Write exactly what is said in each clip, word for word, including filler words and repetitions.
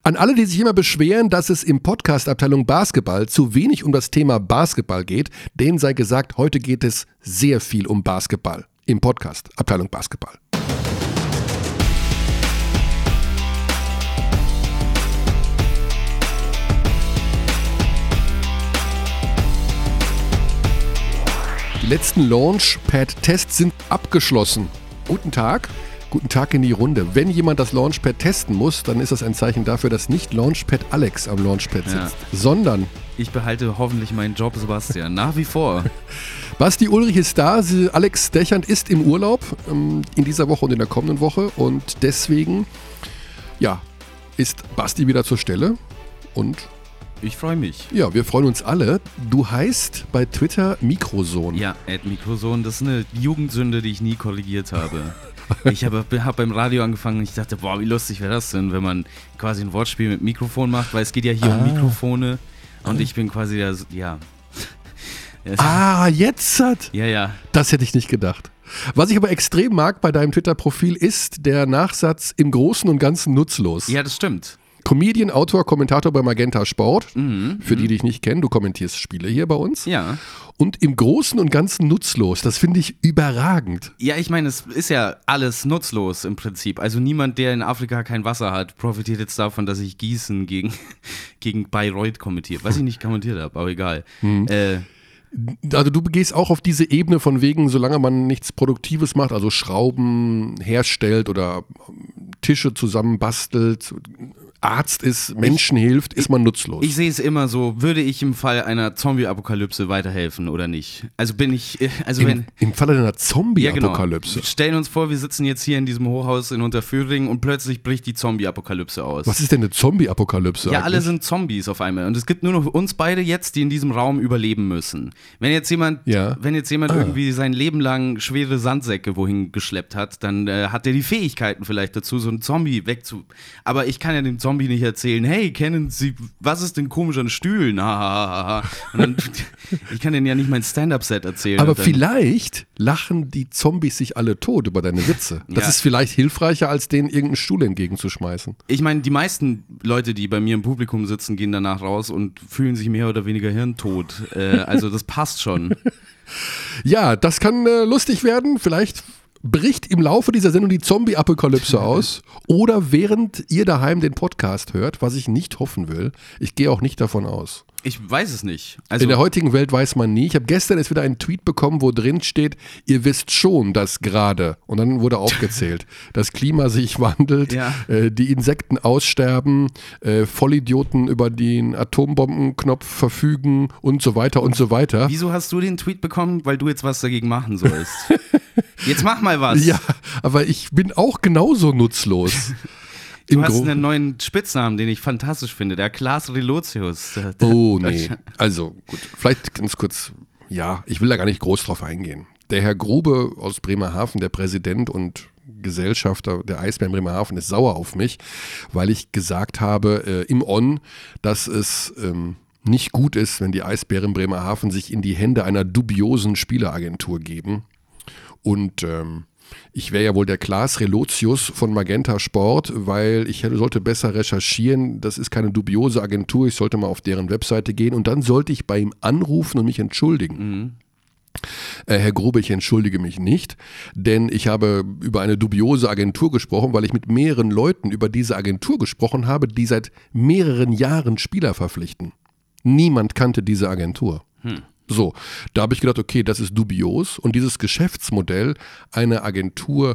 An alle, die sich immer beschweren, dass es im Podcast-Abteilung Basketball zu wenig um das Thema Basketball geht, denen sei gesagt, heute geht es sehr viel um Basketball im Podcast-Abteilung Basketball. Die letzten Launchpad-Tests sind abgeschlossen. Guten Tag. Guten Tag in die Runde. Wenn jemand das Launchpad testen muss, dann ist das ein Zeichen dafür, dass nicht Launchpad Alex am Launchpad sitzt, ja. sondern... Ich behalte hoffentlich meinen Job, Sebastian, nach wie vor. Basti Ulrich ist da, Alex Dechant ist im Urlaub ähm, in dieser Woche und in der kommenden Woche und deswegen, ja, ist Basti wieder zur Stelle und... Ich freue mich. Ja, wir freuen uns alle. Du heißt bei Twitter Mikroson. Ja, at Mikroson, das ist eine Jugendsünde, die ich nie korrigiert habe. Ich habe hab beim Radio angefangen und ich dachte, boah, wie lustig wäre das denn, wenn man quasi ein Wortspiel mit Mikrofon macht, weil es geht ja hier ah. um Mikrofone und ich bin quasi der, ja. Ah, jetzt hat. Ja, ja. Das hätte ich nicht gedacht. Was ich aber extrem mag bei deinem Twitter-Profil ist der Nachsatz im Großen und Ganzen nutzlos. Ja, das stimmt. Comedian, Autor, Kommentator bei Magenta Sport. Mhm, Für die, mhm. die dich nicht kennen, du kommentierst Spiele hier bei uns. Ja. Und im Großen und Ganzen nutzlos. Das finde ich überragend. Ja, ich meine, es ist ja alles nutzlos im Prinzip. Also niemand, der in Afrika kein Wasser hat, profitiert jetzt davon, dass ich Gießen gegen, gegen Bayreuth kommentiere. Was ich nicht kommentiert habe, aber egal. Mhm. Äh, Also du gehst auch auf diese Ebene von wegen, solange man nichts Produktives macht, also Schrauben herstellt oder Tische zusammenbastelt, Arzt ist, Menschen ich, hilft, ist man nutzlos. Ich, ich sehe es immer so, würde ich im Fall einer Zombie-Apokalypse weiterhelfen oder nicht? Also bin ich, also Im, wenn... Im Falle einer Zombie-Apokalypse? Ja, genau. Stellen uns vor, wir sitzen jetzt hier in diesem Hochhaus in Unterföhring und plötzlich bricht die Zombie-Apokalypse aus. Was ist denn eine Zombie-Apokalypse Ja, eigentlich? alle sind Zombies auf einmal und es gibt nur noch uns beide jetzt, die in diesem Raum überleben müssen. Wenn jetzt jemand, ja. wenn jetzt jemand ah. irgendwie sein Leben lang schwere Sandsäcke wohin geschleppt hat, dann äh, hat er die Fähigkeiten vielleicht dazu, so einen Zombie wegzu... Aber ich kann ja dem Zombie nicht erzählen, hey, kennen Sie, was ist denn komisch an Stühlen? Ha, ha, ha, ha. Und dann, ich kann denen ja nicht mein Stand-Up-Set erzählen. Aber vielleicht lachen die Zombies sich alle tot über deine Witze. Das ja. ist vielleicht hilfreicher, als denen irgendeinen Stuhl entgegenzuschmeißen. Ich meine, die meisten Leute, die bei mir im Publikum sitzen, gehen danach raus und fühlen sich mehr oder weniger hirntot. Äh, also das passt schon. Ja, das kann äh, lustig werden. Vielleicht bricht im Laufe dieser Sendung die Zombie-Apokalypse aus oder während ihr daheim den Podcast hört, was ich nicht hoffen will. Ich gehe auch nicht davon aus. Ich weiß es nicht. Also in der heutigen Welt weiß man nie. Ich habe gestern erst wieder einen Tweet bekommen, wo drin steht, ihr wisst schon, dass gerade, und dann wurde aufgezählt, das Klima sich wandelt, ja. äh, die Insekten aussterben, äh, Vollidioten über den Atombombenknopf verfügen und so weiter und so weiter. Wieso hast du den Tweet bekommen? Weil du jetzt was dagegen machen sollst. Jetzt mach mal was. Ja, aber ich bin auch genauso nutzlos. Du hast einen neuen Spitznamen, den ich fantastisch finde, der Klaas Relotius. Der, der, oh nee, also gut, vielleicht ganz kurz, ja, ich will da gar nicht groß drauf eingehen. Der Herr Grube aus Bremerhaven, der Präsident und Gesellschafter der Eisbären Bremerhaven, ist sauer auf mich, weil ich gesagt habe äh, im On, dass es ähm, nicht gut ist, wenn die Eisbären Bremerhaven sich in die Hände einer dubiosen Spieleragentur geben. Und ähm, ich wäre ja wohl der Klaas Relotius von Magenta Sport, weil ich sollte besser recherchieren. Das ist keine dubiose Agentur, ich sollte mal auf deren Webseite gehen und dann sollte ich bei ihm anrufen und mich entschuldigen. Mhm. Äh, Herr Grube, ich entschuldige mich nicht, denn ich habe über eine dubiose Agentur gesprochen, weil ich mit mehreren Leuten über diese Agentur gesprochen habe, die seit mehreren Jahren Spieler verpflichten. Niemand kannte diese Agentur. Hm. So, da habe ich gedacht, okay, das ist dubios und dieses Geschäftsmodell, eine Agentur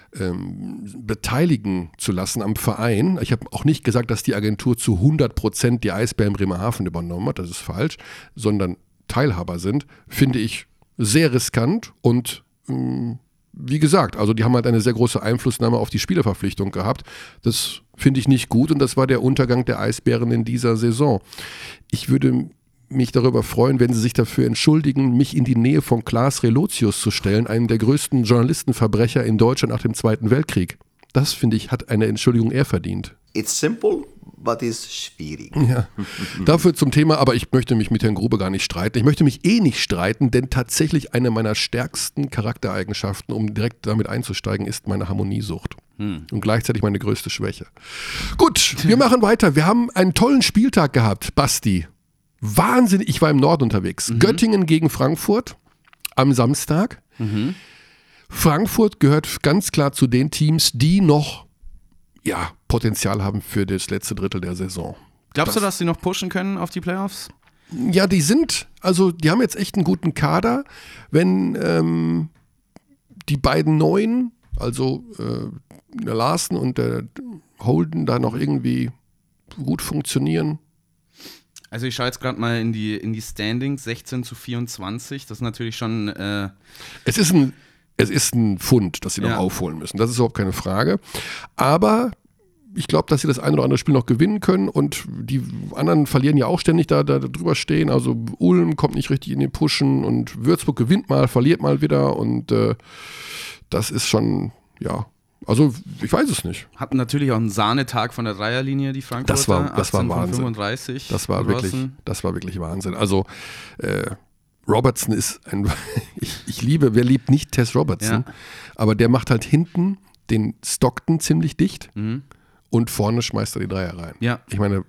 ähm, beteiligen zu lassen am Verein. Ich habe auch nicht gesagt, dass die Agentur zu hundert Prozent die Eisbären Bremerhaven übernommen hat, das ist falsch, sondern Teilhaber sind, finde ich sehr riskant und ähm, wie gesagt, also die haben halt eine sehr große Einflussnahme auf die Spielerverpflichtung gehabt. Das finde ich nicht gut und das war der Untergang der Eisbären in dieser Saison. Ich würde mich darüber freuen, wenn Sie sich dafür entschuldigen, mich in die Nähe von Klaas Relotius zu stellen, einem der größten Journalistenverbrecher in Deutschland nach dem Zweiten Weltkrieg. Das, finde ich, hat eine Entschuldigung eher verdient. It's simple, but it's schwierig. Ja, dafür zum Thema, aber ich möchte mich mit Herrn Grube gar nicht streiten. Ich möchte mich eh nicht streiten, denn tatsächlich eine meiner stärksten Charaktereigenschaften, um direkt damit einzusteigen, ist meine Harmoniesucht. Hm. Und gleichzeitig meine größte Schwäche. Gut, wir machen weiter. Wir haben einen tollen Spieltag gehabt, Basti. Wahnsinnig, ich war im Norden unterwegs. Mhm. Göttingen gegen Frankfurt am Samstag. Mhm. Frankfurt gehört ganz klar zu den Teams, die noch ja, Potenzial haben für das letzte Drittel der Saison. Glaubst das, du, dass sie noch pushen können auf die Playoffs? Ja, die sind, also die haben jetzt echt einen guten Kader. Wenn ähm, die beiden Neuen, also äh, der Larsen und der Holden, da noch irgendwie gut funktionieren. Also ich schaue jetzt gerade mal in die, in die Standings, sechzehn zu vierundzwanzig, das ist natürlich schon... Äh es ist ein, es ist ein Pfund, das sie noch ja. aufholen müssen, das ist überhaupt keine Frage. Aber ich glaube, dass sie das ein oder andere Spiel noch gewinnen können und die anderen verlieren ja auch ständig da, da drüber stehen. Also Ulm kommt nicht richtig in den Pushen und Würzburg gewinnt mal, verliert mal wieder und äh, das ist schon, ja... Also, ich weiß es nicht. Hatten natürlich auch einen Sahnetag von der Dreierlinie, die Frankfurter. Das war, das war Wahnsinn. fünfunddreißig. Das war, wirklich, das war wirklich Wahnsinn. Also, äh, Robertson ist ein, ich, ich liebe, wer liebt nicht Tess Robertson, ja. aber der macht halt hinten den Stockton ziemlich dicht mhm. und vorne schmeißt er die Dreier rein. Ja. Ich meine,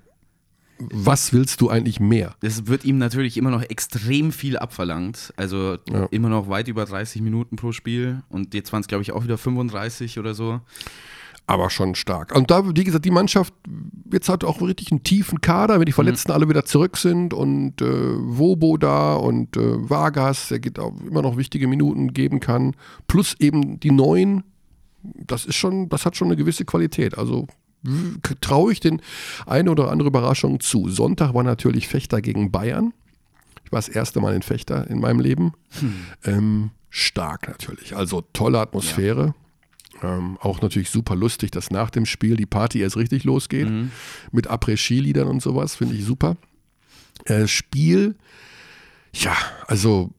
was willst du eigentlich mehr? Es wird ihm natürlich immer noch extrem viel abverlangt. Also ja. immer noch weit über dreißig Minuten pro Spiel. Und jetzt waren es, glaube ich, auch wieder fünfunddreißig oder so. Aber schon stark. Und da, wie gesagt, die Mannschaft jetzt hat auch richtig einen tiefen Kader, wenn die Verletzten mhm. alle wieder zurück sind und äh, Wobo da und äh, Vargas, der geht auch immer noch wichtige Minuten geben kann. Plus eben die Neuen. Das ist schon, das hat schon eine gewisse Qualität. Also traue ich den eine oder andere Überraschung zu. Sonntag war natürlich Fechter gegen Bayern. Ich war das erste Mal in Fechter in meinem Leben. Hm. Ähm, stark natürlich. Also tolle Atmosphäre. Ja. Ähm, auch natürlich super lustig, dass nach dem Spiel die Party erst richtig losgeht. Mhm. Mit Après-Ski-Liedern und sowas. Finde ich super. Äh, Spiel, ja, also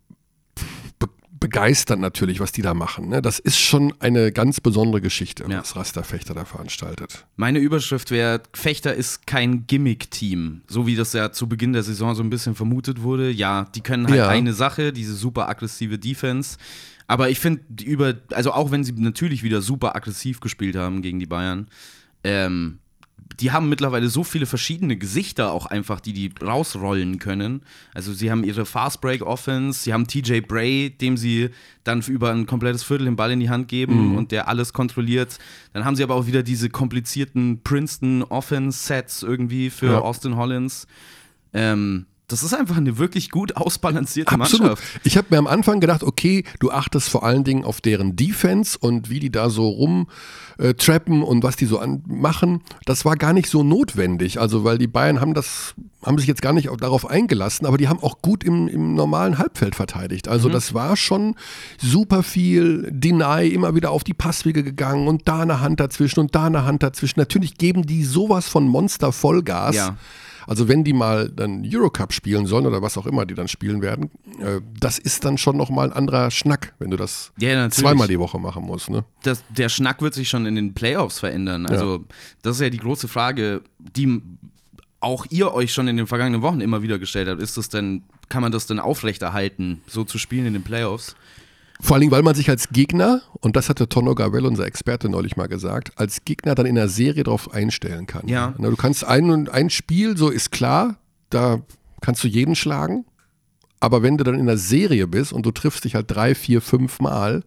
begeistert natürlich, was die da machen. Ne? Das ist schon eine ganz besondere Geschichte, ja. was Raster Fechter da veranstaltet. Meine Überschrift wäre, Fechter ist kein Gimmick-Team, so wie das ja zu Beginn der Saison so ein bisschen vermutet wurde. Ja, die können halt ja. eine Sache, diese super aggressive Defense. Aber ich finde, über, also auch wenn sie natürlich wieder super aggressiv gespielt haben gegen die Bayern, ähm, die haben mittlerweile so viele verschiedene Gesichter auch einfach, die die rausrollen können. Also sie haben ihre Fast-Break-Offense, sie haben T J Bray, dem sie dann über ein komplettes Viertel den Ball in die Hand geben mhm. und der alles kontrolliert. Dann haben sie aber auch wieder diese komplizierten Princeton-Offense-Sets irgendwie für ja. Austin Hollins. Ähm, Das ist einfach eine wirklich gut ausbalancierte Absolut. Mannschaft. Ich habe mir am Anfang gedacht, okay, du achtest vor allen Dingen auf deren Defense und wie die da so rumtrappen äh, und was die so an machen. Das war gar nicht so notwendig. Also, weil die Bayern haben das, haben sich jetzt gar nicht darauf eingelassen, aber die haben auch gut im, im normalen Halbfeld verteidigt. Also, mhm. das war schon super viel Deny, immer wieder auf die Passwege gegangen und da eine Hand dazwischen und da eine Hand dazwischen. Natürlich geben die sowas von Monster Vollgas. Ja. Also wenn die mal dann Eurocup spielen sollen oder was auch immer die dann spielen werden, äh, das ist dann schon nochmal ein anderer Schnack, wenn du das ja, zweimal die Woche machen musst. Ne? Das, der Schnack wird sich schon in den Playoffs verändern. Also ja. das ist ja die große Frage, die auch ihr euch schon in den vergangenen Wochen immer wieder gestellt habt. Ist das denn, kann man das denn aufrechterhalten, so zu spielen in den Playoffs? Vor allen Dingen, weil man sich als Gegner, und das hatte Tonno Gavel, unser Experte, neulich mal gesagt, als Gegner dann in der Serie drauf einstellen kann. Ja. Du kannst ein, ein Spiel, so ist klar, da kannst du jeden schlagen, aber wenn du dann in der Serie bist und du triffst dich halt drei, vier, fünf Mal,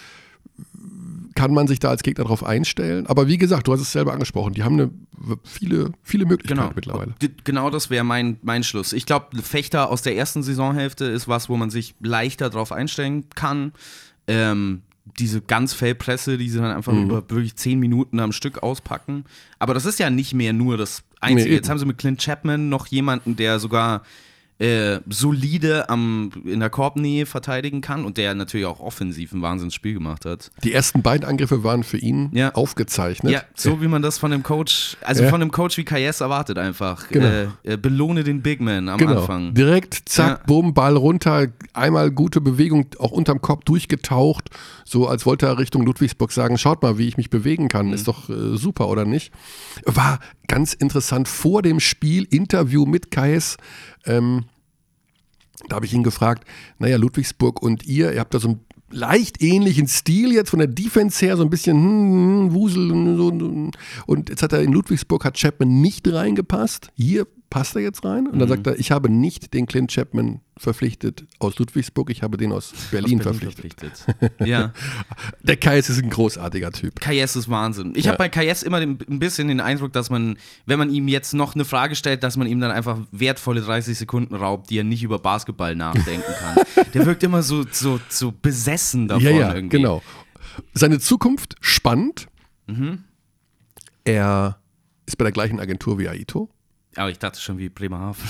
kann man sich da als Gegner drauf einstellen. Aber wie gesagt, du hast es selber angesprochen, die haben eine, viele, viele Möglichkeiten genau. mittlerweile. Genau das wäre mein, mein Schluss. Ich glaube, Fechter aus der ersten Saisonhälfte ist was, wo man sich leichter drauf einstellen kann. Ähm, diese ganz Feldpresse, die sie dann einfach mhm. über wirklich zehn Minuten am Stück auspacken. Aber das ist ja nicht mehr nur das Einzige. Nee, jetzt haben sie mit Clint Chapman noch jemanden, der sogar Äh, solide am, in der Korbnähe verteidigen kann und der natürlich auch offensiv ein Wahnsinnsspiel gemacht hat. Die ersten beiden Angriffe waren für ihn ja. aufgezeichnet. Ja, so wie man das von dem Coach, also ja. von einem Coach wie Kayes erwartet einfach. Genau. Äh, äh, belohne den Big Man am genau. Anfang. Direkt, zack, ja. bumm, Ball runter, einmal gute Bewegung, auch unterm Kopf durchgetaucht, so als wollte er Richtung Ludwigsburg sagen, schaut mal, wie ich mich bewegen kann, mhm. ist doch äh, super, oder nicht? War ganz interessant, vor dem Spiel, Interview mit Kayes, ähm, da habe ich ihn gefragt, naja, Ludwigsburg und ihr, ihr habt da so ein leicht ähnlichen Stil jetzt von der Defense her, so ein bisschen hm, Wusel und so. Und jetzt hat er in Ludwigsburg, hat Chapman nicht reingepasst. Hier passt er jetzt rein. Und dann mhm. sagt er, ich habe nicht den Clint Chapman verpflichtet aus Ludwigsburg, ich habe den aus Berlin, aus Berlin verpflichtet. verpflichtet. Ja. Der Kayes ist ein großartiger Typ. Kayes ist Wahnsinn. Ich ja. habe bei Kayes immer den, ein bisschen den Eindruck, dass man, wenn man ihm jetzt noch eine Frage stellt, dass man ihm dann einfach wertvolle dreißig Sekunden raubt, die er nicht über Basketball nachdenken kann. Der wirkt immer so, so, so besessen davon ja, ja, irgendwie. Genau. Seine Zukunft spannend. Mhm. Er ist bei der gleichen Agentur wie Aito. Aber ich dachte schon wie Bremerhaven.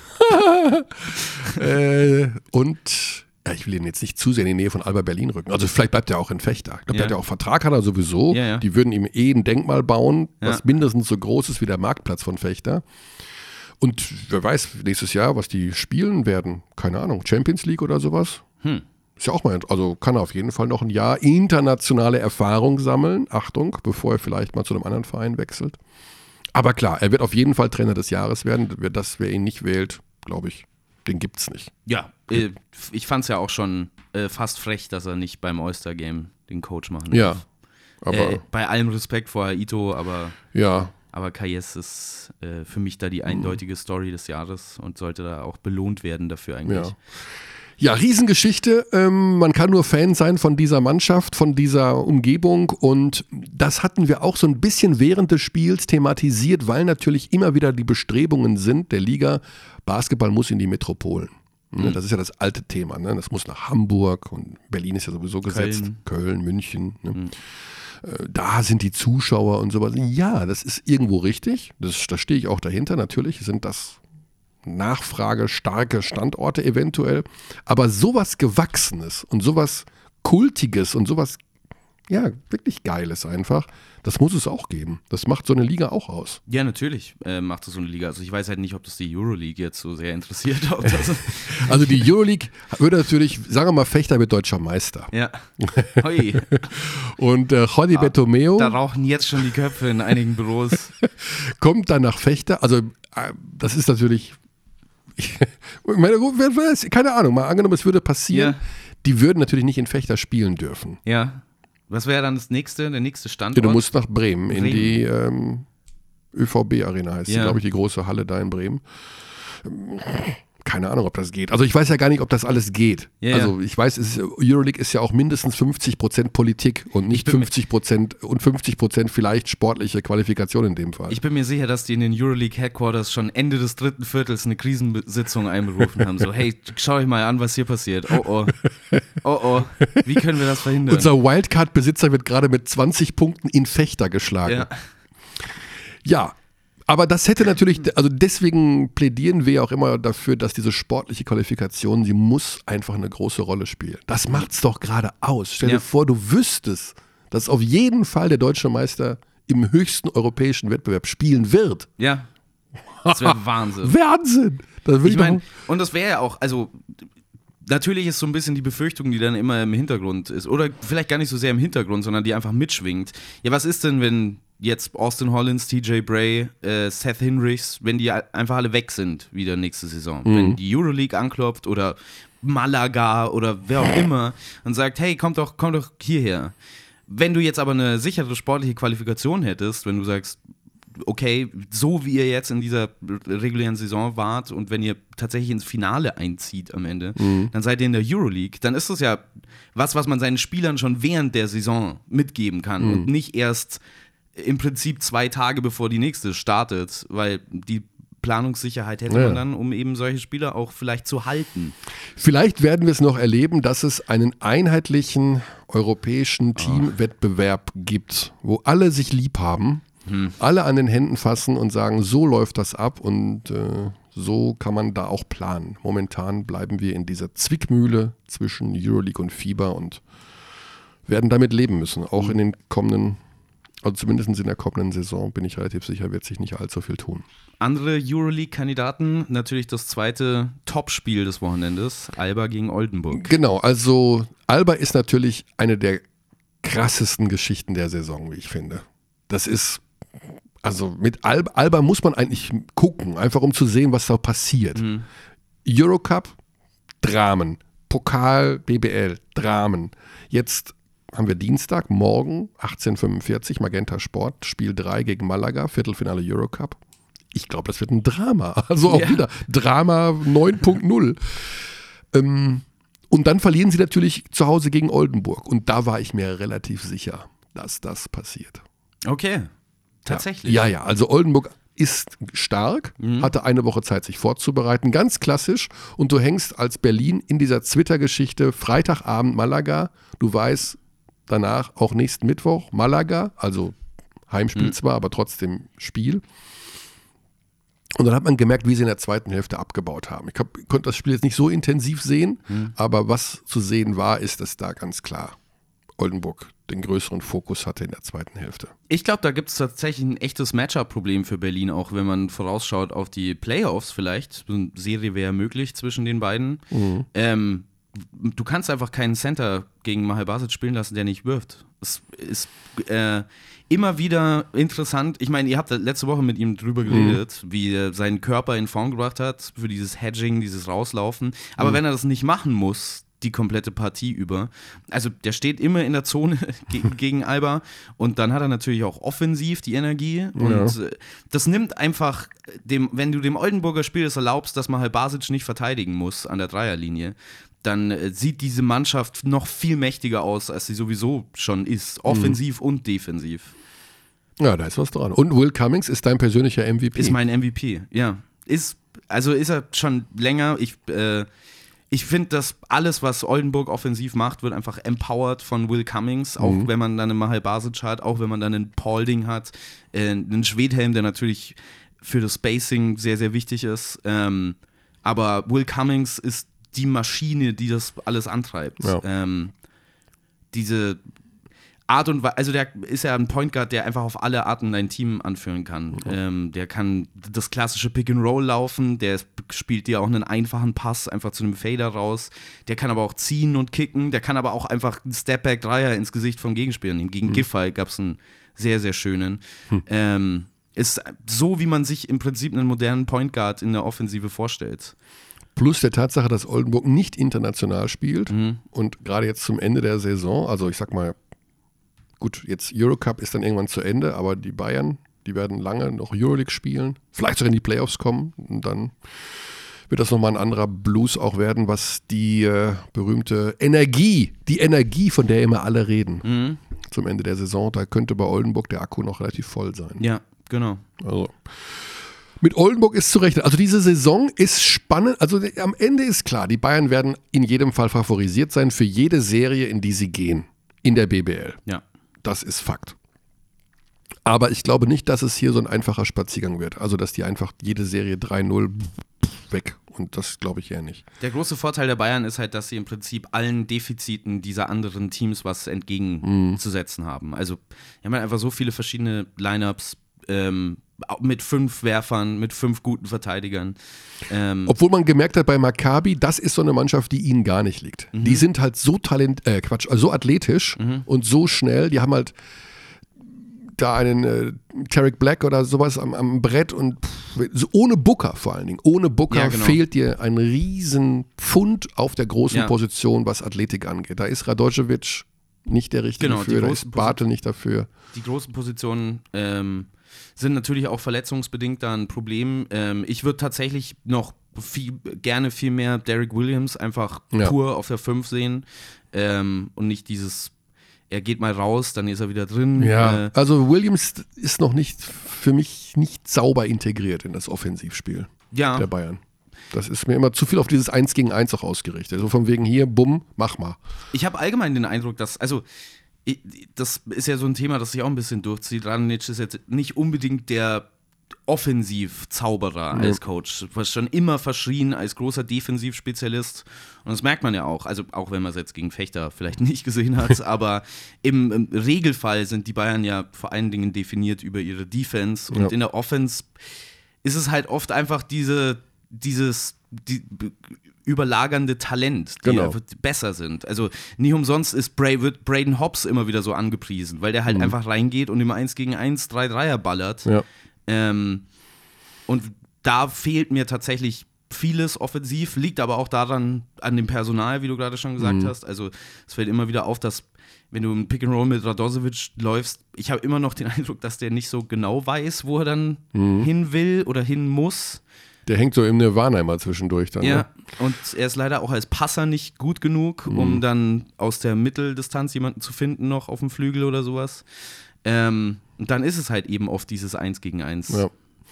äh, und ja, ich will ihn jetzt nicht zu sehr in die Nähe von Alba Berlin rücken. Also vielleicht bleibt er auch in Fechter. Ich glaube, ja. der hat ja auch Vertrag, hat er sowieso. Ja, ja. Die würden ihm eh ein Denkmal bauen, ja. was mindestens so groß ist wie der Marktplatz von Fechter. Und wer weiß, nächstes Jahr, was die spielen werden. Keine Ahnung, Champions League oder sowas. Hm. Ist ja auch mal, also kann er auf jeden Fall noch ein Jahr internationale Erfahrung sammeln. Achtung, bevor er vielleicht mal zu einem anderen Verein wechselt. Aber klar, er wird auf jeden Fall Trainer des Jahres werden. Das, wer ihn nicht wählt, glaube ich, den gibt's nicht. Ja, äh, ich fand es ja auch schon äh, fast frech, dass er nicht beim All-Star-Game den Coach machen Ja, darf. aber Äh, bei allem Respekt vor Aito, aber, ja, aber Kayes ist äh, für mich da die eindeutige Story des Jahres und sollte da auch belohnt werden dafür eigentlich. ja. Ja, Riesengeschichte. Ähm, man kann nur Fan sein von dieser Mannschaft, von dieser Umgebung. Und das hatten wir auch so ein bisschen während des Spiels thematisiert, weil natürlich immer wieder die Bestrebungen sind der Liga, Basketball muss in die Metropolen. Mhm. Das ist ja das alte Thema. Ne? Das muss nach Hamburg und Berlin ist ja sowieso gesetzt. Köln, Köln München. Ne? Mhm. Äh, da sind die Zuschauer und sowas. Ja, das ist irgendwo richtig. Das, da stehe ich auch dahinter. Natürlich sind das nachfragestarke Standorte eventuell, aber sowas Gewachsenes und sowas Kultiges und sowas, ja, wirklich Geiles einfach, das muss es auch geben. Das macht so eine Liga auch aus. Ja, natürlich äh, macht das so eine Liga. Also ich weiß halt nicht, ob das die Euroleague jetzt so sehr interessiert. Ob das Also die Euroleague würde natürlich, sagen wir mal, Fechter wird deutscher Meister. Ja. Hoi. Und äh, Jordi Ah, Bertomeu Da rauchen jetzt schon die Köpfe in einigen Büros. kommt dann nach Fechter. Also äh, das ist natürlich Ich meine, keine Ahnung, mal angenommen, es würde passieren, Ja. die würden natürlich nicht in Fechter spielen dürfen. Ja. Was wäre dann das nächste, der nächste Ja, Standort? du musst nach Bremen, in Bremen. die ähm, Ö V B-Arena heißt Ja. sie, glaube ich, die große Halle da in Bremen. Keine Ahnung, ob das geht. Also ich weiß ja gar nicht, ob das alles geht. Ja, also ich weiß, es ist, Euroleague ist ja auch mindestens fünfzig Prozent Politik und nicht fünfzig Prozent und fünfzig Prozent vielleicht sportliche Qualifikation in dem Fall. Ich bin mir sicher, dass die in den Euroleague Headquarters schon Ende des dritten Viertels eine Krisensitzung einberufen haben. So, hey, schau euch mal an, was hier passiert. Oh oh. Oh oh. Wie können wir das verhindern? Unser Wildcard-Besitzer wird gerade mit zwanzig Punkten in Fechter geschlagen. Ja. Ja, aber das hätte natürlich, also deswegen plädieren wir ja auch immer dafür, dass diese sportliche Qualifikation, sie muss einfach eine große Rolle spielen. Das macht's doch gerade aus. Stell dir Ja. vor, du wüsstest, dass auf jeden Fall der deutsche Meister im höchsten europäischen Wettbewerb spielen wird. Ja. Das wäre Wahnsinn. Wahnsinn! Das will ich, Ich meine, doch, und das wäre ja auch, also natürlich ist so ein bisschen die Befürchtung, die dann immer im Hintergrund ist, oder vielleicht gar nicht so sehr im Hintergrund, sondern die einfach mitschwingt. Ja, was ist denn, wenn jetzt Austin Hollins, T J Bray, äh, Seth Hinrichs, wenn die einfach alle weg sind wieder nächste Saison? Mhm. Wenn die Euroleague anklopft oder Malaga oder wer auch immer und sagt, hey, komm doch, komm doch hierher. Wenn du jetzt aber eine sichere sportliche Qualifikation hättest, wenn du sagst, okay, so wie ihr jetzt in dieser regulären Saison wart und wenn ihr tatsächlich ins Finale einzieht am Ende, Mhm. dann seid ihr in der Euroleague, dann ist das ja was, was man seinen Spielern schon während der Saison mitgeben kann Mhm. und nicht erst im Prinzip zwei Tage bevor die nächste startet, weil die Planungssicherheit hätte Ja. man dann, um eben solche Spieler auch vielleicht zu halten. vielleicht werden wir es noch erleben, dass es einen einheitlichen europäischen Teamwettbewerb gibt, wo alle sich lieb haben, Hm. alle an den Händen fassen und sagen, so läuft das ab und äh, so kann man da auch planen. Momentan bleiben wir in dieser Zwickmühle zwischen Euroleague und FIBA und werden damit leben müssen. Auch in den kommenden, also zumindest in der kommenden Saison, bin ich relativ sicher, wird sich nicht allzu viel tun. Andere Euroleague-Kandidaten, natürlich das zweite Topspiel des Wochenendes, Alba gegen Oldenburg. Genau, also Alba ist natürlich eine der krassesten Geschichten der Saison, wie ich finde. Das ist, also mit Alba, Alba muss man eigentlich gucken, einfach um zu sehen, was da passiert. Mhm. Eurocup, Dramen, Pokal, B B L, Dramen. Jetzt haben wir Dienstag, morgen, achtzehn Uhr fünfundvierzig, Magenta Sport, Spiel drei gegen Malaga, Viertelfinale Eurocup. Ich glaube, das wird ein Drama. Also auch ja. wieder Drama neun Punkt null. ähm, und dann verlieren sie natürlich zu Hause gegen Oldenburg. Und da war ich mir relativ sicher, dass das passiert. Okay, tatsächlich. Ja, ja, ja. Also Oldenburg ist stark, mhm. hatte eine Woche Zeit, sich vorzubereiten, ganz klassisch. Und du hängst als Berlin in dieser Twitter-Geschichte Freitagabend Malaga. Du weißt danach auch nächsten Mittwoch Malaga, also Heimspiel mhm. zwar, aber trotzdem Spiel. Und dann hat man gemerkt, wie sie in der zweiten Hälfte abgebaut haben. Ich hab, konnte das Spiel jetzt nicht so intensiv sehen, mhm. aber was zu sehen war, ist, dass da ganz klar Oldenburg den größeren Fokus hatte in der zweiten Hälfte. Ich glaube, da gibt es tatsächlich ein echtes Matchup-Problem für Berlin, auch wenn man vorausschaut auf die Playoffs vielleicht. Eine Serie wäre möglich zwischen den beiden. Mhm. Ähm, du kannst einfach keinen Center gegen Mahal Basic spielen lassen, der nicht wirft. Es ist äh, immer wieder interessant. Ich meine, ihr habt letzte Woche mit ihm drüber geredet, mhm. wie er seinen Körper in Form gebracht hat für dieses Hedging, dieses Rauslaufen. Aber mhm. wenn er das nicht machen muss, die komplette Partie über. Also der steht immer in der Zone gegen, gegen Alba und dann hat er natürlich auch offensiv die Energie und ja. das nimmt einfach, dem, wenn du dem Oldenburger Spiel es erlaubst, dass Mahal Basic nicht verteidigen muss an der Dreierlinie, dann äh, sieht diese Mannschaft noch viel mächtiger aus, als sie sowieso schon ist, offensiv mhm. und defensiv. Ja, da ist was dran. Und Will Cummings ist dein persönlicher M V P. Ist mein M V P, ja. Ist, also ist er schon länger, ich äh, Ich finde, dass alles, was Oldenburg offensiv macht, wird einfach empowered von Will Cummings, auch mhm. wenn man dann einen Mahal Basic hat, auch wenn man dann einen Paulding hat, äh, einen Schwedhelm, der natürlich für das Spacing sehr, sehr wichtig ist. Ähm, aber Will Cummings ist die Maschine, die das alles antreibt. Ja. Ähm, diese Art und Weise, also der ist ja ein Point Guard, der einfach auf alle Arten dein Team anführen kann. Mhm. Ähm, der kann das klassische Pick and Roll laufen, der spielt dir auch einen einfachen Pass einfach zu einem Fader raus. Der kann aber auch ziehen und kicken, der kann aber auch einfach einen Stepback-Dreier ins Gesicht vom Gegenspieler nehmen. Gegen mhm. Giffey gab es einen sehr, sehr schönen. Mhm. Ähm, ist so, wie man sich im Prinzip einen modernen Point Guard in der Offensive vorstellt. Plus der Tatsache, dass Oldenburg nicht international spielt mhm. und gerade jetzt zum Ende der Saison, also ich sag mal, gut, jetzt Eurocup ist dann irgendwann zu Ende, aber die Bayern, die werden lange noch Euroleague spielen, vielleicht sogar in die Playoffs kommen und dann wird das nochmal ein anderer Blues auch werden, was die äh, berühmte Energie, die Energie, von der immer alle reden, mhm. zum Ende der Saison, da könnte bei Oldenburg der Akku noch relativ voll sein. Ja, genau. Also mit Oldenburg ist zu rechnen. Also diese Saison ist spannend. Also am Ende ist klar, die Bayern werden in jedem Fall favorisiert sein für jede Serie, in die sie gehen, in der B B L. Ja. Das ist Fakt. Aber ich glaube nicht, dass es hier so ein einfacher Spaziergang wird. Also, dass die einfach jede Serie drei null weg. Und das glaube ich eher nicht. Der große Vorteil der Bayern ist halt, dass sie im Prinzip allen Defiziten dieser anderen Teams was entgegenzusetzen mhm. haben. Also, wir haben halt einfach so viele verschiedene Lineups ähm, mit fünf Werfern, mit fünf guten Verteidigern. Ähm Obwohl man gemerkt hat bei Maccabi, das ist so eine Mannschaft, die ihnen gar nicht liegt. Mhm. Die sind halt so talent, äh, Quatsch, also so athletisch mhm. und so schnell. Die haben halt da einen äh, Tarek Black oder sowas am, am Brett und pff, so ohne Booker vor allen Dingen. Ohne Booker ja, genau. fehlt dir ein riesen Pfund auf der großen ja. Position, was Athletik angeht. Da ist Radojevic nicht der Richtige genau, für, da ist Bartel nicht dafür. Die großen Positionen ähm sind natürlich auch verletzungsbedingt da ein Problem. Ähm, ich würde tatsächlich noch viel, gerne viel mehr Derek Williams einfach ja. pur auf der fünf sehen ähm, und nicht dieses, er geht mal raus, dann ist er wieder drin. Ja, äh, also Williams ist noch nicht, für mich nicht sauber integriert in das Offensivspiel ja. der Bayern. Das ist mir immer zu viel auf dieses eins gegen eins auch ausgerichtet. So von wegen hier, bumm, mach mal. Ich habe allgemein den Eindruck, dass, also das ist ja so ein Thema, das sich auch ein bisschen durchzieht. Radonjic ist jetzt nicht unbedingt der Offensiv-Zauberer ja. als Coach. Was schon immer verschrien als großer Defensivspezialist. Und das merkt man ja auch. Also auch wenn man es jetzt gegen Fechter vielleicht nicht gesehen hat. aber im, im Regelfall sind die Bayern ja vor allen Dingen definiert über ihre Defense. Und ja. in der Offense ist es halt oft einfach diese, dieses die, überlagernde Talent, die genau. besser sind. Also nicht umsonst ist Bra- wird Braden Hobbs immer wieder so angepriesen, weil der halt mhm. einfach reingeht und immer eins gegen eins drei Dreier ballert. Ja. Ähm, und da fehlt mir tatsächlich vieles offensiv, liegt aber auch daran, an dem Personal, wie du gerade schon gesagt mhm. hast. Also es fällt immer wieder auf, dass wenn du ein Pick-and-Roll mit Radosevic läufst, ich habe immer noch den Eindruck, dass der nicht so genau weiß, wo er dann mhm. hin will oder hin muss. Der hängt so im Nirvana immer zwischendurch dann. Ja, ne? Und er ist leider auch als Passer nicht gut genug, Mhm. um dann aus der Mitteldistanz jemanden zu finden noch auf dem Flügel oder sowas. Ähm, und dann ist es halt eben oft dieses Eins gegen Eins. Ja.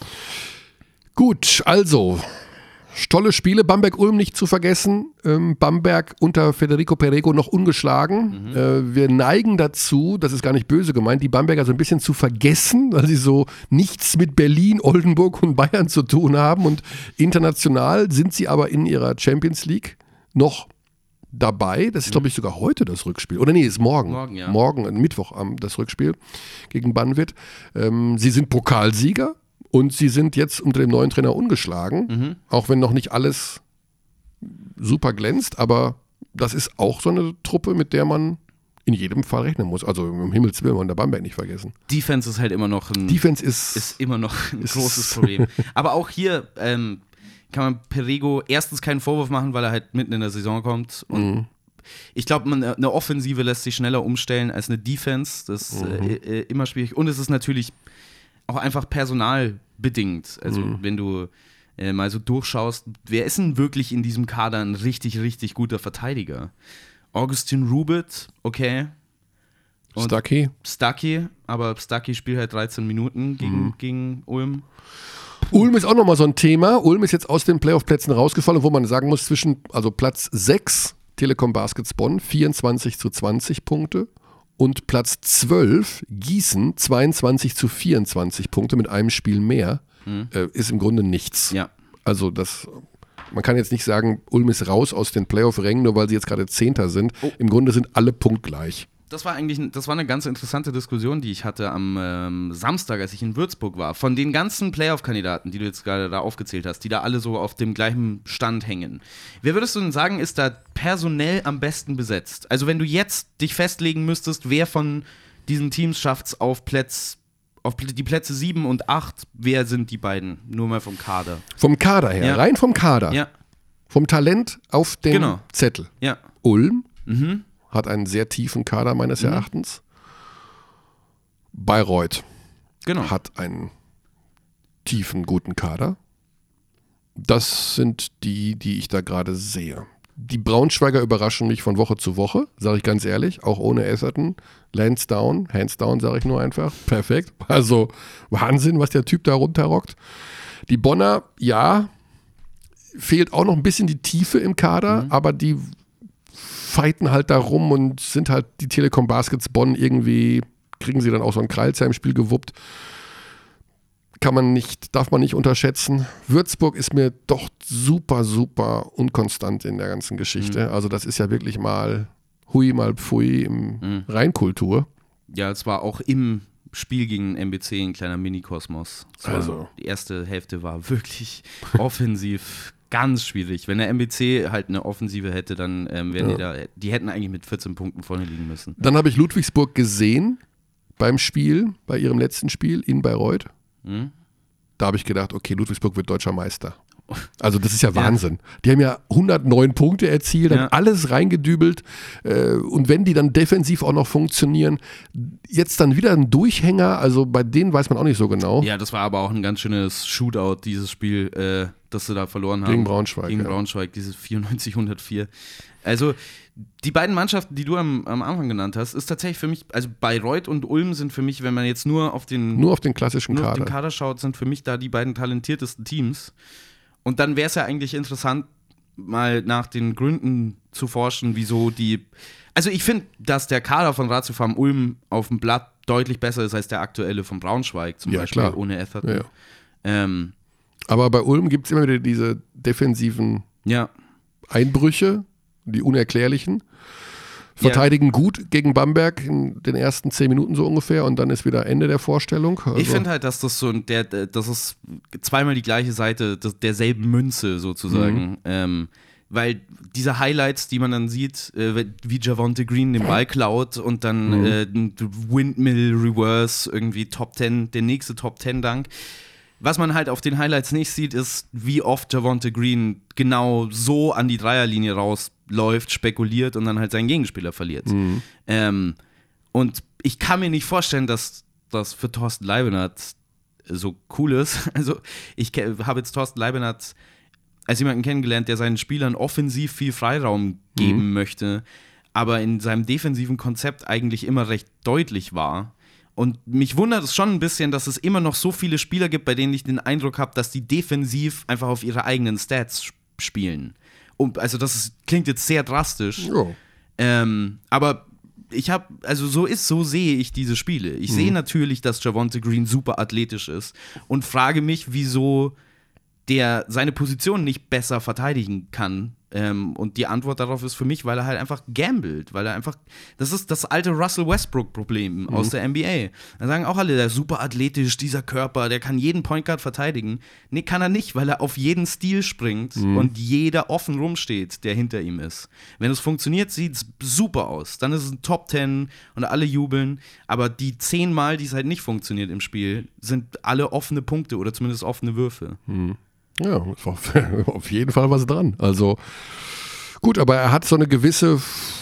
Gut, also tolle Spiele, Bamberg-Ulm nicht zu vergessen, ähm, Bamberg unter Federico Perego noch ungeschlagen. Mhm. Äh, wir neigen dazu, das ist gar nicht böse gemeint, die Bamberger so ein bisschen zu vergessen, weil sie so nichts mit Berlin, Oldenburg und Bayern zu tun haben und international sind sie aber in ihrer Champions League noch dabei. Das ist, glaube ich, sogar heute das Rückspiel. Oder nee, ist morgen. Morgen, ja. Morgen, Mittwoch, das Rückspiel gegen Banvit. Ähm, sie sind Pokalsieger. Und sie sind jetzt unter dem neuen Trainer ungeschlagen, mhm. auch wenn noch nicht alles super glänzt, aber das ist auch so eine Truppe, mit der man in jedem Fall rechnen muss. Also um Himmels Willen, man der Bamberg nicht vergessen. Defense ist halt immer noch ein, Defense ist, ist immer noch ein ist großes Problem. Aber auch hier ähm, kann man Perego erstens keinen Vorwurf machen, weil er halt mitten in der Saison kommt und mhm. ich glaube, eine Offensive lässt sich schneller umstellen als eine Defense. Das ist mhm. äh, immer schwierig. Und es ist natürlich auch einfach personalbedingt. Also mhm. wenn du äh, mal so durchschaust, wer ist denn wirklich in diesem Kader ein richtig, richtig guter Verteidiger? Augustin Rubit, okay. Und Stucky. Stucky, aber Stucky spielt halt dreizehn Minuten gegen, mhm. gegen Ulm. Ulm ist auch nochmal so ein Thema. Ulm ist jetzt aus den Playoff-Plätzen rausgefallen, wo man sagen muss, zwischen also Platz sechs, Telekom Baskets Bonn, vierundzwanzig zu zwanzig Punkte. Und Platz zwölf, Gießen, zweiundzwanzig zu vierundzwanzig Punkte mit einem Spiel mehr, mhm. äh, ist im Grunde nichts. Ja. Also das, man kann jetzt nicht sagen, Ulm ist raus aus den Playoff-Rängen, nur weil sie jetzt gerade Zehnter sind. Oh. Im Grunde sind alle punktgleich. Das war eigentlich, das war eine ganz interessante Diskussion, die ich hatte am ähm, Samstag, als ich in Würzburg war. Von den ganzen Playoff-Kandidaten, die du jetzt gerade da aufgezählt hast, die da alle so auf dem gleichen Stand hängen. Wer würdest du denn sagen, ist da personell am besten besetzt? Also wenn du jetzt dich festlegen müsstest, wer von diesen Teams schafft es auf Plätz, auf die Plätze sieben und acht, wer sind die beiden? Nur mal vom Kader. Vom Kader her, ja. rein vom Kader. Ja. Vom Talent auf dem genau. Zettel. Ja. Ulm. Mhm. Hat einen sehr tiefen Kader meines mhm. Erachtens. Bayreuth genau. hat einen tiefen, guten Kader. Das sind die, die ich da gerade sehe. Die Braunschweiger überraschen mich von Woche zu Woche, sage ich ganz ehrlich, auch ohne Esserton. Lance down, hands down, sage ich nur einfach. Perfekt. Also Wahnsinn, was der Typ da runterrockt. Die Bonner, ja, fehlt auch noch ein bisschen die Tiefe im Kader, mhm. aber die fighten halt da rum und sind halt die Telekom Baskets Bonn irgendwie, kriegen sie dann auch so ein Kreilsheim-Spiel gewuppt. Kann man nicht, darf man nicht unterschätzen. Würzburg ist mir doch super, super unkonstant in der ganzen Geschichte. Mhm. Also das ist ja wirklich mal hui, mal pfui im mhm. Reinkultur. Ja, es war auch im Spiel gegen M B C ein kleiner Mini-Kosmos. Also. Die erste Hälfte war wirklich offensiv ganz schwierig. Wenn der M B C halt eine Offensive hätte, dann ähm, wären ja. die da, die hätten eigentlich mit vierzehn Punkten vorne liegen müssen. Dann habe ich Ludwigsburg gesehen beim Spiel, bei ihrem letzten Spiel in Bayreuth. Mhm. Da habe ich gedacht, okay, Ludwigsburg wird deutscher Meister. Also das ist ja Wahnsinn. Ja. Die haben ja hundertneun Punkte erzielt, haben ja. alles reingedübelt äh, und wenn die dann defensiv auch noch funktionieren, jetzt dann wieder ein Durchhänger, also bei denen weiß man auch nicht so genau. Ja, das war aber auch ein ganz schönes Shootout, dieses Spiel, äh, das sie da verloren haben. Gegen Braunschweig. Gegen ja. Braunschweig, dieses vierundneunzig hundertvier. Also die beiden Mannschaften, die du am, am Anfang genannt hast, ist tatsächlich für mich, also Bayreuth und Ulm sind für mich, wenn man jetzt nur auf den, nur auf den klassischen nur Kader. auf den Kader schaut, sind für mich da die beiden talentiertesten Teams. Und dann wäre es ja eigentlich interessant, mal nach den Gründen zu forschen, wieso die. Also ich finde, dass der Kader von Ratio Farm Ulm auf dem Blatt deutlich besser ist als der aktuelle von Braunschweig, zum ja, Beispiel klar. ohne Etherton. Ja, ja. Ähm, Aber bei Ulm gibt es immer wieder diese defensiven ja. Einbrüche, die unerklärlichen. Verteidigen ja. gut gegen Bamberg in den ersten zehn Minuten so ungefähr und dann ist wieder Ende der Vorstellung. Also ich finde halt, dass das so der, das ist zweimal die gleiche Seite derselben Münze sozusagen. Mhm. Ähm, weil diese Highlights, die man dann sieht, äh, wie Javonte Green den Ball klaut und dann mhm. äh, Windmill Reverse, irgendwie Top Ten, der nächste Top Ten Dank. Was man halt auf den Highlights nicht sieht, ist, wie oft Javonte Green genau so an die Dreierlinie rausläuft, spekuliert und dann halt seinen Gegenspieler verliert. Mhm. Ähm, und ich kann mir nicht vorstellen, dass das für Thorsten Leibenhardt so cool ist. Also ich habe jetzt Thorsten Leibenhardt als jemanden kennengelernt, der seinen Spielern offensiv viel Freiraum geben mhm. möchte, aber in seinem defensiven Konzept eigentlich immer recht deutlich war. Und mich wundert es schon ein bisschen, dass es immer noch so viele Spieler gibt, bei denen ich den Eindruck habe, dass die defensiv einfach auf ihre eigenen Stats spielen. Und also das ist, klingt jetzt sehr drastisch. Oh. Ähm, aber ich habe, also so ist, so sehe ich diese Spiele. Ich mhm. sehe natürlich, dass Javonte Green super athletisch ist und frage mich, wieso der seine Position nicht besser verteidigen kann. Ähm, und die Antwort darauf ist für mich, weil er halt einfach gambelt, weil er einfach, das ist das alte Russell Westbrook-Problem mhm. aus der N B A. Da sagen auch alle, der ist super athletisch, dieser Körper, der kann jeden Point Guard verteidigen. Nee, kann er nicht, weil er auf jeden Stil springt mhm. und jeder offen rumsteht, der hinter ihm ist. Wenn es funktioniert, sieht es super aus. Dann ist es ein Top Ten und alle jubeln. Aber die zehn Mal, die es halt nicht funktioniert im Spiel, sind alle offene Punkte oder zumindest offene Würfe. Mhm. Ja, ist auf, auf jeden Fall was dran. Also gut, aber er hat so eine gewisse,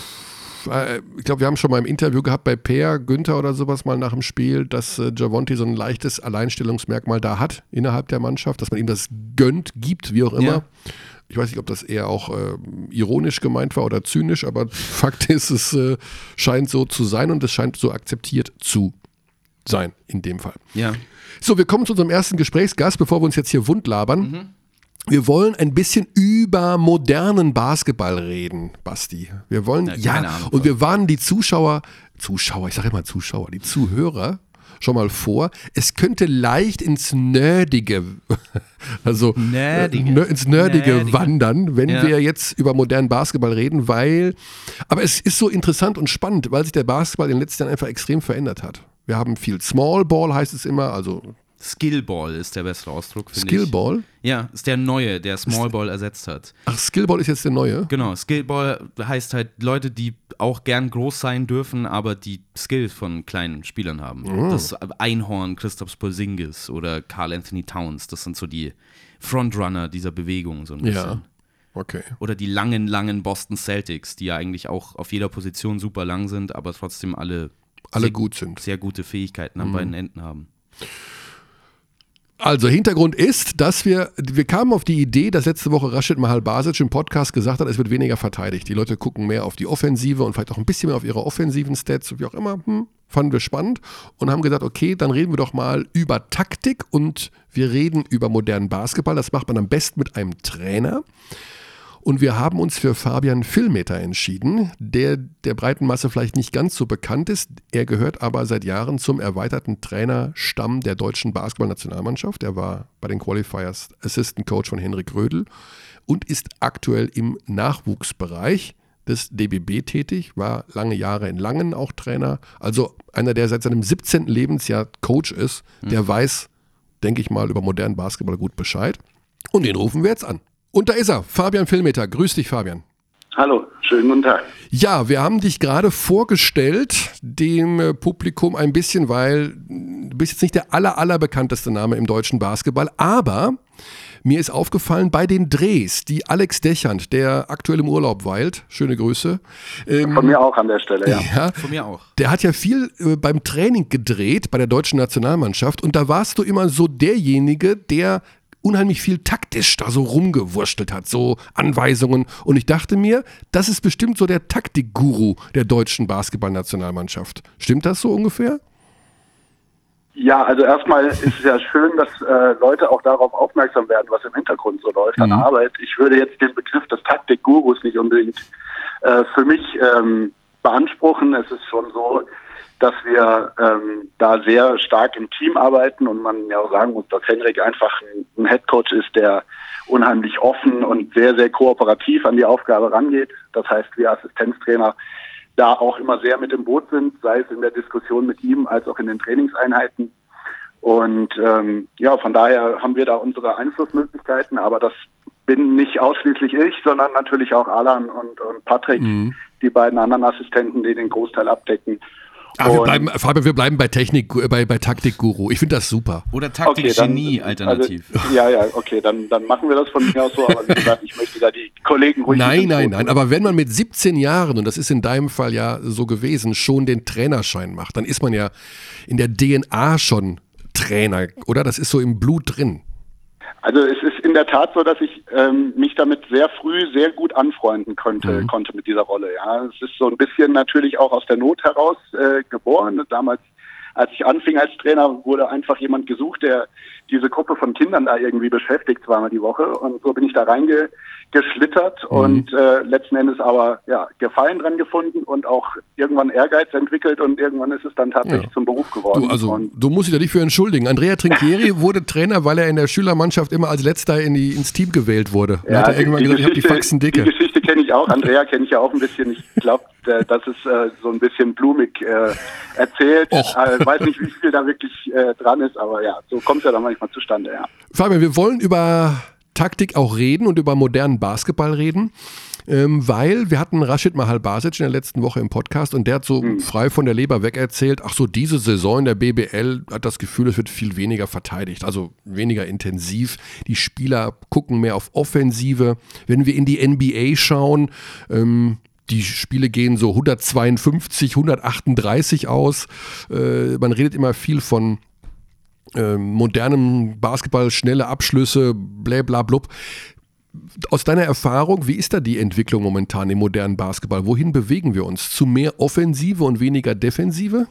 ich glaube, wir haben schon mal im Interview gehabt bei Peer, Günther oder sowas mal nach dem Spiel, dass äh, Javonte so ein leichtes Alleinstellungsmerkmal da hat innerhalb der Mannschaft, dass man ihm das gönnt, gibt, wie auch immer. Ja. Ich weiß nicht, ob das eher auch äh, ironisch gemeint war oder zynisch, aber Fakt ist, es äh, scheint so zu sein und es scheint so akzeptiert zu sein in dem Fall. Ja. So, wir kommen zu unserem ersten Gesprächsgast, bevor wir uns jetzt hier wund labern. Mhm. Wir wollen ein bisschen über modernen Basketball reden, Basti. Wir wollen, ja, ja und wir warnen die Zuschauer, Zuschauer, ich sage immer Zuschauer, die Zuhörer schon mal vor, es könnte leicht ins Nerdige, also Nerdige. ins Nerdige, Nerdige wandern, wenn ja. wir jetzt über modernen Basketball reden, weil, aber es ist so interessant und spannend, weil sich der Basketball in den letzten Jahren einfach extrem verändert hat. Wir haben viel Small Ball, heißt es immer, also Skillball ist der bessere Ausdruck, finde ich. Skillball? Ja, ist der neue, der Small Ball ersetzt hat. Ach, Skillball ist jetzt der neue? Genau, Skillball heißt halt Leute, die auch gern groß sein dürfen, aber die Skills von kleinen Spielern haben. Oh. Das Einhorn, Kristaps Porzingis oder Karl Anthony Towns, das sind so die Frontrunner dieser Bewegung so ein bisschen. Ja, okay. Oder die langen, langen Boston Celtics, die ja eigentlich auch auf jeder Position super lang sind, aber trotzdem alle alle sehr, gut sind. Sehr gute Fähigkeiten an mhm. beiden Enden haben. Also Hintergrund ist, dass wir, wir kamen auf die Idee, dass letzte Woche Rashid Mahal Basic im Podcast gesagt hat, es wird weniger verteidigt. Die Leute gucken mehr auf die Offensive und vielleicht auch ein bisschen mehr auf ihre offensiven Stats, wie auch immer. Hm, fanden wir spannend und haben gesagt, okay, dann reden wir doch mal über Taktik und wir reden über modernen Basketball. Das macht man am besten mit einem Trainer. Und wir haben uns für Fabian Villmeter entschieden, der der breiten Masse vielleicht nicht ganz so bekannt ist. Er gehört aber seit Jahren zum erweiterten Trainerstamm der deutschen Basketballnationalmannschaft. Er war bei den Qualifiers Assistant Coach von Henrik Rödel und ist aktuell im Nachwuchsbereich des D B B tätig, war lange Jahre in Langen auch Trainer. Also einer, der seit seinem siebzehnten Lebensjahr Coach ist, der mhm. weiß, denke ich mal, über modernen Basketball gut Bescheid. Und den rufen wir jetzt an. Und da ist er, Fabian Villmeter. Grüß dich, Fabian. Hallo, schönen guten Tag. Ja, wir haben dich gerade vorgestellt, dem äh, Publikum ein bisschen, weil du bist jetzt nicht der aller, aller bekannteste Name im deutschen Basketball, aber mir ist aufgefallen, bei den Drehs, die Alex Dechand, der aktuell im Urlaub weilt, schöne Grüße. Ähm, Von mir auch an der Stelle, ja. ja. Von mir auch. Der hat ja viel äh, beim Training gedreht bei der deutschen Nationalmannschaft und da warst du immer so derjenige, der unheimlich viel taktisch da so rumgewurstelt hat, so Anweisungen. Und ich dachte mir, das ist bestimmt so der Taktikguru der deutschen Basketballnationalmannschaft. Stimmt das so ungefähr? Ja, also erstmal ist es ja schön, dass äh, Leute auch darauf aufmerksam werden, was im Hintergrund so läuft mhm. an Arbeit. Ich würde jetzt den Begriff des Taktikgurus nicht unbedingt äh, für mich ähm, beanspruchen. Es ist schon so, dass wir ähm, da sehr stark im Team arbeiten und man ja auch sagen muss, dass Henrik einfach ein, ein Headcoach ist, der unheimlich offen und sehr, sehr kooperativ an die Aufgabe rangeht. Das heißt, wir Assistenztrainer da auch immer sehr mit im Boot sind, sei es in der Diskussion mit ihm als auch in den Trainingseinheiten. Und ähm, ja, von daher haben wir da unsere Einflussmöglichkeiten, aber das bin nicht ausschließlich ich, sondern natürlich auch Alan und, und Patrick, mhm. die beiden anderen Assistenten, die den Großteil abdecken. Ah, wir bleiben, Fabian, wir bleiben bei Technik, bei, bei Taktikguru. Ich finde das super. Oder Taktikgenie okay, alternativ. Also, ja, ja, okay, dann, dann machen wir das von mir aus so, aber wie gesagt, ich möchte da die Kollegen ruhig... Nein, nein, nein, aber wenn man mit siebzehn Jahren, und das ist in deinem Fall ja so gewesen, schon den Trainerschein macht, dann ist man ja in der D N A schon Trainer, oder? Das ist so im Blut drin. Also es ist in der Tat so, dass ich ähm, mich damit sehr früh sehr gut anfreunden konnte, mhm. konnte mit dieser Rolle. Ja, es ist so ein bisschen natürlich auch aus der Not heraus äh, geboren. Damals, als ich anfing als Trainer, wurde einfach jemand gesucht, der diese Gruppe von Kindern da irgendwie beschäftigt, zweimal die Woche. Und so bin ich da reingeschlittert mhm. und äh, letzten Endes aber ja Gefallen dran gefunden und auch irgendwann Ehrgeiz entwickelt und irgendwann ist es dann tatsächlich ja. zum Beruf geworden. Du, also und du musst dich da nicht für entschuldigen. Andrea Trinchieri wurde Trainer, weil er in der Schülermannschaft immer als Letzter in die, ins Team gewählt wurde. Und ja, hat er irgendwann gesagt, ich habe die Faxen dicke. Die Geschichte kenne ich auch. Andrea kenne ich ja auch ein bisschen. Ich glaube, das ist äh, so ein bisschen blumig äh, erzählt. Ich äh, weiß nicht, wie viel da wirklich äh, dran ist, aber ja, so kommt es ja dann manchmal zustande, ja. Fabian, wir wollen über Taktik auch reden und über modernen Basketball reden, ähm, weil wir hatten Rashid Mahal-Basic in der letzten Woche im Podcast und der hat so mhm. frei von der Leber weg erzählt, ach so, diese Saison in der B B L hat das Gefühl, es wird viel weniger verteidigt, also weniger intensiv. Die Spieler gucken mehr auf Offensive. Wenn wir in die N B A schauen, ähm, die Spiele gehen so hundertzweiundfünfzig, hundertachtunddreißig aus. Äh, man redet immer viel von äh, modernem Basketball, schnelle Abschlüsse, blablabla. Aus deiner Erfahrung, wie ist da die Entwicklung momentan im modernen Basketball? Wohin bewegen wir uns? Zu mehr Offensive und weniger Defensive?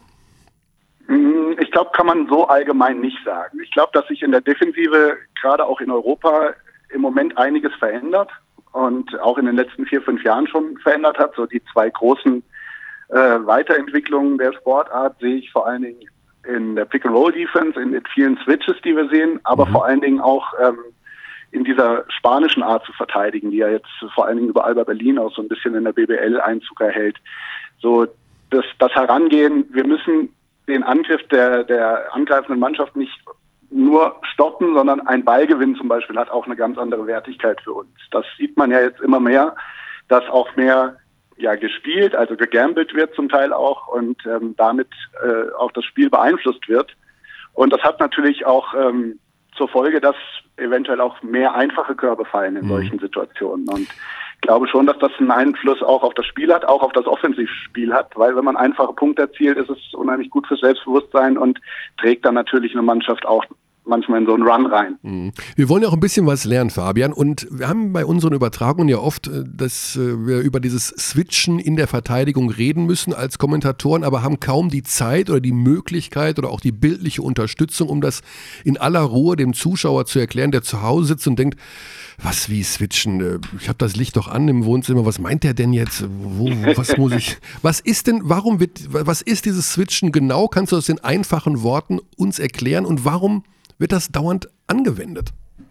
Ich glaube, kann man so allgemein nicht sagen. Ich glaube, dass sich in der Defensive gerade auch in Europa im Moment einiges verändert. Und auch in den letzten vier, fünf Jahren schon verändert hat. So die zwei großen äh, Weiterentwicklungen der Sportart sehe ich vor allen Dingen in der Pick-and-Roll-Defense, in den vielen Switches, die wir sehen, aber mhm. vor allen Dingen auch ähm, in dieser spanischen Art zu verteidigen, die ja jetzt vor allen Dingen über Alba Berlin auch so ein bisschen in der B B L Einzug erhält. So das, das Herangehen, wir müssen den Angriff der, der angreifenden Mannschaft nicht nur stoppen, sondern ein Ballgewinn zum Beispiel hat auch eine ganz andere Wertigkeit für uns. Das sieht man ja jetzt immer mehr, dass auch mehr ja gespielt, also gegambelt wird zum Teil auch und ähm, damit äh, auch das Spiel beeinflusst wird. Und das hat natürlich auch ähm, zur Folge, dass eventuell auch mehr einfache Körbe fallen in mhm. solchen Situationen. Und ich glaube schon, dass das einen Einfluss auch auf das Spiel hat, auch auf das Offensivspiel hat, weil wenn man einfache Punkte erzielt, ist es unheimlich gut fürs Selbstbewusstsein und trägt dann natürlich eine Mannschaft auch manchmal in so einen Run rein. Wir wollen ja auch ein bisschen was lernen, Fabian, und wir haben bei unseren Übertragungen ja oft, dass wir über dieses Switchen in der Verteidigung reden müssen als Kommentatoren, aber haben kaum die Zeit oder die Möglichkeit oder auch die bildliche Unterstützung, um das in aller Ruhe dem Zuschauer zu erklären, der zu Hause sitzt und denkt, was, wie switchen? Ich habe das Licht doch an im Wohnzimmer. Was meint der denn jetzt? Wo, was muss ich? Was ist denn, warum wird, was ist dieses Switchen genau? Kannst du das in einfachen Worten uns erklären und warum wird das dauernd angewendet?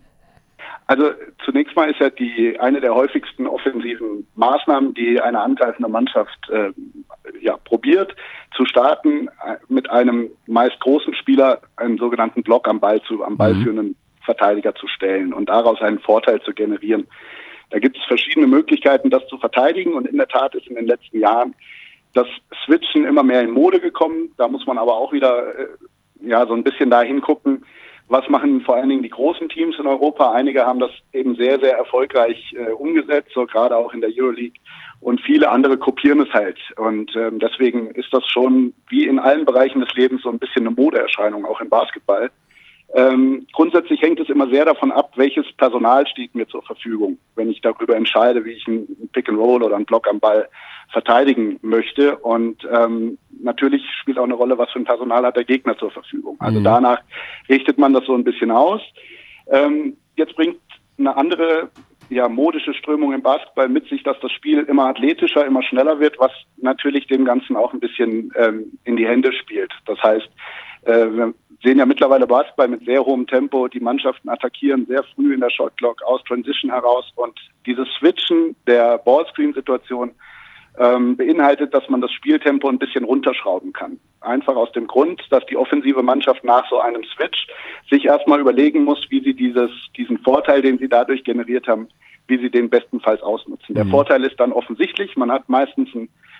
Also zunächst mal ist ja die eine der häufigsten offensiven Maßnahmen, die eine angreifende Mannschaft äh, ja, probiert, zu starten, äh, mit einem meist großen Spieler einen sogenannten Block am Ball zu, am Ball führenden mhm. Verteidiger zu stellen und daraus einen Vorteil zu generieren. Da gibt es verschiedene Möglichkeiten, das zu verteidigen und in der Tat ist in den letzten Jahren das Switchen immer mehr in Mode gekommen. Da muss man aber auch wieder äh, ja so ein bisschen da hingucken, was machen vor allen Dingen die großen Teams in Europa. Einige haben das eben sehr, sehr erfolgreich äh, umgesetzt, so gerade auch in der Euroleague. Und viele andere kopieren es halt. Und ähm, deswegen ist das schon wie in allen Bereichen des Lebens so ein bisschen eine Modeerscheinung, auch im Basketball. Ähm, grundsätzlich hängt es immer sehr davon ab, welches Personal steht mir zur Verfügung, wenn ich darüber entscheide, wie ich einen Pick-and-Roll oder einen Block am Ball verteidigen möchte. Und ähm, natürlich spielt auch eine Rolle, was für ein Personal hat der Gegner zur Verfügung. Also mhm. danach richtet man das so ein bisschen aus. Ähm, jetzt bringt eine andere ja, modische Strömung im Basketball mit sich, dass das Spiel immer athletischer, immer schneller wird, was natürlich dem Ganzen auch ein bisschen ähm, in die Hände spielt. Das heißt, äh, wir sehen ja mittlerweile Basketball mit sehr hohem Tempo. Die Mannschaften attackieren sehr früh in der Shotclock aus Transition heraus. Und dieses Switchen der Ballscreen-Situation ähm, beinhaltet, dass man das Spieltempo ein bisschen runterschrauben kann. Einfach aus dem Grund, dass die offensive Mannschaft nach so einem Switch sich erstmal überlegen muss, wie sie dieses, diesen Vorteil, den sie dadurch generiert haben, wie sie den bestenfalls ausnutzen. Der mhm. Vorteil ist dann offensichtlich. Man hat meistens einen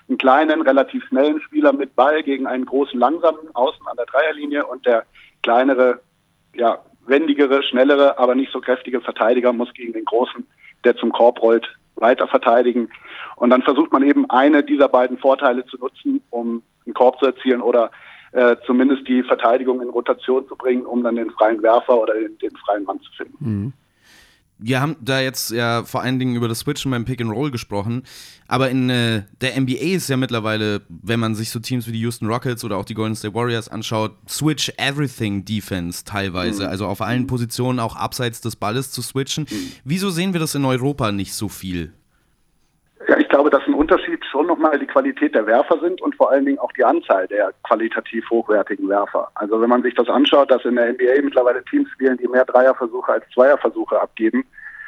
einen kleinen, relativ schnellen Spieler mit Ball gegen einen großen, langsamen Außen an der Dreierlinie und der kleinere, ja, wendigere, schnellere, aber nicht so kräftige Verteidiger muss gegen den großen, der zum Korb rollt, weiter verteidigen. Und dann versucht man eben eine dieser beiden Vorteile zu nutzen, um einen Korb zu erzielen oder äh, zumindest die Verteidigung in Rotation zu bringen, um dann den freien Werfer oder den, den freien Mann zu finden. Mhm. Wir haben da jetzt ja vor allen Dingen über das Switchen beim Pick and Roll gesprochen, aber in äh, der N B A ist ja mittlerweile, wenn man sich so Teams wie die Houston Rockets oder auch die Golden State Warriors anschaut, Switch Everything Defense teilweise, mhm. also auf allen Positionen auch abseits des Balles zu switchen. Mhm. Wieso sehen wir das in Europa nicht so viel? Ja, ich glaube, dass ein Unterschied schon nochmal die Qualität der Werfer sind und vor allen Dingen auch die Anzahl der qualitativ hochwertigen Werfer. Also wenn man sich das anschaut, dass in der N B A mittlerweile Teams spielen, die mehr Dreierversuche als Zweierversuche abgeben,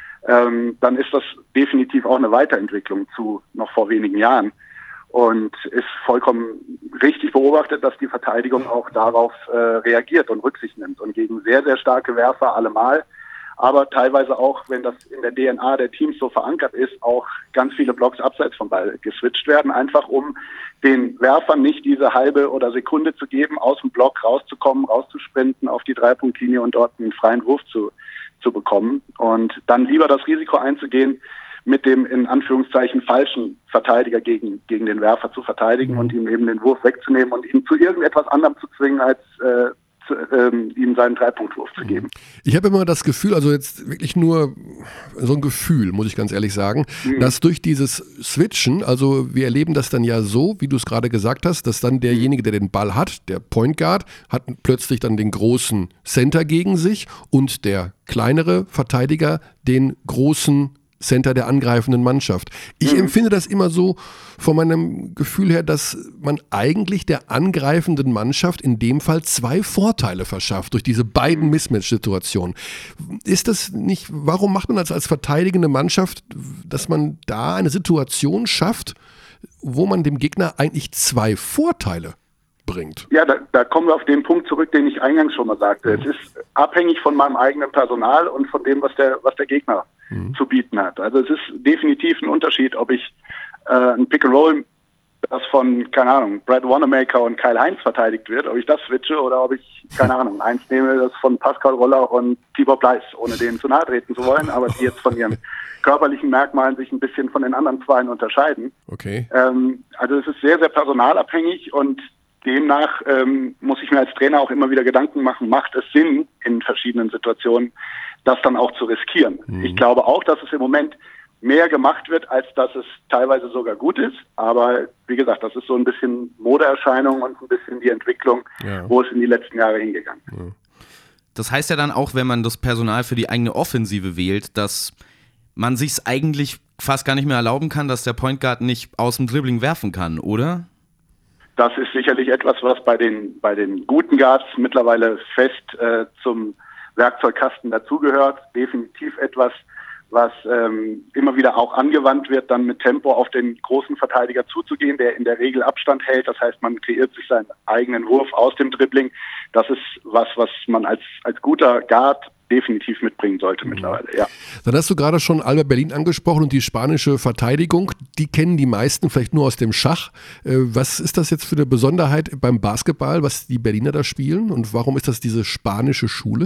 ähm, dann ist das definitiv auch eine Weiterentwicklung zu noch vor wenigen Jahren. Und ist vollkommen richtig beobachtet, dass die Verteidigung auch darauf äh, reagiert und Rücksicht nimmt und gegen sehr, sehr starke Werfer allemal. Aber teilweise auch, wenn das in der D N A der Teams so verankert ist, auch ganz viele Blocks abseits vom Ball geswitcht werden, einfach um den Werfern nicht diese halbe oder Sekunde zu geben, aus dem Block rauszukommen, rauszusprinten auf die Dreipunktlinie und dort einen freien Wurf zu, zu bekommen. Und dann lieber das Risiko einzugehen, mit dem in Anführungszeichen falschen Verteidiger gegen, gegen den Werfer zu verteidigen mhm. und ihm eben den Wurf wegzunehmen und ihn zu irgendetwas anderem zu zwingen, als äh, Zu, ähm, ihm seinen Dreipunktwurf zu geben. Ich habe immer das Gefühl, also jetzt wirklich nur so ein Gefühl, muss ich ganz ehrlich sagen, mhm. dass durch dieses Switchen, also wir erleben das dann ja so, wie du es gerade gesagt hast, dass dann derjenige, der den Ball hat, der Point Guard, hat plötzlich dann den großen Center gegen sich und der kleinere Verteidiger den großen Center der angreifenden Mannschaft. Ich mhm. empfinde das immer so von meinem Gefühl her, dass man eigentlich der angreifenden Mannschaft in dem Fall zwei Vorteile verschafft durch diese beiden Mismatch-Situationen. Ist das nicht, warum macht man das als verteidigende Mannschaft, dass man da eine Situation schafft, wo man dem Gegner eigentlich zwei Vorteile bringt? Ja, da, da kommen wir auf den Punkt zurück, den ich eingangs schon mal sagte. Mhm. Es ist abhängig von meinem eigenen Personal und von dem, was der, was der Gegner mhm. zu bieten hat. Also es ist definitiv ein Unterschied, ob ich äh, ein Pick-and-Roll, das von, keine Ahnung, Brad Wanamaker und Kyle Heinz verteidigt wird, ob ich das switche oder ob ich, keine Ahnung, eins nehme, das von Pascal Roller und Tibor Pleiss, ohne denen zu nahe treten zu wollen, aber die jetzt von ihren körperlichen Merkmalen sich ein bisschen von den anderen Zweien unterscheiden. Okay. Ähm, also es ist sehr, sehr personalabhängig und demnach ähm, muss ich mir als Trainer auch immer wieder Gedanken machen, macht es Sinn, in verschiedenen Situationen das dann auch zu riskieren. Mhm. Ich glaube auch, dass es im Moment mehr gemacht wird, als dass es teilweise sogar gut ist. Aber wie gesagt, das ist so ein bisschen Modeerscheinung und ein bisschen die Entwicklung, ja. wo es in die letzten Jahre hingegangen ist. Ja. Das heißt ja dann auch, wenn man das Personal für die eigene Offensive wählt, dass man sich es eigentlich fast gar nicht mehr erlauben kann, dass der Point Guard nicht aus dem Dribbling werfen kann, oder? Das ist sicherlich etwas, was bei den bei den guten Guards mittlerweile fest äh, zum Werkzeugkasten dazugehört. Definitiv etwas, was ähm, immer wieder auch angewandt wird, dann mit Tempo auf den großen Verteidiger zuzugehen, der in der Regel Abstand hält. Das heißt, man kreiert sich seinen eigenen Wurf aus dem Dribbling. Das ist was, was man als als guter Guard definitiv mitbringen sollte mittlerweile, ja. Dann hast du gerade schon Alba Berlin angesprochen und die spanische Verteidigung, die kennen die meisten vielleicht nur aus dem Schach. Was ist das jetzt für eine Besonderheit beim Basketball, was die Berliner da spielen und warum ist das diese spanische Schule?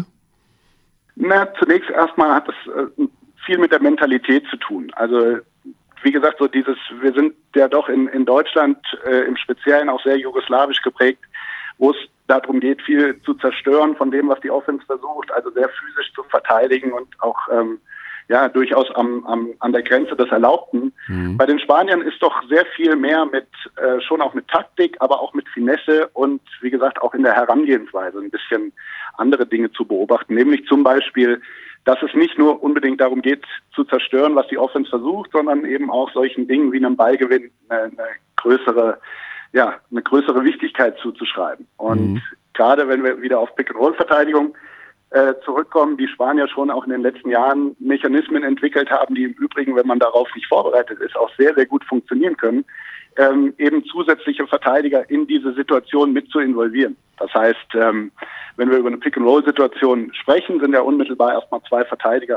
Na, zunächst erstmal hat das äh, viel mit der Mentalität zu tun. Also wie gesagt, so dieses, wir sind ja doch in, in Deutschland äh, im Speziellen auch sehr jugoslawisch geprägt, wo es darum geht, viel zu zerstören von dem, was die Offense versucht, also sehr physisch zu verteidigen und auch ähm, ja durchaus am, am, an der Grenze des Erlaubten. Mhm. Bei den Spaniern ist doch sehr viel mehr mit, äh, schon auch mit Taktik, aber auch mit Finesse und wie gesagt auch in der Herangehensweise ein bisschen andere Dinge zu beobachten, nämlich zum Beispiel, dass es nicht nur unbedingt darum geht, zu zerstören, was die Offense versucht, sondern eben auch solchen Dingen wie einem Ballgewinn eine, eine größere ja, eine größere Wichtigkeit zuzuschreiben. Und mhm. gerade wenn wir wieder auf Pick-and-Roll-Verteidigung äh, zurückkommen, die Spanier schon auch in den letzten Jahren Mechanismen entwickelt haben, die im Übrigen, wenn man darauf nicht vorbereitet ist, auch sehr, sehr gut funktionieren können, ähm, eben zusätzliche Verteidiger in diese Situation mit zu involvieren. Das heißt, ähm, wenn wir über eine Pick-and-Roll-Situation sprechen, sind ja unmittelbar erstmal zwei Verteidiger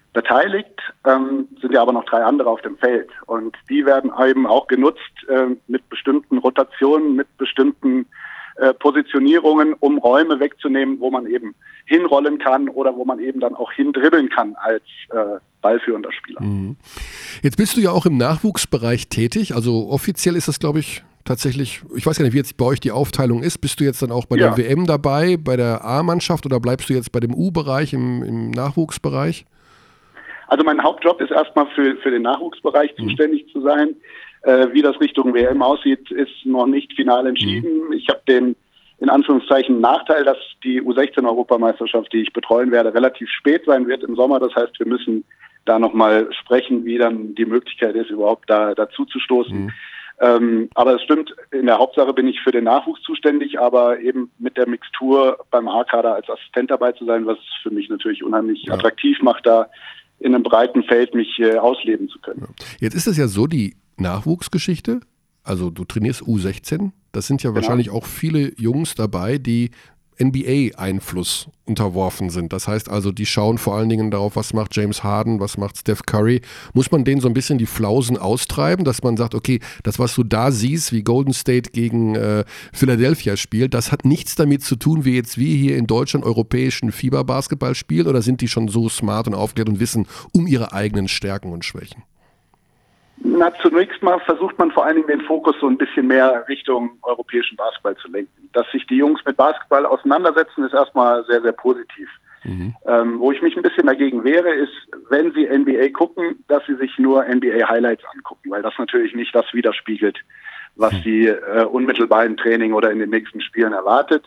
beteiligt, ähm, sind ja aber noch drei andere auf dem Feld. Und die werden eben auch genutzt äh, mit bestimmten Rotationen, mit bestimmten äh, Positionierungen, um Räume wegzunehmen, wo man eben hinrollen kann oder wo man eben dann auch hindribbeln kann als äh, ballführender Spieler. Mhm. Jetzt bist du ja auch im Nachwuchsbereich tätig, also offiziell ist das, glaube ich, tatsächlich, ich weiß gar nicht, wie jetzt bei euch die Aufteilung ist. Bist du jetzt dann auch bei Ja. der W M dabei, bei der A-Mannschaft oder bleibst du jetzt bei dem U-Bereich, im, im Nachwuchsbereich? Also mein Hauptjob ist erstmal für, für den Nachwuchsbereich Mhm. zuständig zu sein. Äh, wie das Richtung W M aussieht, ist noch nicht final entschieden. Mhm. Ich habe den, in Anführungszeichen, Nachteil, dass die U sechzehn Europameisterschaft, die ich betreuen werde, relativ spät sein wird im Sommer. Das heißt, wir müssen da nochmal sprechen, wie dann die Möglichkeit ist, überhaupt da dazu zu stoßen. Mhm. Ähm, aber es stimmt, in der Hauptsache bin ich für den Nachwuchs zuständig, aber eben mit der Mixtur beim A-Kader als Assistent dabei zu sein, was für mich natürlich unheimlich ja. attraktiv macht, da in einem breiten Feld mich äh, ausleben zu können. Jetzt ist es ja so, die Nachwuchsgeschichte, also du trainierst U sechzehn, das sind ja Genau. wahrscheinlich auch viele Jungs dabei, die N B A-Einfluss unterworfen sind. Das heißt also, die schauen vor allen Dingen darauf, was macht James Harden, was macht Steph Curry. Muss man denen so ein bisschen die Flausen austreiben, dass man sagt, okay, das, was du da siehst, wie Golden State gegen äh, Philadelphia spielt, das hat nichts damit zu tun, wie jetzt wir hier in Deutschland europäischen Fieberbasketball spielen, oder sind die schon so smart und aufgeklärt und wissen um ihre eigenen Stärken und Schwächen? Na, zunächst mal versucht man vor allen Dingen den Fokus so ein bisschen mehr Richtung europäischen Basketball zu lenken. Dass sich die Jungs mit Basketball auseinandersetzen, ist erstmal sehr, sehr positiv. Mhm. Ähm, wo ich mich ein bisschen dagegen wehre, ist, wenn sie N B A gucken, dass sie sich nur N B A-Highlights angucken, weil das natürlich nicht das widerspiegelt, was sie äh, unmittelbar im Training oder in den nächsten Spielen erwartet.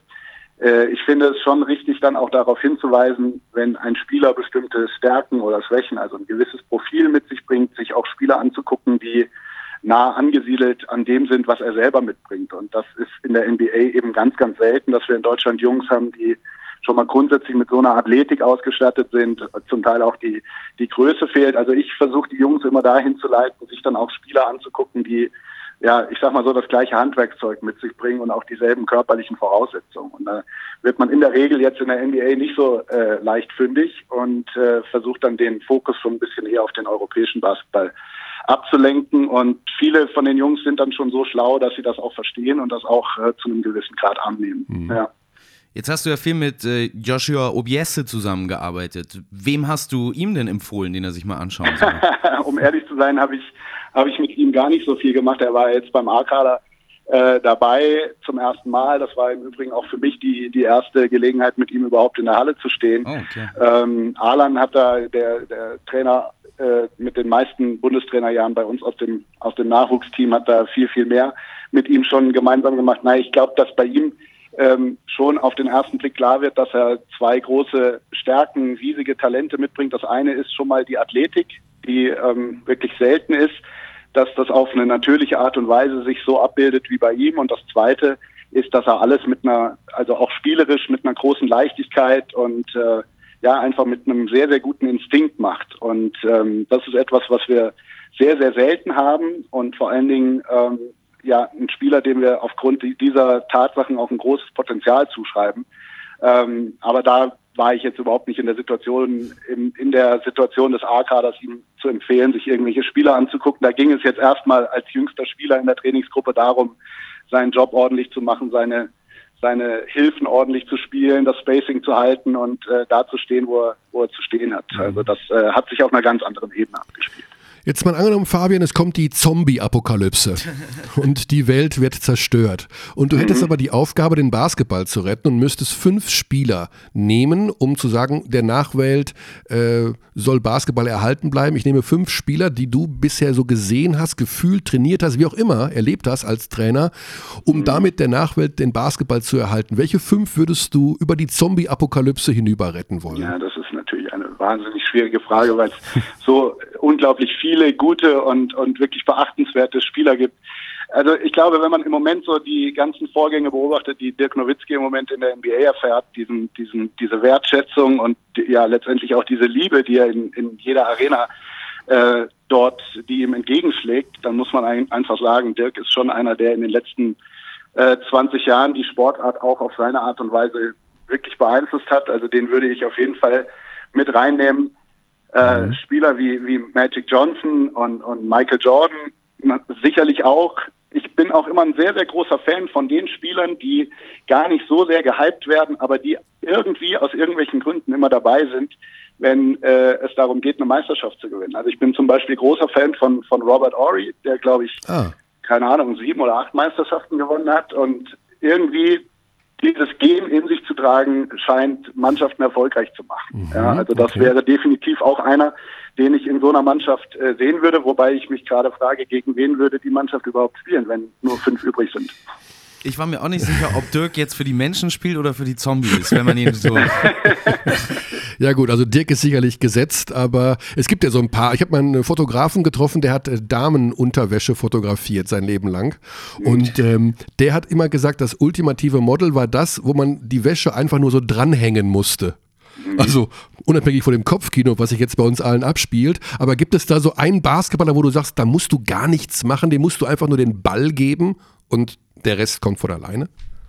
Ich finde es schon richtig, dann auch darauf hinzuweisen, wenn ein Spieler bestimmte Stärken oder Schwächen, also ein gewisses Profil mit sich bringt, sich auch Spieler anzugucken, die nah angesiedelt an dem sind, was er selber mitbringt. Und das ist in der N B A eben ganz, ganz selten, dass wir in Deutschland Jungs haben, die schon mal grundsätzlich mit so einer Athletik ausgestattet sind, zum Teil auch die, die Größe fehlt. Also ich versuche die Jungs immer dahin zu leiten, sich dann auch Spieler anzugucken, die, ja, ich sag mal so, das gleiche Handwerkszeug mit sich bringen und auch dieselben körperlichen Voraussetzungen. Und da wird man in der Regel jetzt in der N B A nicht so äh, leicht fündig und äh, versucht dann den Fokus so ein bisschen eher auf den europäischen Basketball abzulenken. Und viele von den Jungs sind dann schon so schlau, dass sie das auch verstehen und das auch äh, zu einem gewissen Grad annehmen. Mhm. Ja. Jetzt hast du ja viel mit äh, Joshua Obiese zusammengearbeitet. Wem hast du ihm denn empfohlen, den er sich mal anschauen soll? Um ehrlich zu sein, habe ich habe ich mit ihm gar nicht so viel gemacht. Er war jetzt beim A-Kader äh, dabei zum ersten Mal. Das war im Übrigen auch für mich die die erste Gelegenheit, mit ihm überhaupt in der Halle zu stehen. Oh, okay. ähm, Alan hat da, der der Trainer äh, mit den meisten Bundestrainerjahren bei uns aus dem aus dem Nachwuchsteam, hat da viel, viel mehr mit ihm schon gemeinsam gemacht. Nein, ich glaube, dass bei ihm ähm, schon auf den ersten Blick klar wird, dass er zwei große Stärken, riesige Talente mitbringt. Das eine ist schon mal die Athletik, die ähm, wirklich selten ist, dass das auf eine natürliche Art und Weise sich so abbildet wie bei ihm. Und das Zweite ist, dass er alles mit einer, also auch spielerisch mit einer großen Leichtigkeit und äh, ja einfach mit einem sehr, sehr guten Instinkt macht. Und ähm, das ist etwas, was wir sehr, sehr selten haben und vor allen Dingen ähm, ja ein Spieler, dem wir aufgrund dieser Tatsachen auch ein großes Potenzial zuschreiben. Ähm, aber da war ich jetzt überhaupt nicht in der Situation, in, in der Situation des A-Kaders, ihm zu empfehlen, sich irgendwelche Spieler anzugucken. Da ging es jetzt erstmal als jüngster Spieler in der Trainingsgruppe darum, seinen Job ordentlich zu machen, seine seine Hilfen ordentlich zu spielen, das Spacing zu halten und äh, da zu stehen, wo er, wo er zu stehen hat. Also das äh, hat sich auf einer ganz anderen Ebene abgespielt. Jetzt mal angenommen, Fabian, es kommt die Zombie-Apokalypse und die Welt wird zerstört. Und du hättest mhm. aber die Aufgabe, den Basketball zu retten und müsstest fünf Spieler nehmen, um zu sagen, der Nachwelt äh, soll Basketball erhalten bleiben. Ich nehme fünf Spieler, die du bisher so gesehen hast, gefühlt, trainiert hast, wie auch immer, erlebt hast als Trainer, um mhm. damit der Nachwelt den Basketball zu erhalten. Welche fünf würdest du über die Zombie-Apokalypse hinüber retten wollen? Ja, das ist natürlich eine wahnsinnig schwierige Frage, weil es so unglaublich viele gute und, und wirklich beachtenswerte Spieler gibt. Also ich glaube, wenn man im Moment so die ganzen Vorgänge beobachtet, die Dirk Nowitzki im Moment in der N B A erfährt, diesen, diesen, diese Wertschätzung und ja letztendlich auch diese Liebe, die er in, in jeder Arena äh, dort, die ihm entgegenschlägt, dann muss man ein, einfach sagen, Dirk ist schon einer, der in den letzten äh, zwanzig Jahren die Sportart auch auf seine Art und Weise wirklich beeinflusst hat. Also den würde ich auf jeden Fall mit reinnehmen. Äh, Mhm. Spieler wie, wie Magic Johnson und, und Michael Jordan na, sicherlich auch. Ich bin auch immer ein sehr, sehr großer Fan von den Spielern, die gar nicht so sehr gehypt werden, aber die irgendwie aus irgendwelchen Gründen immer dabei sind, wenn äh, es darum geht, eine Meisterschaft zu gewinnen. Also ich bin zum Beispiel großer Fan von, von Robert Horry, der, glaube ich, Ah. keine Ahnung, sieben oder acht Meisterschaften gewonnen hat und irgendwie dieses Gen in sich zu tragen, scheint Mannschaften erfolgreich zu machen. Mhm, ja, also das okay. wäre definitiv auch einer, den ich in so einer Mannschaft äh, sehen würde, wobei ich mich gerade frage, gegen wen würde die Mannschaft überhaupt spielen, wenn nur fünf übrig sind. Ich war mir auch nicht sicher, ob Dirk jetzt für die Menschen spielt oder für die Zombies, wenn man ihn so... Ja gut, also Dirk ist sicherlich gesetzt, aber es gibt ja so ein paar. Ich habe mal einen Fotografen getroffen, der hat äh, Damenunterwäsche fotografiert sein Leben lang. Und ähm, der hat immer gesagt, das ultimative Model war das, wo man die Wäsche einfach nur so dranhängen musste. Also unabhängig von dem Kopfkino, was sich jetzt bei uns allen abspielt. Aber gibt es da so einen Basketballer, wo du sagst, da musst du gar nichts machen, dem musst du einfach nur den Ball geben und der Rest kommt von alleine?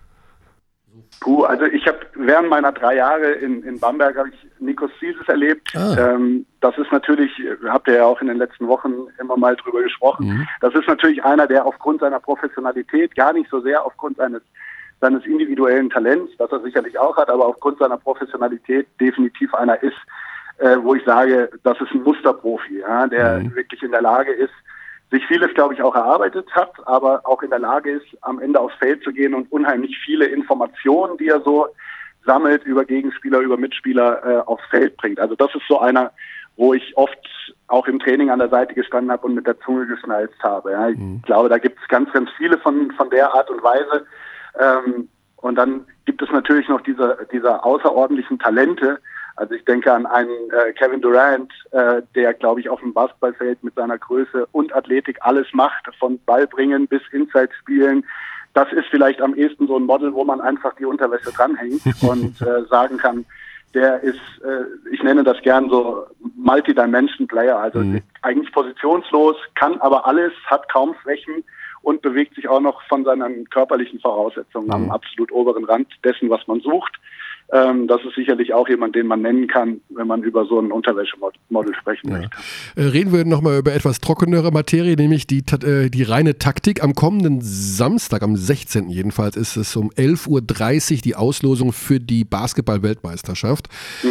Puh, also ich habe während meiner drei Jahre in, in Bamberg habe ich Nikos Zisis erlebt. Ah. Ähm, das ist natürlich, habt ihr ja auch in den letzten Wochen immer mal drüber gesprochen, Mhm. das ist natürlich einer, der aufgrund seiner Professionalität, gar nicht so sehr aufgrund seines, seines individuellen Talents, das er sicherlich auch hat, aber aufgrund seiner Professionalität definitiv einer ist, äh, wo ich sage, das ist ein Musterprofi, ja, der Mhm. wirklich in der Lage ist, sich vieles, glaube ich, auch erarbeitet hat, aber auch in der Lage ist, am Ende aufs Feld zu gehen und unheimlich viele Informationen, die er so sammelt, über Gegenspieler, über Mitspieler äh, aufs Feld bringt. Also das ist so einer, wo ich oft auch im Training an der Seite gestanden habe und mit der Zunge geschnalzt habe. Ja. Ich Mhm. glaube, da gibt es ganz, ganz viele von, von der Art und Weise. Ähm, und dann gibt es natürlich noch diese, diese außerordentlichen Talente. Also ich denke an einen äh, Kevin Durant, äh, der, glaube ich, auf dem Basketballfeld mit seiner Größe und Athletik alles macht, von Ballbringen bis Inside spielen. Das ist vielleicht am ehesten so ein Model, wo man einfach die Unterwäsche dranhängt und äh, sagen kann, der ist, äh, ich nenne das gern so Multi-Dimension-Player, also Mhm. eigentlich positionslos, kann aber alles, hat kaum Schwächen und bewegt sich auch noch von seinen körperlichen Voraussetzungen am Mhm. absolut oberen Rand dessen, was man sucht. Ähm, das ist sicherlich auch jemand, den man nennen kann, wenn man über so ein Unterwäschemodel sprechen Ja. möchte. Äh, Reden wir nochmal über etwas trockenere Materie, nämlich die, Ta- äh, die reine Taktik. Am kommenden Samstag, am sechzehnten jedenfalls, ist es um elf Uhr dreißig die Auslosung für die Basketball-Weltmeisterschaft,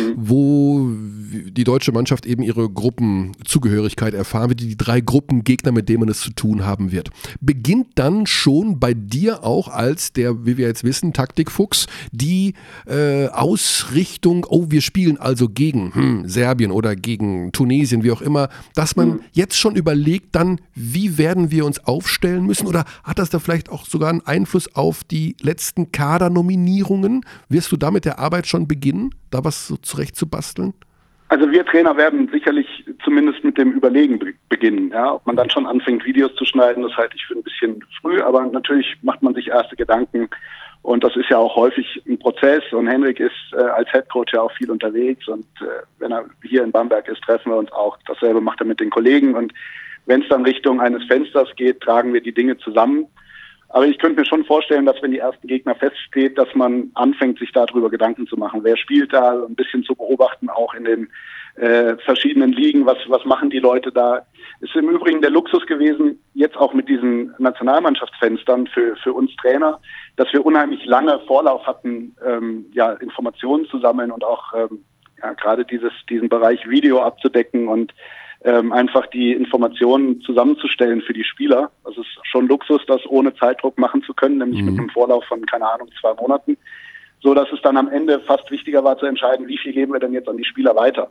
wo die deutsche Mannschaft eben ihre Gruppenzugehörigkeit erfahren wird, die drei Gruppengegner, mit denen man es zu tun haben wird. Beginnt dann schon bei dir auch als der, wie wir jetzt wissen, Taktikfuchs, die äh, Ausrichtung, oh, wir spielen also gegen hm, Serbien oder gegen Tunesien, wie auch immer, dass man jetzt schon überlegt dann, wie werden wir uns aufstellen müssen, oder hat das da vielleicht auch sogar einen Einfluss auf die letzten Kadernominierungen? Wirst du da mit der Arbeit schon beginnen, da was so zurecht zu basteln? Also wir Trainer werden sicherlich zumindest mit dem Überlegen be- beginnen. Ja? Ob man dann schon anfängt, Videos zu schneiden, das halte ich für ein bisschen früh, aber natürlich macht man sich erste Gedanken. Und das ist ja auch häufig ein Prozess. Und Henrik ist äh, als Headcoach ja auch viel unterwegs. Und äh, wenn er hier in Bamberg ist, treffen wir uns auch. Dasselbe macht er mit den Kollegen. Und wenn es dann Richtung eines Fensters geht, tragen wir die Dinge zusammen. Aber ich könnte mir schon vorstellen, dass wenn die ersten Gegner feststeht, dass man anfängt, sich darüber Gedanken zu machen. Wer spielt da? Ein bisschen zu beobachten, auch in den äh, verschiedenen Ligen. Was, was machen die Leute da? Ist im Übrigen der Luxus gewesen, jetzt auch mit diesen Nationalmannschaftsfenstern für, für uns Trainer, dass wir unheimlich lange Vorlauf hatten, ähm, ja, Informationen zu sammeln und auch ähm, ja, gerade dieses, diesen Bereich Video abzudecken und ähm, einfach die Informationen zusammenzustellen für die Spieler. Das ist schon Luxus, das ohne Zeitdruck machen zu können, nämlich Mhm. mit einem Vorlauf von, keine Ahnung, zwei Monaten, so dass es dann am Ende fast wichtiger war zu entscheiden, wie viel geben wir denn jetzt an die Spieler weiter.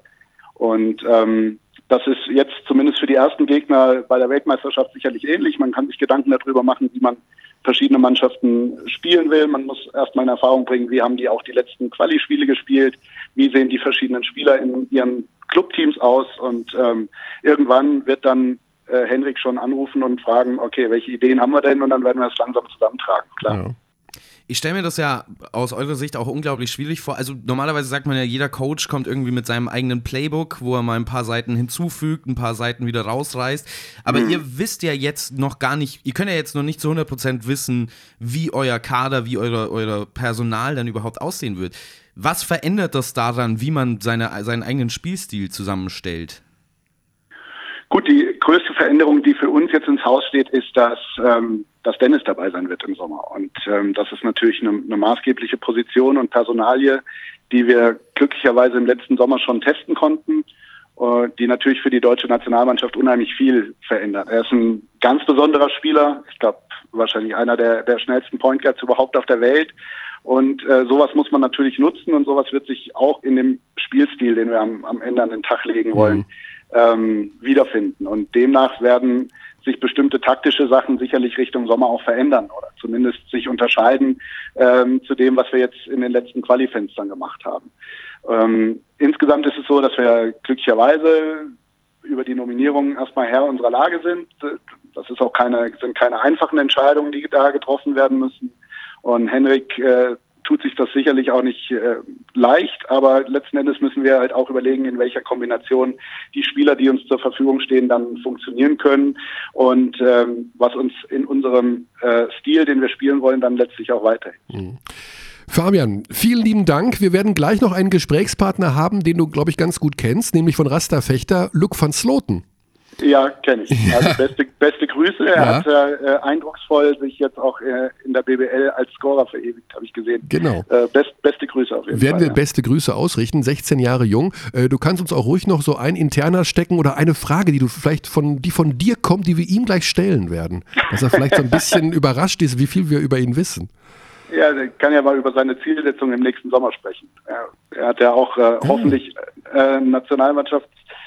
Und ähm, das ist jetzt zumindest für die ersten Gegner bei der Weltmeisterschaft sicherlich ähnlich. Man kann sich Gedanken darüber machen, wie man verschiedene Mannschaften spielen will. Man muss erstmal in Erfahrung bringen, wie haben die auch die letzten Quali-Spiele gespielt, wie sehen die verschiedenen Spieler in ihren Clubteams aus, und ähm, irgendwann wird dann äh, Henrik schon anrufen und fragen, okay, welche Ideen haben wir denn, und dann werden wir es langsam zusammentragen, klar. Ja. Ich stelle mir das ja aus eurer Sicht auch unglaublich schwierig vor. Also normalerweise sagt man ja, jeder Coach kommt irgendwie mit seinem eigenen Playbook, wo er mal ein paar Seiten hinzufügt, ein paar Seiten wieder rausreißt. Aber mhm. ihr wisst ja jetzt noch gar nicht, ihr könnt ja jetzt noch nicht zu hundert Prozent wissen, wie euer Kader, wie eure, euer Personal dann überhaupt aussehen wird. was verändert das daran, wie man seine, seinen eigenen Spielstil zusammenstellt? Gut, die größte Veränderung, die für uns jetzt ins Haus steht, ist, dass, ähm, dass Dennis dabei sein wird im Sommer. Und ähm, das ist natürlich eine, eine maßgebliche Position und Personalie, die wir glücklicherweise im letzten Sommer schon testen konnten, äh, die natürlich für die deutsche Nationalmannschaft unheimlich viel verändert. Er ist ein ganz besonderer Spieler, ich glaube wahrscheinlich einer der, der schnellsten Point Guards überhaupt auf der Welt. Und äh, sowas muss man natürlich nutzen und sowas wird sich auch in dem Spielstil, den wir am, am Ende an den Tag legen wollen, mhm. ähm, wiederfinden. Und demnach werden sich bestimmte taktische Sachen sicherlich Richtung Sommer auch verändern oder zumindest sich unterscheiden ähm, zu dem, was wir jetzt in den letzten Qualifenstern gemacht haben. Ähm, insgesamt ist es so, dass wir glücklicherweise über die Nominierungen erstmal Herr unserer Lage sind. Das ist auch keine, sind keine einfachen Entscheidungen, die da getroffen werden müssen. Und Henrik äh, tut sich das sicherlich auch nicht äh, leicht, aber letzten Endes müssen wir halt auch überlegen, in welcher Kombination die Spieler, die uns zur Verfügung stehen, dann funktionieren können und ähm, was uns in unserem äh, Stil, den wir spielen wollen, dann letztlich auch weiterhilft. Mhm. Fabian, vielen lieben Dank. Wir werden gleich noch einen Gesprächspartner haben, den du, glaube ich, ganz gut kennst, nämlich von Rasterfechter, Luc van Sloten. Ja, kenne ich. Also beste, beste Grüße. Er ja. hat äh, eindrucksvoll sich jetzt auch äh, in der B B L als Scorer verewigt, habe ich gesehen. Genau. Äh, best, beste Grüße auf jeden Werden Fall. wir ja. beste Grüße ausrichten, sechzehn Jahre jung. Äh, du kannst uns auch ruhig noch so ein interner stecken oder eine Frage, die du vielleicht von, die von dir kommt, die wir ihm gleich stellen werden. Dass er vielleicht so ein bisschen überrascht ist, wie viel wir über ihn wissen. Ja, der kann ja mal über seine Zielsetzung im nächsten Sommer sprechen. Er, er hat ja auch äh, hoffentlich äh, Nationalmannschafts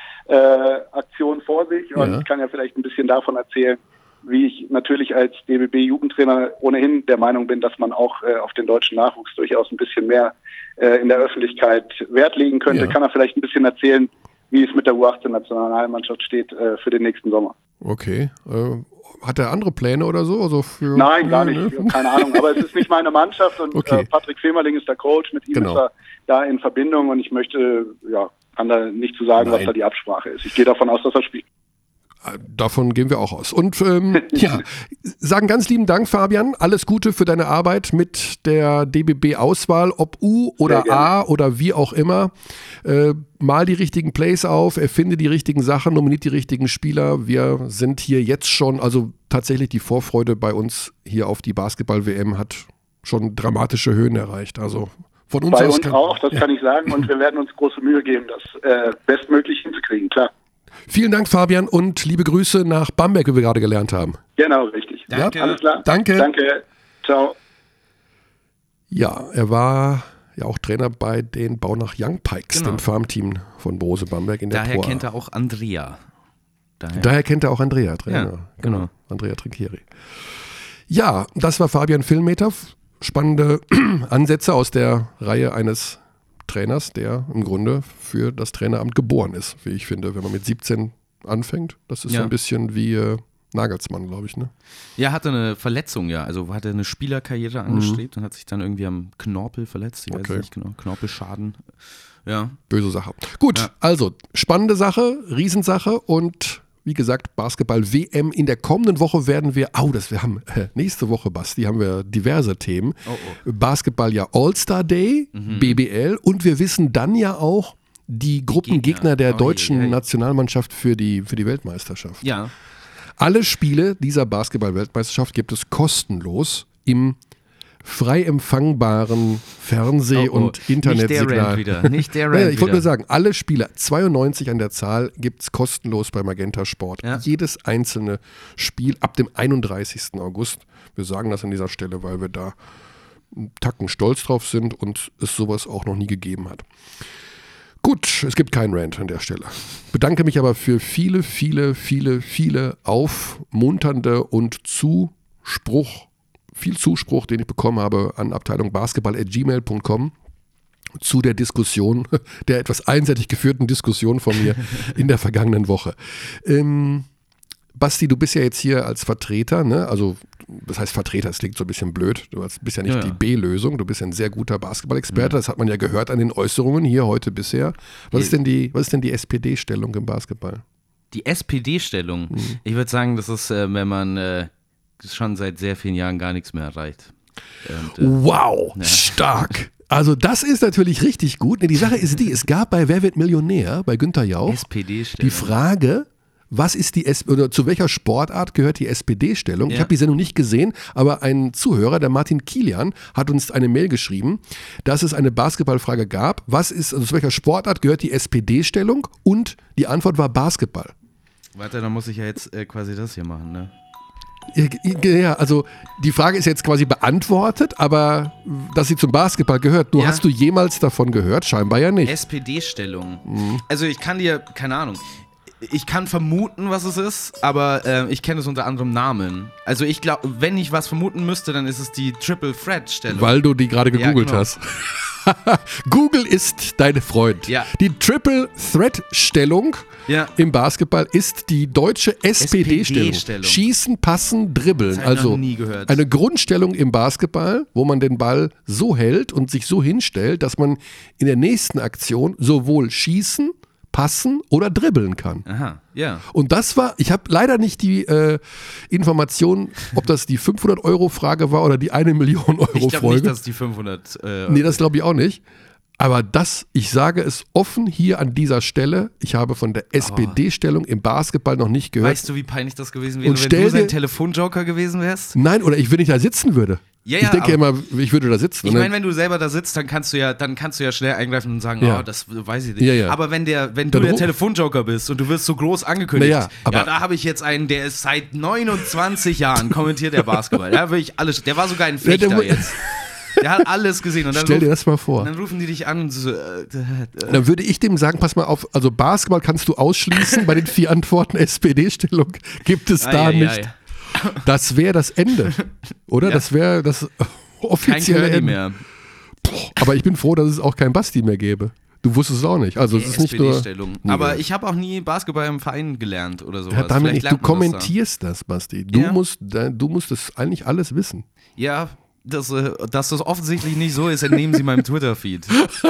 Äh, Aktion vor sich und ja. kann ja vielleicht ein bisschen davon erzählen, wie ich natürlich als D B B-Jugendtrainer ohnehin der Meinung bin, dass man auch äh, auf den deutschen Nachwuchs durchaus ein bisschen mehr äh, in der Öffentlichkeit Wert legen könnte. Ja. Kann er vielleicht ein bisschen erzählen, wie es mit der U achtzehn-Nationalmannschaft steht äh, für den nächsten Sommer. Okay. Äh, hat er andere Pläne oder so? Also für, Nein, gar nicht. Ne? Keine Ahnung. Aber es ist nicht meine Mannschaft und okay. äh, Patrick Femerling ist der Coach. Mit ihm genau. ist er da in Verbindung und ich möchte, ja, kann da nicht zu sagen, Nein. was da die Absprache ist. Ich gehe davon aus, dass er spielt. Davon gehen wir auch aus. Und ähm, ja, sagen ganz lieben Dank, Fabian. Alles Gute für deine Arbeit mit der D B B-Auswahl, ob U oder A oder wie auch immer. Äh, mal die richtigen Plays auf, erfinde die richtigen Sachen, nominiert die richtigen Spieler. Wir sind hier jetzt schon, also tatsächlich die Vorfreude bei uns hier auf die Basketball-W M hat schon dramatische Höhen erreicht. Also von uns Bei aus uns kann, auch, das ja. kann ich sagen. Und wir werden uns große Mühe geben, das äh, bestmöglich hinzukriegen, klar. Vielen Dank, Fabian, und liebe Grüße nach Bamberg, wie wir gerade gelernt haben. Genau, richtig. Danke. Ja, alles klar. Danke. Danke. Ciao. Ja, er war ja auch Trainer bei den Baunach Young Pikes, Genau. dem Farmteam von Brose Bamberg in der Daher Pro A. kennt er auch Andrea. Daher, Daher kennt er auch Andrea, Trainer. Ja, genau. Andrea Trinchieri. Ja, das war Fabian Filmeter. Spannende Ansätze aus der Reihe eines Trainers, der im Grunde für das Traineramt geboren ist, wie ich finde, wenn man mit siebzehn anfängt. Das ist Ja. so ein bisschen wie äh, Nagelsmann, glaube ich, ne? Ja, hatte eine Verletzung, ja. Also hatte eine Spielerkarriere angestrebt und hat sich dann irgendwie am Knorpel verletzt. Ich weiß Okay. nicht genau. Knorpelschaden. Ja. Böse Sache. Gut, Ja. also spannende Sache, Riesensache und wie gesagt, Basketball-W M in der kommenden Woche werden wir, au, das wir haben, äh, nächste Woche, Basti, haben wir diverse Themen. Oh, oh. Basketball ja All-Star Day, Mhm. B B L und wir wissen dann ja auch die Gruppengegner Gegner. der Oh, deutschen je, je. Nationalmannschaft für die, für die Weltmeisterschaft. Ja. Alle Spiele dieser Basketball-Weltmeisterschaft gibt es kostenlos im frei empfangbaren Fernseh- Oh, oh. und Internetsignal. Nicht der Rant wieder. Nicht der Rant Ja, ich wollte wieder. nur sagen, alle Spieler, zweiundneunzig an der Zahl, gibt es kostenlos bei Magenta Sport. Ja. Jedes einzelne Spiel ab dem einunddreißigsten August. Wir sagen das an dieser Stelle, weil wir da einen Tacken stolz drauf sind und es sowas auch noch nie gegeben hat. Gut, es gibt keinen Rant an der Stelle. Bedanke mich aber für viele, viele, viele, viele aufmunternde und Zuspruch, viel Zuspruch, den ich bekommen habe an Abteilung basketball at gmail punkt com zu der Diskussion, der etwas einseitig geführten Diskussion von mir in der vergangenen Woche. Ähm, Basti, du bist ja jetzt hier als Vertreter, ne? Also das heißt Vertreter, das klingt so ein bisschen blöd, du bist ja nicht Ja, ja. die B-Lösung, du bist ja ein sehr guter Basketball-Experte, das hat man ja gehört an den Äußerungen hier heute bisher. Was ist denn die, was ist denn die S P D-Stellung im Basketball? Die S P D-Stellung. Mhm. Ich würde sagen, das ist, äh, wenn man äh, schon seit sehr vielen Jahren gar nichts mehr erreicht. Und, äh, Wow, Ja. stark. Also das ist natürlich richtig gut. Die Sache ist die, es gab bei Wer wird Millionär, bei Günther Jauch, S P D-Stellung. die Frage, was ist die S- oder zu welcher Sportart gehört die S P D-Stellung? Ja. Ich habe die Sendung nicht gesehen, aber ein Zuhörer, der Martin Kilian, hat uns eine Mail geschrieben, dass es eine Basketballfrage gab. Was ist, also zu welcher Sportart gehört die S P D-Stellung? Und die Antwort war Basketball. Warte, dann muss ich ja jetzt äh, quasi das hier machen, ne? Ja, also die Frage ist jetzt quasi beantwortet, aber dass sie zum Basketball gehört, nur Ja. hast du jemals davon gehört? Scheinbar ja nicht. S P D-Stellung. Mhm. Also ich kann dir, keine Ahnung, ich kann vermuten, was es ist, aber äh, ich kenne es unter anderem Namen. Also ich glaube, wenn ich was vermuten müsste, dann ist es die Triple Threat-Stellung. Weil du die gerade Ja, gegoogelt genau. hast. Google ist dein Freund. Ja. Die Triple Threat Stellung Ja. im Basketball ist die deutsche S P D-Stellung. S P D-Stellung. Schießen, passen, dribbeln. Das hab ich Also noch nie gehört. eine Grundstellung im Basketball, wo man den Ball so hält und sich so hinstellt, dass man in der nächsten Aktion sowohl schießen, passen oder dribbeln kann. Aha, ja. Und das war, ich habe leider nicht die äh, Information, ob das die fünfhundert-Euro-Frage war oder die eine Million Ich glaube Euro-Folge. nicht, dass es die fünfhundert äh, Nee, das glaube ich auch nicht. Aber das, ich sage es offen hier an dieser Stelle, ich habe von der S P D-Stellung im Basketball noch nicht gehört. Weißt du, wie peinlich das gewesen wäre, Und wenn stell du sein dir- Telefonjoker gewesen wärst? Nein, oder ich, wenn ich da sitzen würde. Ja, ich ja, denke aber- immer, ich würde da sitzen. Ich Und dann- meine, wenn du selber da sitzt, dann kannst du ja, dann kannst du ja schnell eingreifen und sagen, Ja. oh, das weiß ich nicht. Ja, ja. Aber wenn der, wenn du Dann der ru- Telefonjoker bist und du wirst so groß angekündigt, Na ja, aber- ja, da habe ich jetzt einen, der ist seit neunundzwanzig Jahren kommentiert der Basketball. Da will ich alles, der war sogar ein Fechter der mu- jetzt. Der hat alles gesehen und dann, Stell dir ruf, das mal vor. und dann rufen die dich an und so, äh, äh, Dann würde ich dem sagen, pass mal auf, also Basketball kannst du ausschließen, bei den vier Antworten S P D-Stellung gibt es da ei, ei, nicht. ei. Das wäre das Ende, oder? Ja. Das wäre das Kein offizielle Curly Ende. mehr. Aber ich bin froh, dass es auch kein Basti mehr gäbe. Du wusstest es auch nicht. Also es ist nicht nur. S P D-Stellung. Nee, Aber nee. ich habe auch nie Basketball im Verein gelernt oder sowas. Ja, damit Vielleicht nicht. Du lernt man das da. kommentierst das, Basti. Du Ja. musst, da- du musst das eigentlich alles wissen. Ja, dass, äh, dass das offensichtlich nicht so ist, entnehmen Sie meinem Twitter-Feed.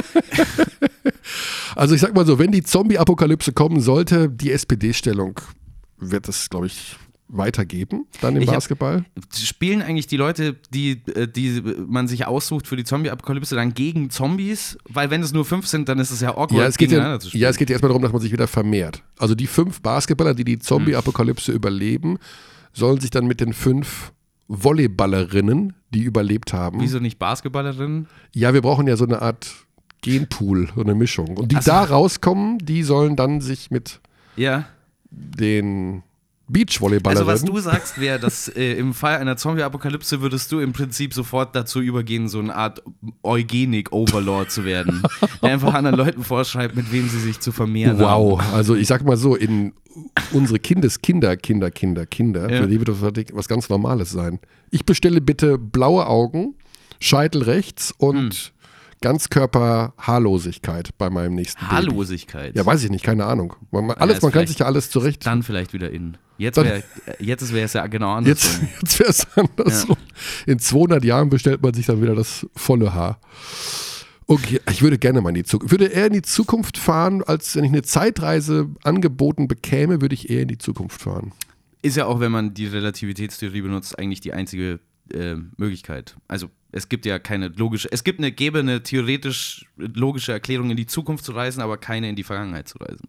Also ich sag mal so, wenn die Zombie-Apokalypse kommen sollte, die S P D-Stellung wird es, glaube ich, weitergeben, dann im Ich hab- Basketball. Spielen eigentlich die Leute, die, äh, die man sich aussucht für die Zombie-Apokalypse, dann gegen Zombies? Weil wenn es nur fünf sind, dann ist es ja awkward, Ja, es geht ja, gegeneinander zu spielen. ja, es geht ja erstmal darum, dass man sich wieder vermehrt. Also die fünf Basketballer, die die Zombie-Apokalypse überleben, sollen sich dann mit den fünf Volleyballerinnen, die überlebt haben. Wieso nicht Basketballerinnen? Ja, wir brauchen ja so eine Art Genpool, so eine Mischung. Und die Ach so. da rauskommen, die sollen dann sich mit Ja. den Also Beachvolleyballerinnen. was du sagst wäre, dass äh, im Fall einer Zombie-Apokalypse würdest du im Prinzip sofort dazu übergehen, so eine Art Eugenik-Overlord zu werden. Der einfach anderen Leuten vorschreibt, mit wem sie sich zu vermehren Wow, haben. also ich sag mal so, in unsere Kindeskinder, Kinder, Kinder, Kinder, Ja. für die wird das was ganz Normales sein. Ich bestelle bitte blaue Augen, Scheitel rechts und Hm. Ganzkörper-Haarlosigkeit bei meinem nächsten Baby. Haarlosigkeit. Ja, weiß ich nicht, keine Ahnung. Man, man- alles, ist man kann vielleicht sich ja alles zurecht. Dann vielleicht wieder in. Jetzt Dann- wäre jetzt wäre es ja genau Jetzt, andersrum. jetzt wäre es andersrum. In zweihundert Jahren bestellt man sich dann wieder das volle Haar. Okay, ich würde gerne mal in die Zukunft. Würde eher in die Zukunft fahren, als wenn ich eine Zeitreise angeboten bekäme, würde ich eher in die Zukunft fahren. Ist ja auch, wenn man die Relativitätstheorie benutzt, eigentlich die einzige äh, Möglichkeit. Also es gibt ja keine logische, es gibt eine, gäbe eine theoretisch logische Erklärung, in die Zukunft zu reisen, aber keine in die Vergangenheit zu reisen.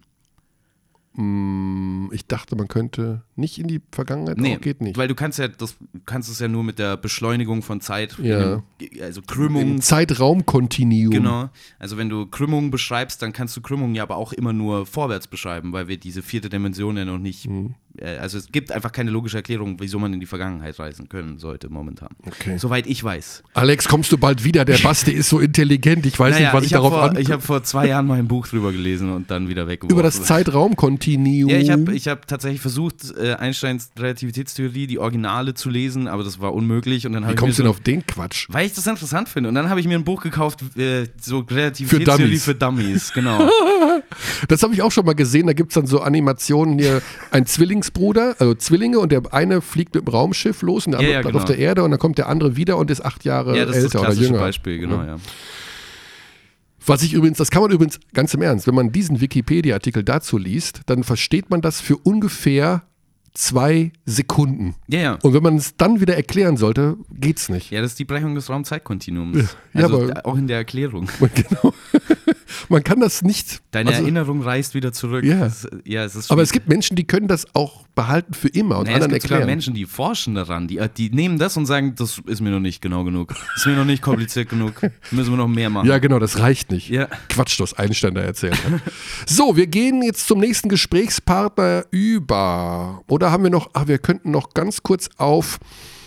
Ich dachte, man könnte nicht in die Vergangenheit, Nee, auch geht nicht. weil du kannst ja, das kannst es ja nur mit der Beschleunigung von Zeit, Ja. in dem, also Krümmung. Im Zeitraumkontinuum. Genau. Also wenn du Krümmungen beschreibst, dann kannst du Krümmungen ja aber auch immer nur vorwärts beschreiben, weil wir diese vierte Dimension ja noch nicht, Mhm. äh, also es gibt einfach keine logische Erklärung, wieso man in die Vergangenheit reisen können sollte momentan. Okay. Soweit ich weiß. Alex, kommst du bald wieder? Der Basti ist so intelligent. Ich weiß Naja, nicht, was ich, ich habe darauf vor, an... ich hab vor zwei Jahren mal ein Buch drüber gelesen und dann wieder weggeworfen. Über das Zeitraumkontinuum. Ja, ich habe ich hab tatsächlich versucht, äh, Einsteins Relativitätstheorie, die Originale zu lesen, aber das war unmöglich. Und dann Wie habe ich kommst mir du so, denn auf den Quatsch? weil ich das interessant finde. Und dann habe ich mir ein Buch gekauft, äh, so Relativitätstheorie Dummies. für Dummies, genau. Das habe ich auch schon mal gesehen. Da gibt es dann so Animationen hier. Ein Zwillingsbruder, also Zwillinge, und der eine fliegt mit dem Raumschiff los und der andere Ja, ja, bleibt auf genau. der Erde und dann kommt der andere wieder und ist acht Jahre Ja, das ist älter das oder klassische jünger. Beispiel, genau, ja. Was ich übrigens, das kann man übrigens ganz im Ernst, wenn man diesen Wikipedia-Artikel dazu liest, dann versteht man das für ungefähr zwei Sekunden. Ja, ja. Und wenn man es dann wieder erklären sollte, geht's nicht. Ja, das ist die Brechung des Raum-Zeit-Kontinuums. Ja, Also aber- auch in der Erklärung. Genau. Man kann das nicht. Deine also, Erinnerung reist wieder zurück. Ja. Das, ja, es ist aber es schwierig. gibt Menschen, die können das auch behalten für immer und Naja, es anderen gibt sogar erklären. Menschen, die forschen daran. Die, die nehmen das und sagen, das ist mir noch nicht genau genug. Das ist mir noch nicht kompliziert genug. Müssen wir noch mehr machen. Ja, genau, das reicht nicht. Ja. Quatsch, was Einstein da erzählt hat. So, wir gehen jetzt zum nächsten Gesprächspartner über. Oder haben wir noch, ach, wir könnten noch ganz kurz auf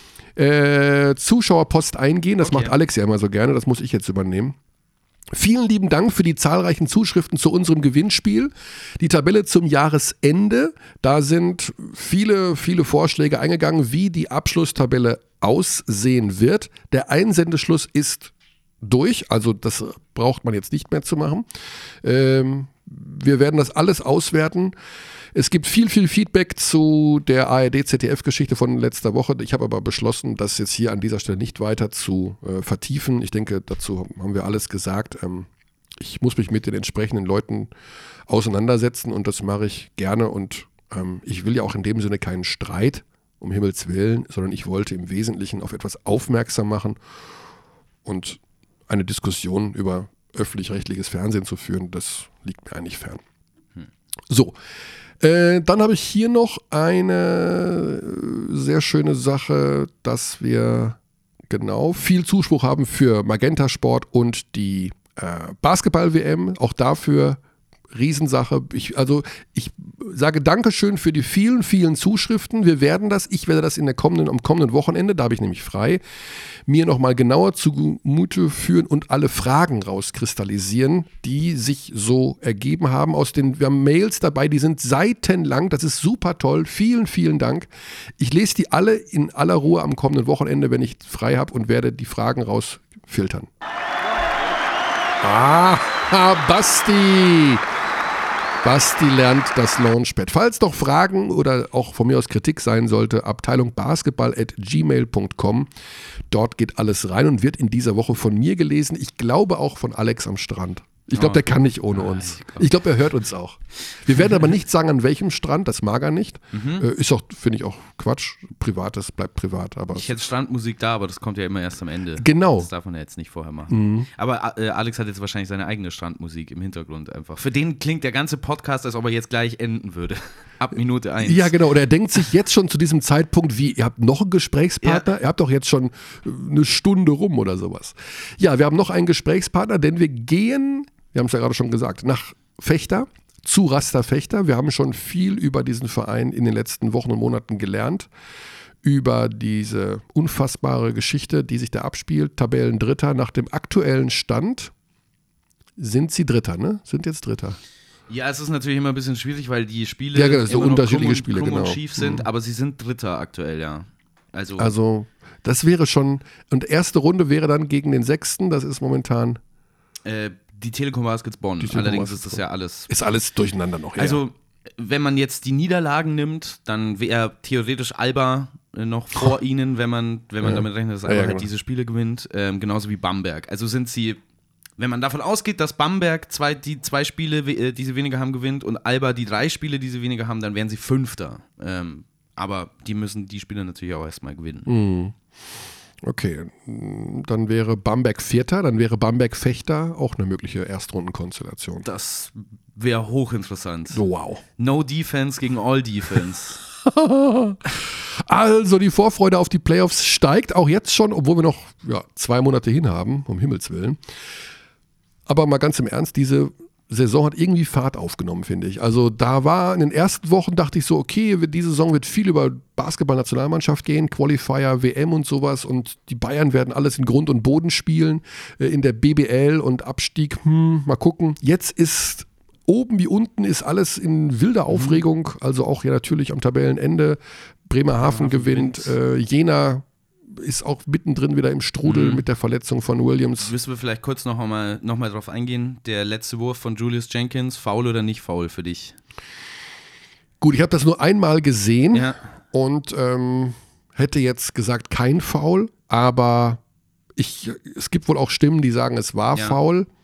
äh, Zuschauerpost eingehen. Das Okay. macht Alex ja immer so gerne, das muss ich jetzt übernehmen. Vielen lieben Dank für die zahlreichen Zuschriften zu unserem Gewinnspiel. Die Tabelle zum Jahresende, da sind viele, viele Vorschläge eingegangen, wie die Abschlusstabelle aussehen wird. Der Einsendeschluss ist durch, also das braucht man jetzt nicht mehr zu machen. Ähm, wir werden das alles auswerten. Es gibt viel, viel Feedback zu der A R D-Z D F-Geschichte von letzter Woche. Ich habe aber beschlossen, das jetzt hier an dieser Stelle nicht weiter zu äh, vertiefen. Ich denke, dazu haben wir alles gesagt. Ähm, ich muss mich mit den entsprechenden Leuten auseinandersetzen und das mache ich gerne. Und ähm, ich will ja auch in dem Sinne keinen Streit, um Himmels Willen, sondern ich wollte im Wesentlichen auf etwas aufmerksam machen und eine Diskussion über öffentlich-rechtliches Fernsehen zu führen, das liegt mir eigentlich fern. So, äh, dann habe ich hier noch eine sehr schöne Sache, dass wir genau viel Zuspruch haben für Magenta Sport und die äh, Basketball-W M. Auch dafür Riesensache. Ich, also ich sage Dankeschön für die vielen, vielen Zuschriften. Wir werden das, ich werde das in der kommenden, am kommenden Wochenende, da habe ich nämlich frei, mir nochmal genauer zu Gemüte führen und alle Fragen rauskristallisieren, die sich so ergeben haben. Aus den, wir haben Mails dabei, die sind seitenlang, das ist super toll. Vielen, vielen Dank. Ich lese die alle in aller Ruhe am kommenden Wochenende, wenn ich frei habe und werde die Fragen rausfiltern. Ah, Basti! Basti lernt das Launchpad. Falls noch Fragen oder auch von mir aus Kritik sein sollte, Abteilung basketball at gmail punkt com. Dort geht alles rein und wird in dieser Woche von mir gelesen. Ich glaube auch von Alex am Strand. Ich glaube, der kann nicht ohne uns. Ich glaube, er hört uns auch. Wir werden aber nicht sagen, an welchem Strand, das mag er nicht. Mhm. Äh, ist auch, finde ich auch Quatsch. Privates bleibt privat. Aber ich hätte Strandmusik da, aber das kommt ja immer erst am Ende. Genau. Das darf man ja jetzt nicht vorher machen. Mhm. Aber äh, Alex hat jetzt wahrscheinlich seine eigene Strandmusik im Hintergrund einfach. Für den klingt der ganze Podcast, als ob er jetzt gleich enden würde. Ab Minute eins. Ja, genau. Oder er denkt sich jetzt schon zu diesem Zeitpunkt, wie, ihr habt noch einen Gesprächspartner? Ja. Ihr habt doch jetzt schon eine Stunde rum oder sowas. Ja, wir haben noch einen Gesprächspartner, denn wir gehen, wir haben es ja gerade schon gesagt, nach Vechta, zu Raster Vechta. Wir haben schon viel über diesen Verein in den letzten Wochen und Monaten gelernt. Über diese unfassbare Geschichte, die sich da abspielt. Tabellendritter nach dem aktuellen Stand. Sind sie Dritter, ne? Sind jetzt Dritter. Ja, es ist natürlich immer ein bisschen schwierig, weil die Spiele ja, genau, so immer noch unterschiedliche krumm und, Spiele, krumm genau. und schief sind, mhm. aber sie sind Dritter aktuell, ja. Also, also, das wäre schon, und erste Runde wäre dann gegen den Sechsten, das ist momentan äh, die Telekom Baskets Bonn. Telekom Allerdings Baskets ist das ja alles. Ist alles durcheinander noch, ja. Also, wenn man jetzt die Niederlagen nimmt, dann wäre theoretisch Alba noch vor oh. ihnen, wenn man, wenn man ja. damit rechnet, dass Alba ja, ja, halt genau. diese Spiele gewinnt, ähm, genauso wie Bamberg. Also sind sie, wenn man davon ausgeht, dass Bamberg zwei, die zwei Spiele, die sie weniger haben, gewinnt und Alba die drei Spiele, die sie weniger haben, dann wären sie Fünfter. Ähm, aber die müssen die Spiele natürlich auch erstmal gewinnen. Mhm. Okay, dann wäre Bamberg Vierter, dann wäre Bamberg Vechta auch eine mögliche Erstrundenkonstellation. Das wäre hochinteressant. Oh, wow. No Defense gegen All Defense. Also die Vorfreude auf die Playoffs steigt auch jetzt schon, obwohl wir noch ja, zwei Monate hin haben, um Himmels Willen. Aber mal ganz im Ernst, diese Saison hat irgendwie Fahrt aufgenommen, finde ich. Also da war in den ersten Wochen, dachte ich so, okay, diese Saison wird viel über Basketball-Nationalmannschaft gehen, Qualifier, W M und sowas und die Bayern werden alles in Grund und Boden spielen, in der B B L und Abstieg, hm, mal gucken. Jetzt ist oben wie unten ist alles in wilder Aufregung, also auch ja natürlich am Tabellenende. Bremerhaven ja, gewinnt, äh, Jena ist auch mittendrin wieder im Strudel mhm. mit der Verletzung von Williams. Müssen wir vielleicht kurz noch mal, noch mal drauf eingehen, der letzte Wurf von Julius Jenkins, faul oder nicht faul für dich? Gut, ich habe das nur einmal gesehen ja. und ähm, hätte jetzt gesagt kein Foul, aber ich, es gibt wohl auch Stimmen, die sagen, es war ja. Foul.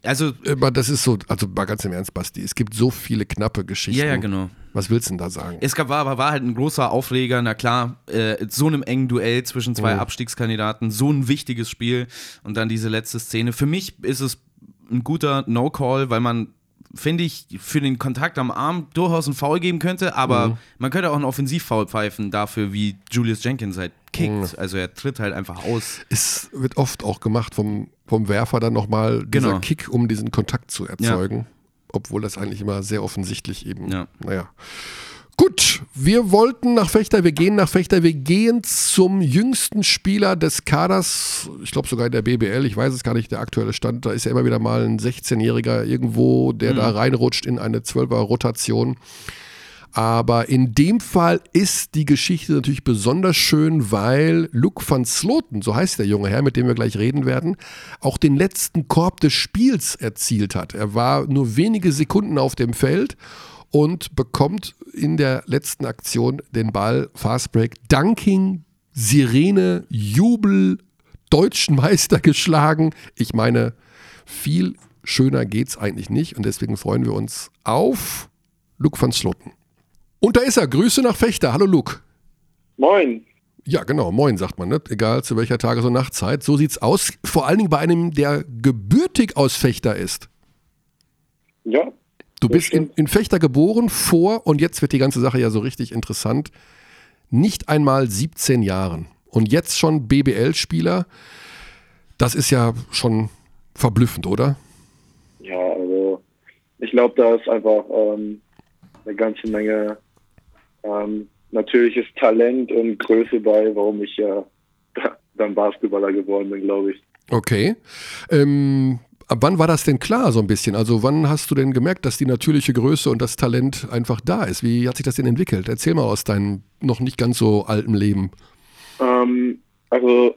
Also, aber das ist so, also mal ganz im Ernst, Basti, es gibt so viele knappe Geschichten. Ja, ja, genau. Was willst du denn da sagen? Es gab, war, aber war halt ein großer Aufreger, na klar, äh, so einem engen Duell zwischen zwei Mhm. Abstiegskandidaten, so ein wichtiges Spiel und dann diese letzte Szene. Für mich ist es ein guter No-Call, weil man, finde ich, für den Kontakt am Arm durchaus einen Foul geben könnte, aber Mhm. man könnte auch einen Offensivfoul pfeifen dafür, wie Julius Jenkins halt kickt. Mhm. Also er tritt halt einfach aus. Es wird oft auch gemacht vom, vom Werfer dann nochmal dieser Genau. Kick, um diesen Kontakt zu erzeugen. Obwohl das eigentlich immer sehr offensichtlich eben, Ja. naja. Gut, wir wollten nach Vechta, wir gehen nach Vechta, wir gehen zum jüngsten Spieler des Kaders, ich glaube sogar in der B B L, ich weiß es gar nicht, der aktuelle Stand, da ist ja immer wieder mal ein sechzehnjähriger irgendwo, der Mhm. da reinrutscht in eine zwölfer-Rotation. Aber in dem Fall ist die Geschichte natürlich besonders schön, weil Luc van Sloten, so heißt der junge Herr, mit dem wir gleich reden werden, auch den letzten Korb des Spiels erzielt hat. Er war nur wenige Sekunden auf dem Feld und bekommt in der letzten Aktion den Ball, Fastbreak, Dunking, Sirene, Jubel, deutschen Meister geschlagen. Ich meine, viel schöner geht's eigentlich nicht und deswegen freuen wir uns auf Luc van Sloten. Und da ist er. Grüße nach Vechta. Hallo Luc. Moin. Ja, genau. Moin, sagt man, ne? Egal zu welcher Tages- und Nachtzeit. So sieht's aus. Vor allen Dingen bei einem, der gebürtig aus Vechta ist. Ja. Du das bist in, stimmt. in Vechta geboren vor, und jetzt wird die ganze Sache ja so richtig interessant, nicht einmal siebzehn Jahren. Und jetzt schon B B L-Spieler. Das ist ja schon verblüffend, oder? Ja, also ich glaube, da ist einfach ähm, eine ganze Menge ähm, natürliches Talent und Größe bei, warum ich ja dann Basketballer geworden bin, glaube ich. Okay. Ähm, ab wann war das denn klar so ein bisschen? Also wann hast du denn gemerkt, dass die natürliche Größe und das Talent einfach da ist? Wie hat sich das denn entwickelt? Erzähl mal aus deinem noch nicht ganz so alten Leben. Ähm, also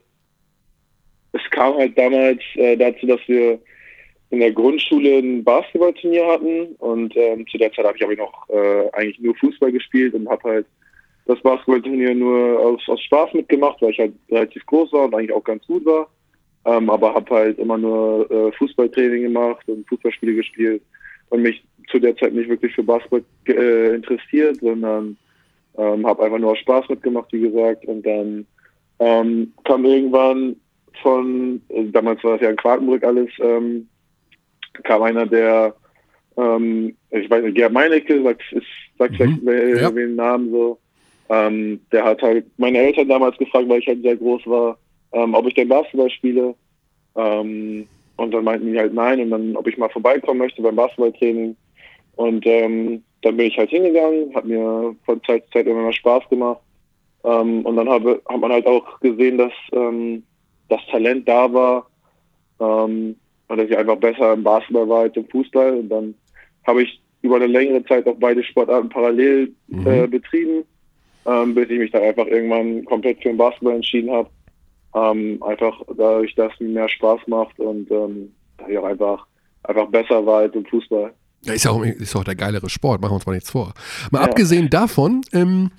es kam halt damals äh, dazu, dass wir in der Grundschule ein Basketballturnier hatten und ähm, zu der Zeit habe ich aber noch äh, eigentlich nur Fußball gespielt und habe halt das Basketballturnier nur aus, aus Spaß mitgemacht, weil ich halt relativ groß war und eigentlich auch ganz gut war, ähm, aber habe halt immer nur äh, Fußballtraining gemacht und Fußballspiele gespielt und mich zu der Zeit nicht wirklich für Basketball äh, interessiert, sondern ähm, habe einfach nur aus Spaß mitgemacht, wie gesagt, und dann ähm, kam irgendwann von, also damals war das ja in Quakenbrück alles, ähm, kam einer, der, ähm, ich weiß nicht, Gerd Meinecke, sagt, ist, sagt Mhm. vielleicht äh, Ja. den Namen so, ähm, der hat halt meine Eltern damals gefragt, weil ich halt sehr groß war, ähm, ob ich denn Basketball spiele, ähm, und dann meinten die halt nein und dann, ob ich mal vorbeikommen möchte beim Basketballtraining und ähm, dann bin ich halt hingegangen, hat mir von Zeit zu Zeit immer mal Spaß gemacht, ähm, und dann habe, hat man halt auch gesehen, dass ähm, das Talent da war, ähm, und dass ich einfach besser im Basketball war als im Fußball. Und dann habe ich über eine längere Zeit auch beide Sportarten parallel Mhm. äh, betrieben, ähm, bis ich mich dann einfach irgendwann komplett für den Basketball entschieden habe. Ähm, einfach dadurch, dass es mir mehr Spaß macht und ähm, dass ich auch einfach, einfach besser war als im Fußball. Ja, ist ja auch, ist auch der geilere Sport, machen wir uns mal nichts vor. Mal Ja. abgesehen davon, ähm,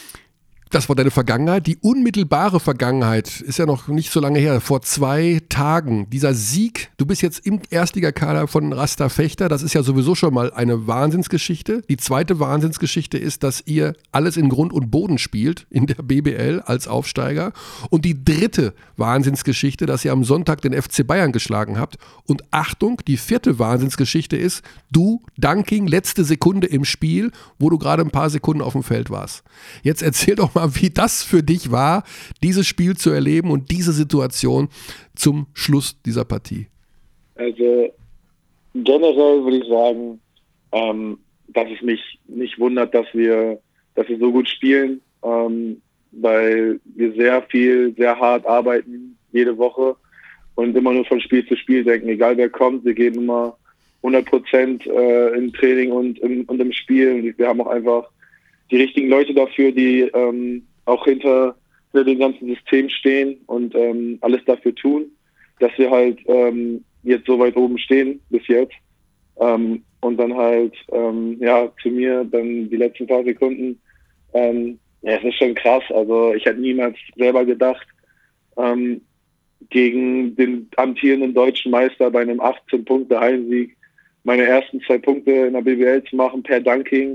das war deine Vergangenheit. Die unmittelbare Vergangenheit ist ja noch nicht so lange her. Vor zwei Tagen, dieser Sieg, du bist jetzt im Erstligakader von Rasta Vechta. Das ist ja sowieso schon mal eine Wahnsinnsgeschichte. Die zweite Wahnsinnsgeschichte ist, dass ihr alles in Grund und Boden spielt in der B B L als Aufsteiger. Und die dritte Wahnsinnsgeschichte, dass ihr am Sonntag den F C Bayern geschlagen habt. Und Achtung, die vierte Wahnsinnsgeschichte ist, du, Dunking, letzte Sekunde im Spiel, wo du gerade ein paar Sekunden auf dem Feld warst. Jetzt erzähl doch mal, wie das für dich war, dieses Spiel zu erleben und diese Situation zum Schluss dieser Partie. Also generell würde ich sagen, ähm, dass es mich nicht wundert, dass wir, dass wir so gut spielen, ähm, weil wir sehr viel, sehr hart arbeiten jede Woche und immer nur von Spiel zu Spiel denken, egal wer kommt, wir geben immer hundert Prozent äh, im Training und im, und im Spiel. Und wir haben auch einfach die richtigen Leute dafür, die ähm, auch hinter, hinter dem ganzen System stehen und ähm, alles dafür tun, dass wir halt ähm, jetzt so weit oben stehen bis jetzt. Ähm, und dann halt, ähm, ja, zu mir dann die letzten paar Sekunden, ähm, ja, es ist schon krass. Also ich hätte niemals selber gedacht, ähm, gegen den amtierenden deutschen Meister bei einem achtzehn-Punkte-Heimsieg meine ersten zwei Punkte in der B B L zu machen per Dunking.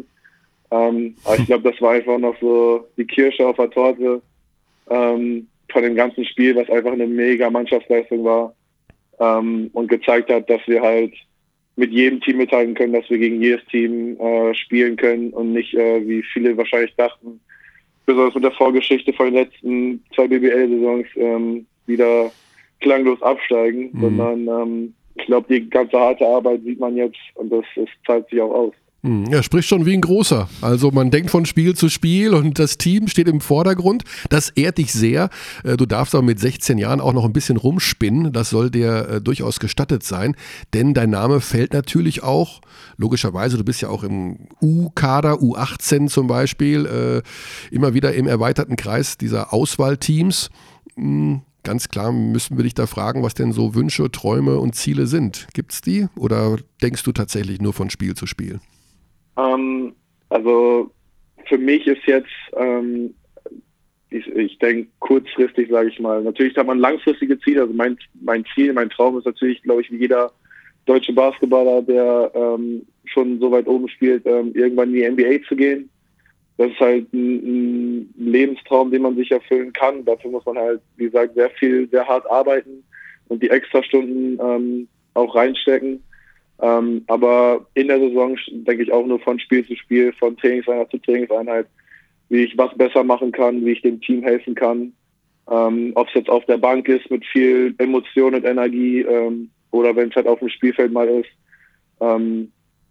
Ähm, aber ich glaube, das war einfach noch so die Kirsche auf der Torte ähm, von dem ganzen Spiel, was einfach eine mega Mannschaftsleistung war ähm, und gezeigt hat, dass wir halt mit jedem Team mithalten können, dass wir gegen jedes Team äh, spielen können und nicht, äh, wie viele wahrscheinlich dachten, besonders mit der Vorgeschichte von den letzten zwei B B L-Saisons ähm, wieder klanglos absteigen, mhm. sondern ähm, ich glaube, die ganze harte Arbeit sieht man jetzt und das, das zahlt sich auch aus. Er spricht schon wie ein Großer. Also man denkt von Spiel zu Spiel und das Team steht im Vordergrund. Das ehrt dich sehr. Du darfst aber mit sechzehn Jahren auch noch ein bisschen rumspinnen. Das soll dir äh, durchaus gestattet sein. Denn dein Name fällt natürlich auch, logischerweise, du bist ja auch im U-Kader, U achtzehn zum Beispiel, äh, immer wieder im erweiterten Kreis dieser Auswahlteams. Hm. Ganz klar müssen wir dich da fragen, was denn so Wünsche, Träume und Ziele sind. Gibt's die oder denkst du tatsächlich nur von Spiel zu Spiel? Ähm, also für mich ist jetzt, ähm, ich, ich denke kurzfristig, sage ich mal, natürlich hat man langfristige Ziele. Also mein, mein Ziel, mein Traum ist natürlich, glaube ich, wie jeder deutsche Basketballer, der ähm, schon so weit oben spielt, ähm, irgendwann in die N B A zu gehen. Das ist halt ein, ein Lebenstraum, den man sich erfüllen kann. Dafür muss man halt, wie gesagt, sehr viel, sehr hart arbeiten und die Extrastunden ähm, auch reinstecken. Ähm, aber in der Saison denke ich auch nur von Spiel zu Spiel, von Trainingseinheit zu Trainingseinheit, wie ich was besser machen kann, wie ich dem Team helfen kann. Ähm, ob es jetzt auf der Bank ist mit viel Emotion und Energie ähm, oder wenn es halt auf dem Spielfeld mal ist. Ähm,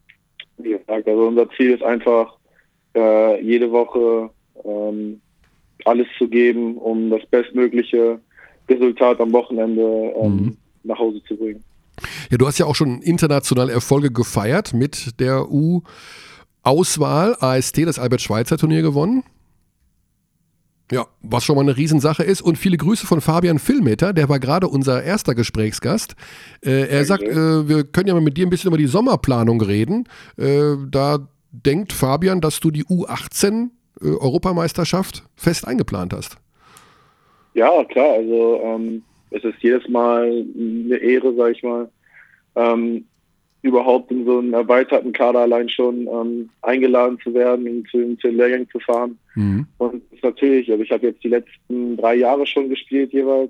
wie gesagt, also unser Ziel ist einfach, äh, jede Woche ähm, alles zu geben, um das bestmögliche Resultat am Wochenende ähm, mhm. nach Hause zu bringen. Ja, du hast ja auch schon internationale Erfolge gefeiert mit der U-Auswahl, A S T, das Albert-Schweitzer-Turnier gewonnen. Ja, was schon mal eine Riesensache ist. Und viele Grüße von Fabian Villmeter, der war gerade unser erster Gesprächsgast. Äh, er sagt, äh, wir können ja mal mit dir ein bisschen über die Sommerplanung reden. Äh, da denkt Fabian, dass du die U achtzehn äh, Europameisterschaft fest eingeplant hast. Ja, klar. Also ähm, es ist jedes Mal eine Ehre, sag ich mal, ähm, überhaupt in so einen erweiterten Kader allein schon ähm, eingeladen zu werden und zu, zu den Lehrgängen zu fahren. Mhm. Und das ist natürlich, also ich habe jetzt die letzten drei Jahre schon gespielt jeweils.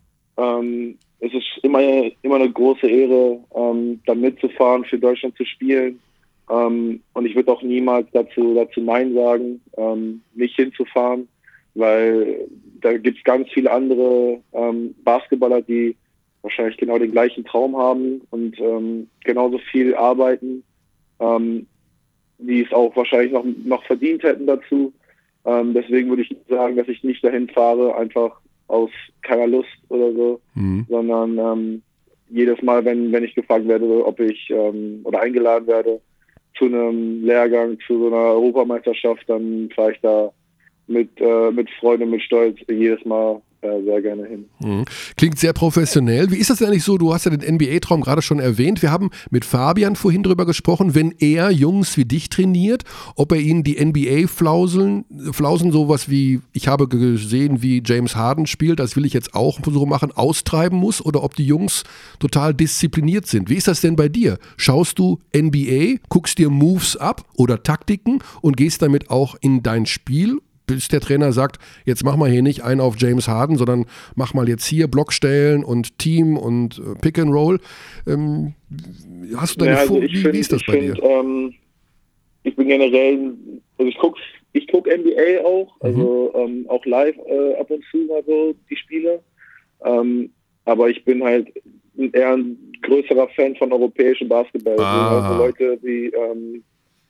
Ähm, es ist immer, immer eine große Ehre, ähm, da mitzufahren, für Deutschland zu spielen. Ähm, und ich würde auch niemals dazu, dazu Nein sagen, ähm, nicht hinzufahren, weil da gibt es ganz viele andere ähm, Basketballer, die wahrscheinlich genau den gleichen Traum haben und ähm, genauso viel arbeiten, ähm, die es auch wahrscheinlich noch, noch verdient hätten dazu. Ähm, deswegen würde ich sagen, dass ich nicht dahin fahre, einfach aus keiner Lust oder so, mhm. sondern ähm, jedes Mal, wenn, wenn ich gefragt werde, ob ich ähm, oder eingeladen werde zu einem Lehrgang, zu so einer Europameisterschaft, dann fahre ich da mit, äh, mit Freude, mit Stolz jedes Mal äh, sehr gerne hin. Mhm. Klingt sehr professionell. Wie ist das denn eigentlich so? Du hast ja den N B A-Traum gerade schon erwähnt. Wir haben mit Fabian vorhin drüber gesprochen, wenn er Jungs wie dich trainiert, ob er ihnen die N B A-Flauseln, Flausen sowas wie, ich habe gesehen, wie James Harden spielt, das will ich jetzt auch so machen, austreiben muss oder ob die Jungs total diszipliniert sind. Wie ist das denn bei dir? Schaust du N B A, guckst dir Moves ab oder Taktiken und gehst damit auch in dein Spiel, bis der Trainer sagt, jetzt mach mal hier nicht einen auf James Harden, sondern mach mal jetzt hier Blockstellen und Team und äh, Pick and Roll. Ähm, hast du deine ja, also Vor- wie, find, wie ist das bei find, dir? Ähm, ich bin generell, also ich gucke ich guck N B A auch, also mhm. ähm, auch live äh, ab und zu mal so die Spiele. Ähm, aber ich bin halt eher ein größerer Fan von europäischem Basketball. Ah. Also Leute wie, ähm,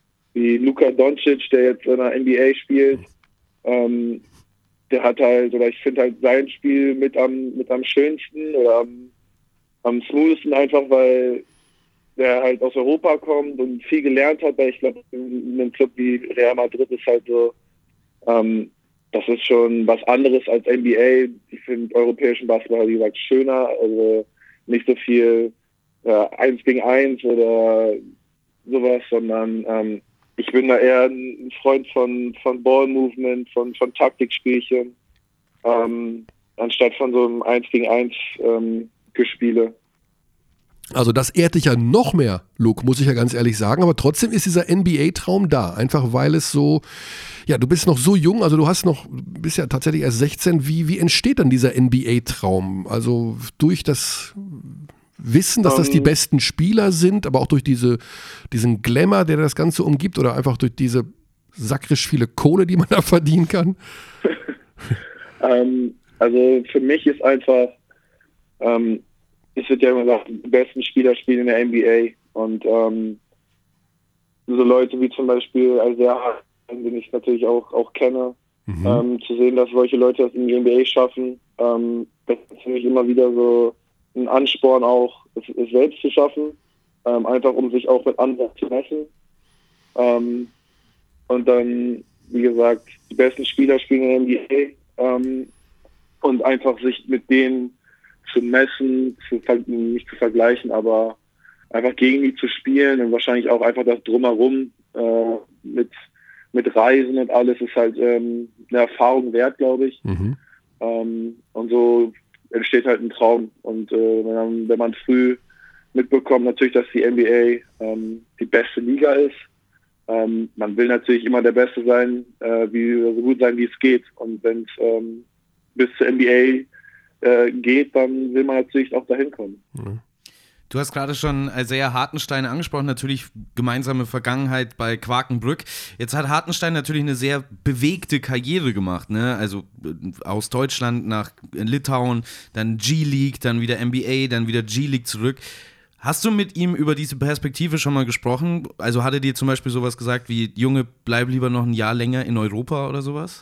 wie Luka Doncic, der jetzt in der N B A spielt. Ähm, der hat halt, oder ich finde halt sein Spiel mit am mit am schönsten oder am, am smoothesten einfach, weil der halt aus Europa kommt und viel gelernt hat, weil ich glaube, in einem Club wie Real Madrid ist halt so, ähm, das ist schon was anderes als N B A. Ich finde europäischen Basketball, wie gesagt, schöner, also nicht so viel äh, eins gegen eins oder sowas, sondern ähm, ich bin da eher ein Freund von, von Ball-Movement, von, von Taktikspielchen. Ähm, anstatt von so einem eins gegen eins ähm, Gespiele. Also das ehrt dich ja noch mehr, Luke, muss ich ja ganz ehrlich sagen. Aber trotzdem ist dieser N B A-Traum da. Einfach weil es so, ja, du bist noch so jung, also du hast noch, bist ja tatsächlich erst sechzehn. Wie, wie entsteht dann dieser N B A-Traum? Also durch das Wissen, dass das die besten Spieler sind, aber auch durch diese, diesen Glamour, der das Ganze umgibt, oder einfach durch diese sakrisch viele Kohle, die man da verdienen kann? ähm, also für mich ist einfach, ähm, es wird ja immer gesagt, die besten Spieler spielen in der N B A. Und ähm, so Leute wie zum Beispiel Isaiah Harden, den ich natürlich auch, auch kenne, mhm. ähm, zu sehen, dass solche Leute das in die N B A schaffen, ähm, das ist für mich immer wieder so ein Ansporn auch, es, es selbst zu schaffen, ähm, einfach um sich auch mit anderen zu messen. Ähm, und dann, wie gesagt, die besten Spieler spielen in der N B A ähm, und einfach sich mit denen zu messen, zu, nicht zu vergleichen, aber einfach gegen die zu spielen und wahrscheinlich auch einfach das Drumherum äh, mit, mit Reisen und alles ist halt ähm, eine Erfahrung wert, glaube ich. Mhm. Ähm, und so entsteht halt ein Traum. Und äh, wenn, man, wenn man früh mitbekommt, natürlich, dass die N B A ähm, die beste Liga ist, ähm, man will natürlich immer der Beste sein, äh, wie, so gut sein, wie es geht. Und wenn es ähm, bis zur N B A Äh, geht, dann will man natürlich auch dahin kommen. Du hast gerade schon Isaiah Hartenstein angesprochen, natürlich gemeinsame Vergangenheit bei Quakenbrück. Jetzt hat Hartenstein natürlich eine sehr bewegte Karriere gemacht, ne? Also aus Deutschland nach Litauen, dann G-League, dann wieder N B A, dann wieder G-League zurück. Hast du mit ihm über diese Perspektive schon mal gesprochen? Also hat er dir zum Beispiel sowas gesagt wie, Junge, bleib lieber noch ein Jahr länger in Europa oder sowas?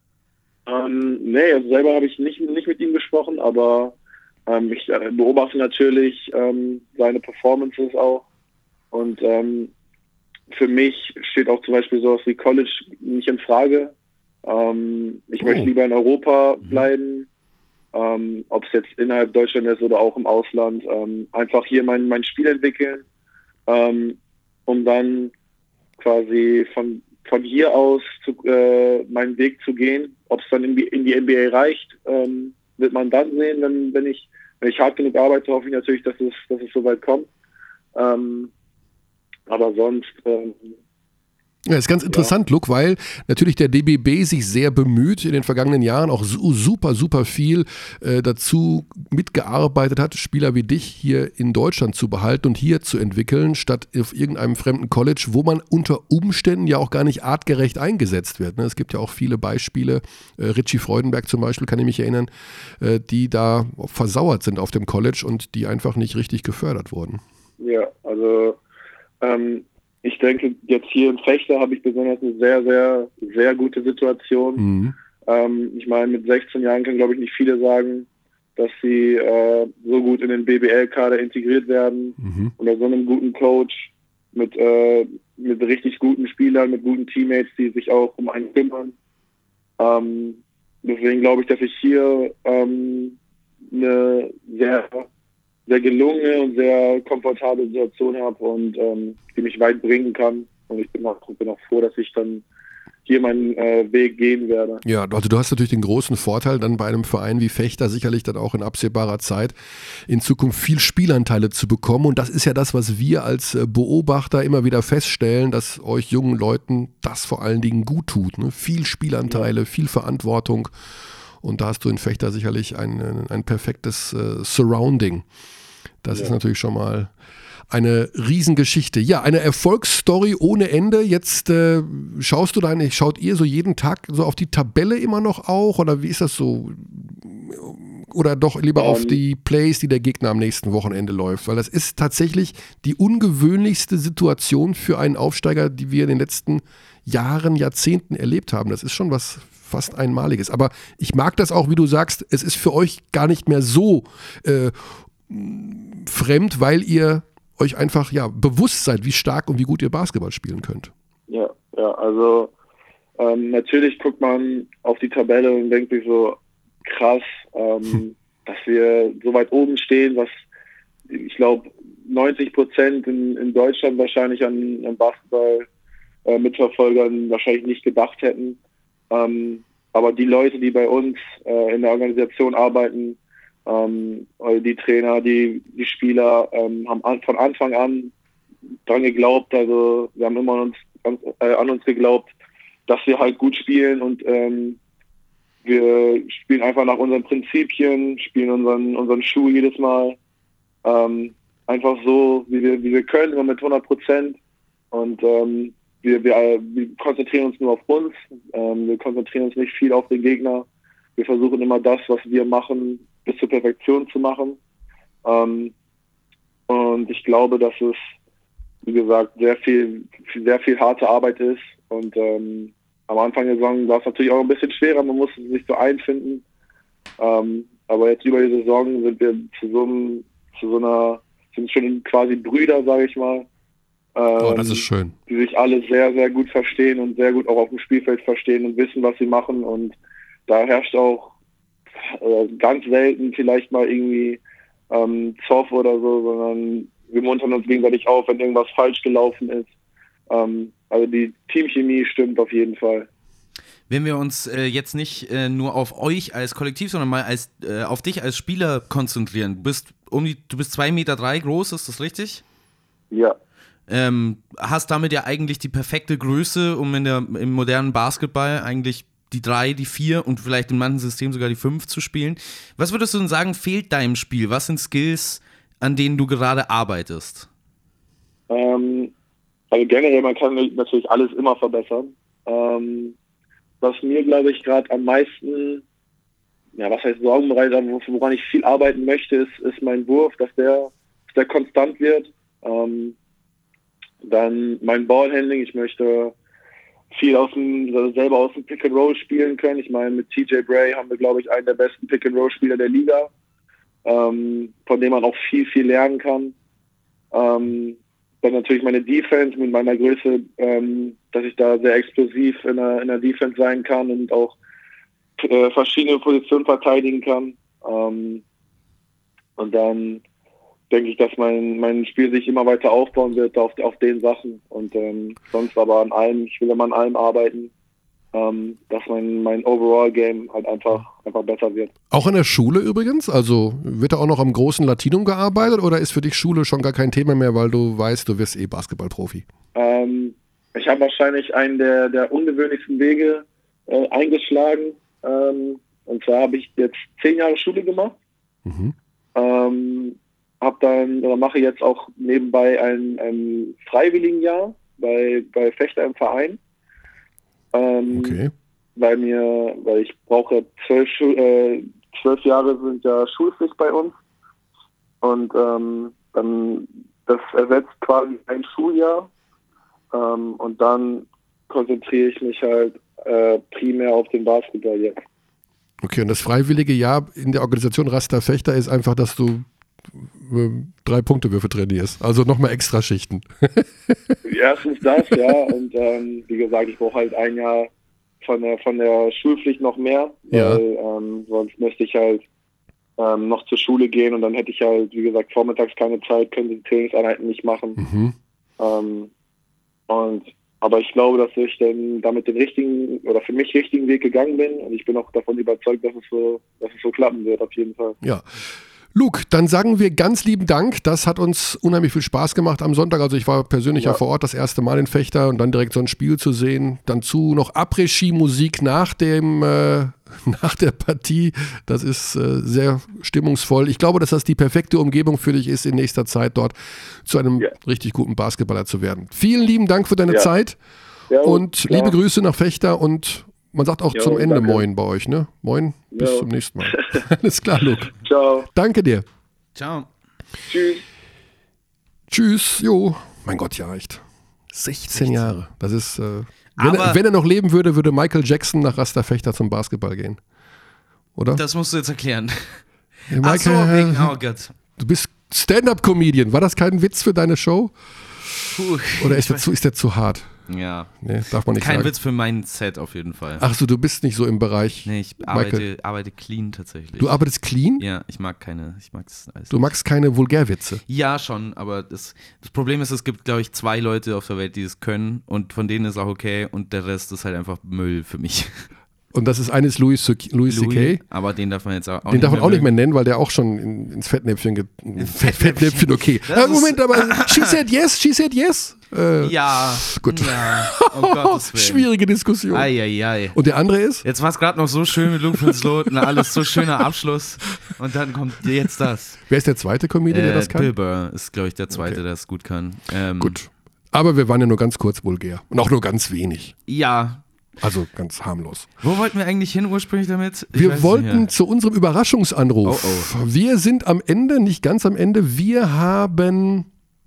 Ähm, nee, also selber habe ich nicht, nicht mit ihm gesprochen, aber ähm, ich äh, beobachte natürlich ähm, seine Performances auch. Und ähm, für mich steht auch zum Beispiel sowas wie College nicht in Frage. Ähm, ich oh. möchte lieber in Europa bleiben, ähm, ob es jetzt innerhalb Deutschland ist oder auch im Ausland. Ähm, einfach hier mein, mein Spiel entwickeln, ähm, um dann quasi von von hier aus zu, äh, meinen Weg zu gehen. Ob es dann in die, in die N B A reicht, ähm, wird man dann sehen, wenn, wenn ich wenn ich hart genug arbeite, hoffe ich natürlich, dass es, dass es so weit kommt. Ähm, aber sonst ähm, Ja, ist ganz interessant, ja. Luke, weil natürlich der D B B sich sehr bemüht, in den vergangenen Jahren auch super, super viel äh, dazu mitgearbeitet hat, Spieler wie dich hier in Deutschland zu behalten und hier zu entwickeln, statt auf irgendeinem fremden College, wo man unter Umständen ja auch gar nicht artgerecht eingesetzt wird. Ne? Es gibt ja auch viele Beispiele, äh, Richie Freudenberg zum Beispiel, kann ich mich erinnern, äh, die da versauert sind auf dem College und die einfach nicht richtig gefördert wurden. Ja, also ähm ich denke, jetzt hier in Fechter habe ich besonders eine sehr, sehr, sehr gute Situation. Mhm. Ähm, ich meine, mit sechzehn Jahren können, glaube ich, nicht viele sagen, dass sie äh, so gut in den B B L-Kader integriert werden, mhm. unter so einem guten Coach, mit, äh, mit richtig guten Spielern, mit guten Teammates, die sich auch um einen kümmern. Ähm, deswegen glaube ich, dass ich hier ähm, eine sehr sehr gelungene und sehr komfortable Situation habe und ähm, die mich weit bringen kann. Und ich bin auch, bin auch froh, dass ich dann hier meinen äh, Weg gehen werde. Ja, also du hast natürlich den großen Vorteil, dann bei einem Verein wie Fechter sicherlich dann auch in absehbarer Zeit in Zukunft viel Spielanteile zu bekommen. Und das ist ja das, was wir als Beobachter immer wieder feststellen, dass euch jungen Leuten das vor allen Dingen gut tut. Ne? Viel Spielanteile, ja. viel Verantwortung. Und da hast du in Fechter sicherlich ein, ein perfektes äh, Surrounding. Das ja. ist natürlich schon mal eine Riesengeschichte. Ja, eine Erfolgsstory ohne Ende. Jetzt äh, schaust du deine, schaut ihr so jeden Tag so auf die Tabelle immer noch auch? Oder wie ist das so? Oder doch lieber um. auf die Plays, die der Gegner am nächsten Wochenende läuft? Weil das ist tatsächlich die ungewöhnlichste Situation für einen Aufsteiger, die wir in den letzten Jahren, Jahrzehnten erlebt haben. Das ist schon was fast Einmaliges. Aber ich mag das auch, wie du sagst, es ist für euch gar nicht mehr so äh, fremd, weil ihr euch einfach ja bewusst seid, wie stark und wie gut ihr Basketball spielen könnt. Ja, ja, also ähm, natürlich guckt man auf die Tabelle und denkt sich so, krass, ähm, hm. dass wir so weit oben stehen, was ich glaube neunzig Prozent in, in Deutschland wahrscheinlich an, an Basketball äh, Mitverfolgern wahrscheinlich nicht gedacht hätten. Ähm, aber die Leute, die bei uns äh, in der Organisation arbeiten, ähm, die Trainer, die, die Spieler, ähm, haben an, von Anfang an dran geglaubt. Also wir haben immer an uns, an, äh, an uns geglaubt, dass wir halt gut spielen und ähm, wir spielen einfach nach unseren Prinzipien, spielen unseren, unseren Schuh jedes Mal. Ähm, einfach so, wie wir, wie wir können, immer mit hundert Prozent. Und ähm, wir, wir, wir konzentrieren uns nur auf uns. Ähm, wir konzentrieren uns nicht viel auf den Gegner. Wir versuchen immer das, was wir machen, bis zur Perfektion zu machen. Ähm, und ich glaube, dass es, wie gesagt, sehr viel, sehr viel harte Arbeit ist. Und ähm, am Anfang der Saison war es natürlich auch ein bisschen schwerer. Man musste sich so einfinden. Ähm, aber jetzt über die Saison sind wir zu so, einem, zu so einer, sind schon quasi Brüder, sage ich mal. Ähm, oh, das ist schön. Die sich alle sehr, sehr gut verstehen und sehr gut auch auf dem Spielfeld verstehen und wissen, was sie machen. Und da herrscht auch äh, ganz selten vielleicht mal irgendwie ähm, Zoff oder so, sondern wir muntern uns gegenseitig auf, wenn irgendwas falsch gelaufen ist. Ähm, also die Teamchemie stimmt auf jeden Fall. Wenn wir uns äh, jetzt nicht äh, nur auf euch als Kollektiv, sondern mal als, äh, auf dich als Spieler konzentrieren. Du bist um die, du bist zwei Meter drei groß, ist das richtig? Ja. Ähm, hast damit ja eigentlich die perfekte Größe, um in der, im modernen Basketball eigentlich die drei, die vier und vielleicht in manchen Systemen sogar die fünf zu spielen. Was würdest du denn sagen, fehlt deinem Spiel? Was sind Skills, an denen du gerade arbeitest? Ähm, also generell, man kann natürlich alles immer verbessern. Ähm, was mir, glaube ich, gerade am meisten, ja, was heißt Sorgen bereitet, woran ich viel arbeiten möchte, ist, ist mein Wurf, dass der, dass der konstant wird. Ähm, dann mein Ballhandling, ich möchte viel aus dem, also selber aus dem Pick-and-Roll spielen können. Ich meine, mit T J Bray haben wir, glaube ich, einen der besten Pick-and-Roll-Spieler der Liga, ähm, von dem man auch viel, viel lernen kann. Ähm, dann natürlich meine Defense mit meiner Größe, ähm, dass ich da sehr explosiv in der, in der Defense sein kann und auch äh, verschiedene Positionen verteidigen kann. Ähm, und dann denke ich, dass mein, mein Spiel sich immer weiter aufbauen wird auf, auf den Sachen. Und ähm, sonst aber an allem, ich will immer an allem arbeiten, ähm, dass mein, mein Overall-Game halt einfach, einfach besser wird. Auch in der Schule übrigens? Also wird da auch noch am großen Latinum gearbeitet oder ist für dich Schule schon gar kein Thema mehr, weil du weißt, du wirst eh Basketballprofi? Ähm, ich habe wahrscheinlich einen der, der ungewöhnlichsten Wege äh, eingeschlagen. Ähm, und zwar habe ich jetzt zehn Jahre Schule gemacht. Mhm. Ähm, Hab dann oder mache jetzt auch nebenbei ein, ein Freiwilligenjahr bei, bei Fechter im Verein. Ähm, okay. Weil mir, weil ich brauche zwölf, äh, zwölf Jahre sind ja Schulpflicht bei uns. Und ähm, dann das ersetzt quasi ein Schuljahr. Ähm, und dann konzentriere ich mich halt äh, primär auf den Basketball jetzt. Okay, und das freiwillige Jahr in der Organisation Rasta Fechter ist einfach, dass du drei Punktewürfe trainierst, also nochmal extra Schichten. Erstens das, ja, und ähm, wie gesagt, ich brauche halt ein Jahr von der von der Schulpflicht noch mehr, ja. weil ähm, sonst müsste ich halt ähm, noch zur Schule gehen und dann hätte ich halt, wie gesagt, vormittags keine Zeit, könnte die Trainingseinheiten nicht machen. Mhm. Ähm, und aber ich glaube, dass ich dann damit den richtigen oder für mich richtigen Weg gegangen bin und ich bin auch davon überzeugt, dass es so, dass es so klappen wird, auf jeden Fall. Ja. Luke, dann sagen wir ganz lieben Dank. Das hat uns unheimlich viel Spaß gemacht am Sonntag. Also ich war persönlich ja, ja vor Ort das erste Mal in Fechter und dann direkt so ein Spiel zu sehen. Dann zu noch Après-Ski-Musik nach dem äh, nach der Partie. Das ist äh, sehr stimmungsvoll. Ich glaube, dass das die perfekte Umgebung für dich ist, in nächster Zeit dort zu einem ja. richtig guten Basketballer zu werden. Vielen lieben Dank für deine ja. Zeit ja, und klar. liebe Grüße nach Fechter und man sagt auch jo, zum Ende danke. Moin bei euch, ne? Moin, bis jo. zum nächsten Mal. Alles klar, Luke. Ciao. Danke dir. Ciao. Tschüss. Tschüss, jo. Mein Gott, ja, echt. sechzehn Jahre. Das ist, äh, wenn, er, wenn er noch leben würde, würde Michael Jackson nach Rasta Fechter zum Basketball gehen. Oder? Das musst du jetzt erklären. Hey, Michael, Ach so, wegen, oh Gott. Du bist Stand-Up-Comedian. War das kein Witz für deine Show? Puh, Oder ist der, zu, ist der zu hart? Ja. Nee, darf man nicht Kein sagen. Witz für mein Set auf jeden Fall. Ach so, du bist nicht so im Bereich. Nee, ich arbeite, arbeite clean tatsächlich. Du arbeitest clean? Ja, ich mag keine, ich mag's alles. Du magst keine Vulgärwitze? Ja, schon, aber das, das Problem ist, es gibt, glaube ich, zwei Leute auf der Welt, die es können und von denen ist auch okay und der Rest ist halt einfach Müll für mich. Und das ist eines Louis, Louis C K. Aber den darf man jetzt auch, auch Den darf man auch nicht mehr mögen. nennen, weil der auch schon in, ins Fettnäpfchen geht. Fett, Fettnäpfchen, okay. Das Ja, ist- Moment, aber she said yes, she said yes. Äh, Ja. Gut. Ja. Oh Gottes Willen. Schwierige Diskussion. Eieiei. Und der andere ist? Jetzt war es gerade noch so schön mit Luke Sloten, alles so schöner Abschluss. Und dann kommt jetzt das. Wer ist der zweite Comedian, der Äh, das kann? Bill Burr ist, glaube ich, der zweite, Okay. der das gut kann. Ähm, Gut. Aber wir waren ja nur ganz kurz vulgär. Und auch nur ganz wenig. Ja. Also ganz harmlos. Wo wollten wir eigentlich hin ursprünglich damit? Ich Wir weiß es wollten nicht zu unserem Überraschungsanruf. Oh, Wir sind am Ende, nicht ganz am Ende. Wir haben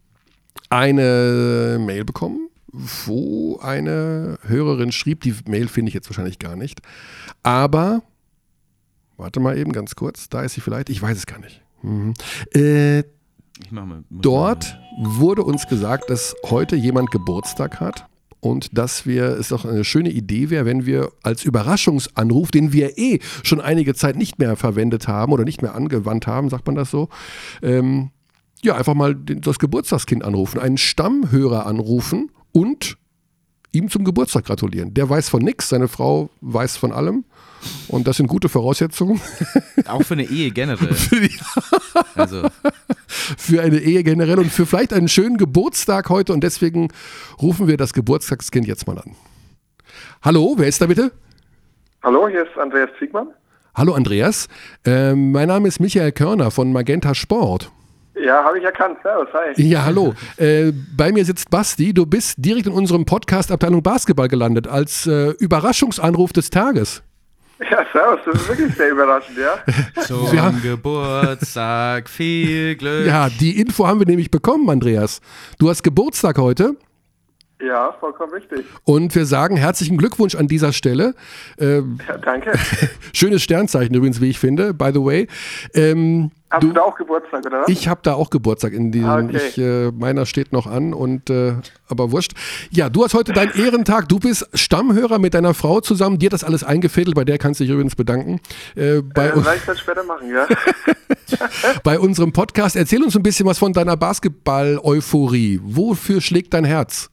eine Mail bekommen, wo eine Hörerin schrieb, die Mail finde ich jetzt wahrscheinlich gar nicht. Aber, warte mal eben ganz kurz, da ist sie vielleicht, ich weiß es gar nicht. Mhm. Äh, Ich mach mal. muss Dort wurde uns gesagt, dass heute jemand Geburtstag hat und dass wir, es doch eine schöne Idee wäre, wenn wir als Überraschungsanruf, den wir eh schon einige Zeit nicht mehr verwendet haben oder nicht mehr angewandt haben, sagt man das so, ähm, ja, einfach mal den, das Geburtstagskind anrufen, einen Stammhörer anrufen und ihm zum Geburtstag gratulieren. Der weiß von nichts, seine Frau weiß von allem und das sind gute Voraussetzungen. Auch für eine Ehe generell. Also, Für eine Ehe generell und für vielleicht einen schönen Geburtstag heute und deswegen rufen wir das Geburtstagskind jetzt mal an. Hallo, wer ist da bitte? Hallo, hier ist Andreas Ziegmann. Hallo Andreas, ähm, mein Name ist Michael Körner von Magenta Sport. Ja, habe ich erkannt. Servus, hi. Ja, hallo. Äh, bei mir sitzt Basti, du bist direkt in unserem Podcast Abteilung Basketball gelandet als äh, Überraschungsanruf des Tages. Ja, servus, das ist wirklich sehr überraschend, ja. zum Wir haben- Geburtstag viel Glück. Ja, die Info haben wir nämlich bekommen, Andreas. Du hast Geburtstag heute. Ja, vollkommen richtig. Und wir sagen herzlichen Glückwunsch an dieser Stelle. Ähm, Ja, danke. schönes Sternzeichen übrigens, wie ich finde, by the way. Ähm, Hast du da auch Geburtstag, oder was? ich habe da auch Geburtstag. In diesem, Ah, okay. ich, äh, meiner steht noch an, und äh, aber wurscht. Ja, du hast heute deinen Ehrentag. Du bist Stammhörer mit deiner Frau zusammen. Dir das alles eingefädelt. Bei der kannst du dich übrigens bedanken. Äh, bei, Äh, werde ich das später machen, ja. bei unserem Podcast. Erzähl uns ein bisschen was von deiner Basketball-Euphorie. Wofür schlägt dein Herz?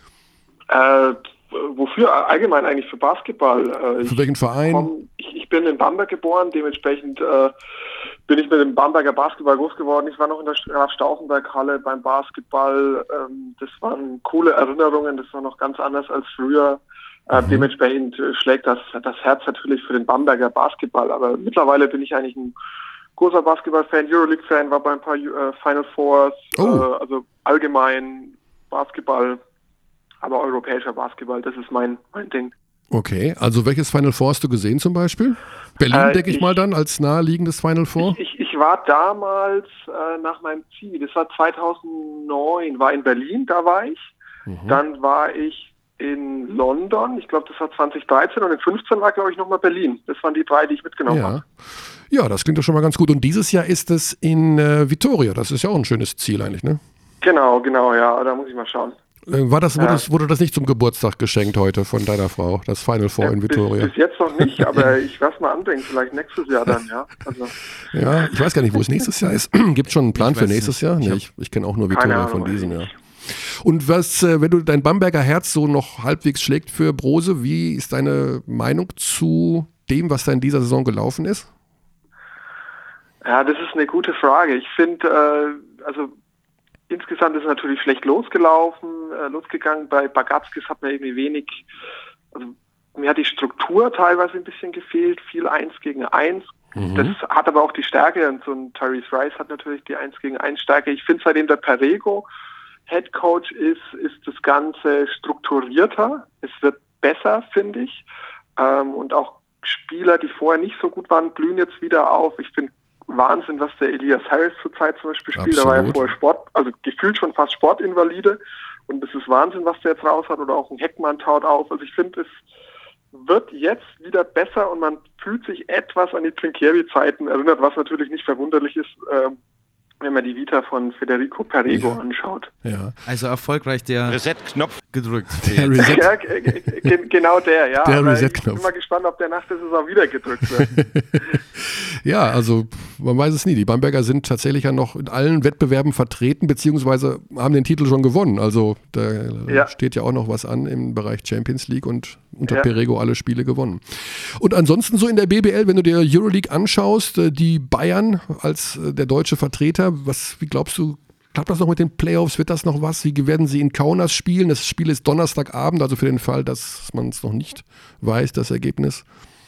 äh, wofür? Allgemein eigentlich für Basketball. Äh, Für ich, welchen Verein? komm, ich, ich bin in Bamberg geboren, dementsprechend äh, bin ich mit dem Bamberger Basketball groß geworden. Ich war noch in der Graf Stauffenberg-Halle beim Basketball. Ähm, das waren coole Erinnerungen, das war noch ganz anders als früher. Äh, dementsprechend äh, schlägt das, das Herz natürlich für den Bamberger Basketball. Aber mittlerweile bin ich eigentlich ein großer Basketball-Fan, Euroleague-Fan, war bei ein paar äh, Final Fours, Oh. äh, also allgemein Basketball, aber europäischer Basketball, das ist mein, mein Ding. Okay, also welches Final Four hast du gesehen zum Beispiel? Berlin, Äh, denke ich, ich- mal dann, als naheliegendes Final Four? Ich, ich, ich war damals äh, nach meinem Zivi, das war zweitausendneun, war in Berlin, da war ich. Dann war ich in London, ich glaube, das war zweitausenddreizehn, und in fünfzehn war, glaube ich, nochmal Berlin. Das waren die drei, die ich mitgenommen habe. Ja. Ja, das klingt doch schon mal ganz gut. Und dieses Jahr ist es in äh, Vitoria. Das ist ja auch ein schönes Ziel eigentlich, ne? Genau, genau, ja, da muss ich mal schauen. Äh, War das, wurde, Ja. das, wurde das nicht zum Geburtstag geschenkt heute von deiner Frau, das Final Four in bis, Vitoria? bis jetzt noch nicht, aber ich werde es mal anbringen, vielleicht nächstes Jahr dann, ja. Also, Ja, ich weiß gar nicht, wo es nächstes Jahr ist. Gibt es schon einen Plan Ich für weiß nächstes nicht. Jahr? Ich Nee, hab- ich, ich kenne auch nur Keine Vitoria Ahnung, von weiß diesem ich Jahr. nicht. Und was, äh, wenn du dein Bamberger Herz so noch halbwegs schlägt für Brose, wie ist deine Meinung zu dem, was da in dieser Saison gelaufen ist? Ja, das ist eine gute Frage. Ich finde, äh, also insgesamt ist es natürlich schlecht losgelaufen, äh, losgegangen. Bei Bagatskis hat mir irgendwie wenig, also mir hat die Struktur teilweise ein bisschen gefehlt, viel eins gegen eins. Das hat aber auch die Stärke, und so ein Tyrese Rice hat natürlich die eins gegen eins Stärke. Ich finde, seitdem der Perego Head Coach ist, ist das Ganze strukturierter. Es wird besser, finde ich. Ähm, und auch Spieler, die vorher nicht so gut waren, blühen jetzt wieder auf. Ich finde Wahnsinn, was der Elias Harris zurzeit zum Beispiel spielt. Da war ja Absolut. vorher Sport, also gefühlt schon fast Sportinvalide. Und es ist Wahnsinn, was der jetzt raus hat. Oder auch ein Heckmann taut auf. Also ich finde, es wird jetzt wieder besser und man fühlt sich etwas an die Trinkieri-Zeiten erinnert, was natürlich nicht verwunderlich ist. Ähm, wenn man die Vita von Federico Perego Ja. anschaut. Ja. Also erfolgreich der Reset-Knopf. gedrückt. Der Reset, Ja, g- g- g- genau der, ja. Der Aber Reset-Knopf. Ich bin mal gespannt, ob der nach der Saison wieder gedrückt wird. ja, also man weiß es nie. Die Bamberger sind tatsächlich ja noch in allen Wettbewerben vertreten, beziehungsweise haben den Titel schon gewonnen. Also da Ja. steht ja auch noch was an im Bereich Champions League und unter Ja. Perego alle Spiele gewonnen. Und ansonsten so in der B B L, wenn du dir Euroleague anschaust, äh, die Bayern als äh, der deutsche Vertreter, was, wie glaubst du, klappt das noch mit den Playoffs? Wird das noch was? Wie werden sie in Kaunas spielen? Das Spiel ist Donnerstagabend, also für den Fall, dass man es noch nicht weiß, das Ergebnis.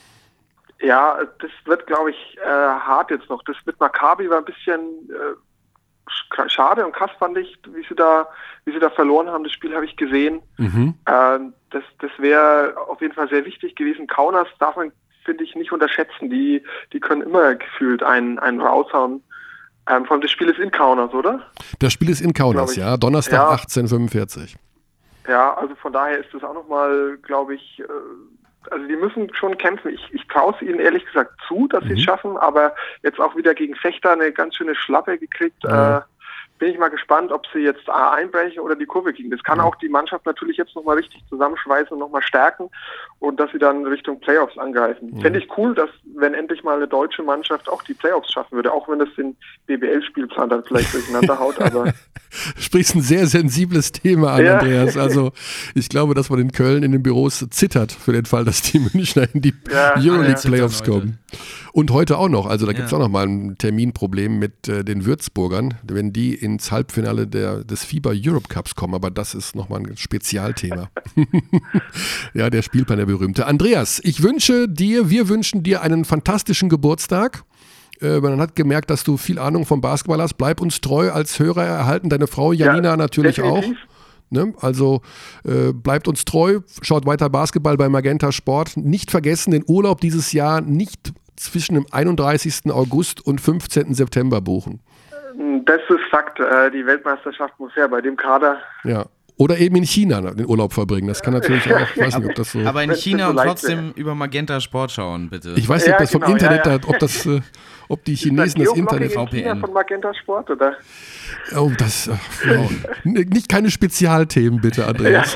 Ja, das wird, glaube ich, äh, hart jetzt noch. Das mit Maccabi war ein bisschen äh, sch- schade und krass fand ich, wie sie da, wie sie da verloren haben. Das Spiel habe ich gesehen. Mhm. Ähm, das das wäre auf jeden Fall sehr wichtig gewesen. Kaunas darf man, finde ich, nicht unterschätzen. Die die können immer gefühlt einen, einen raushauen. Ähm, vor allem das Spiel ist in Kaunas, oder? Das Spiel ist in Kaunas, Glaub ich. ja. Donnerstag Ja. achtzehn Uhr fünfundvierzig. Ja, also von daher ist das auch nochmal, glaube ich, äh, also die müssen schon kämpfen. Ich, ich traue es ihnen ehrlich gesagt zu, dass sie es schaffen, aber jetzt auch wieder gegen Fechter eine ganz schöne Schlappe gekriegt. Ja. Äh, bin ich mal gespannt, ob sie jetzt A einbrechen oder die Kurve kriegen. Das kann auch die Mannschaft natürlich jetzt nochmal richtig zusammenschweißen und nochmal stärken und dass sie dann Richtung Playoffs angreifen. Ja. Fände ich cool, dass, wenn endlich mal eine deutsche Mannschaft auch die Playoffs schaffen würde, auch wenn das den B B L-Spielplan dann vielleicht durcheinander haut, aber Sprichst ein sehr sensibles Thema an, Ja. Andreas. Also ich glaube, dass man in Köln in den Büros zittert für den Fall, dass die Münchner in die Ja, Euroleague alle Playoffs zittern heute. kommen. Und heute auch noch. Also da gibt es Ja. auch noch mal ein Terminproblem mit äh, den Würzburgern, wenn die ins Halbfinale der, des FIBA Europe Cups kommen. Aber das ist nochmal ein Spezialthema. Ja, der Spielplan, der berühmte. Andreas, ich wünsche dir, wir wünschen dir einen fantastischen Geburtstag. Äh, man hat gemerkt, dass du viel Ahnung vom Basketball hast. Bleib uns treu als Hörer erhalten. Deine Frau Janina Ja, natürlich definitiv. auch. Ne? Also äh, bleibt uns treu, schaut weiter Basketball bei Magenta Sport. Nicht vergessen, den Urlaub dieses Jahr nicht zwischen dem einunddreißigsten August und fünfzehnten September buchen. das ist Fakt. Äh, die Weltmeisterschaft muss her bei dem Kader. Ja. Oder eben in China den Urlaub verbringen. Das kann natürlich auch, ich weiß nicht, ob das so. Aber in Wenn's China so und leicht trotzdem über Magenta Sport schauen, bitte. Ich weiß nicht, ob Ja, das vom genau, Internet, ja, ja. da- ob das, äh, ob die Ist da Chinesen das Geoblocking Internet. in China V P N. von Magenta Sport, oder? Oh, das. Ach, wow. N- Nicht keine Spezialthemen, bitte, Andreas.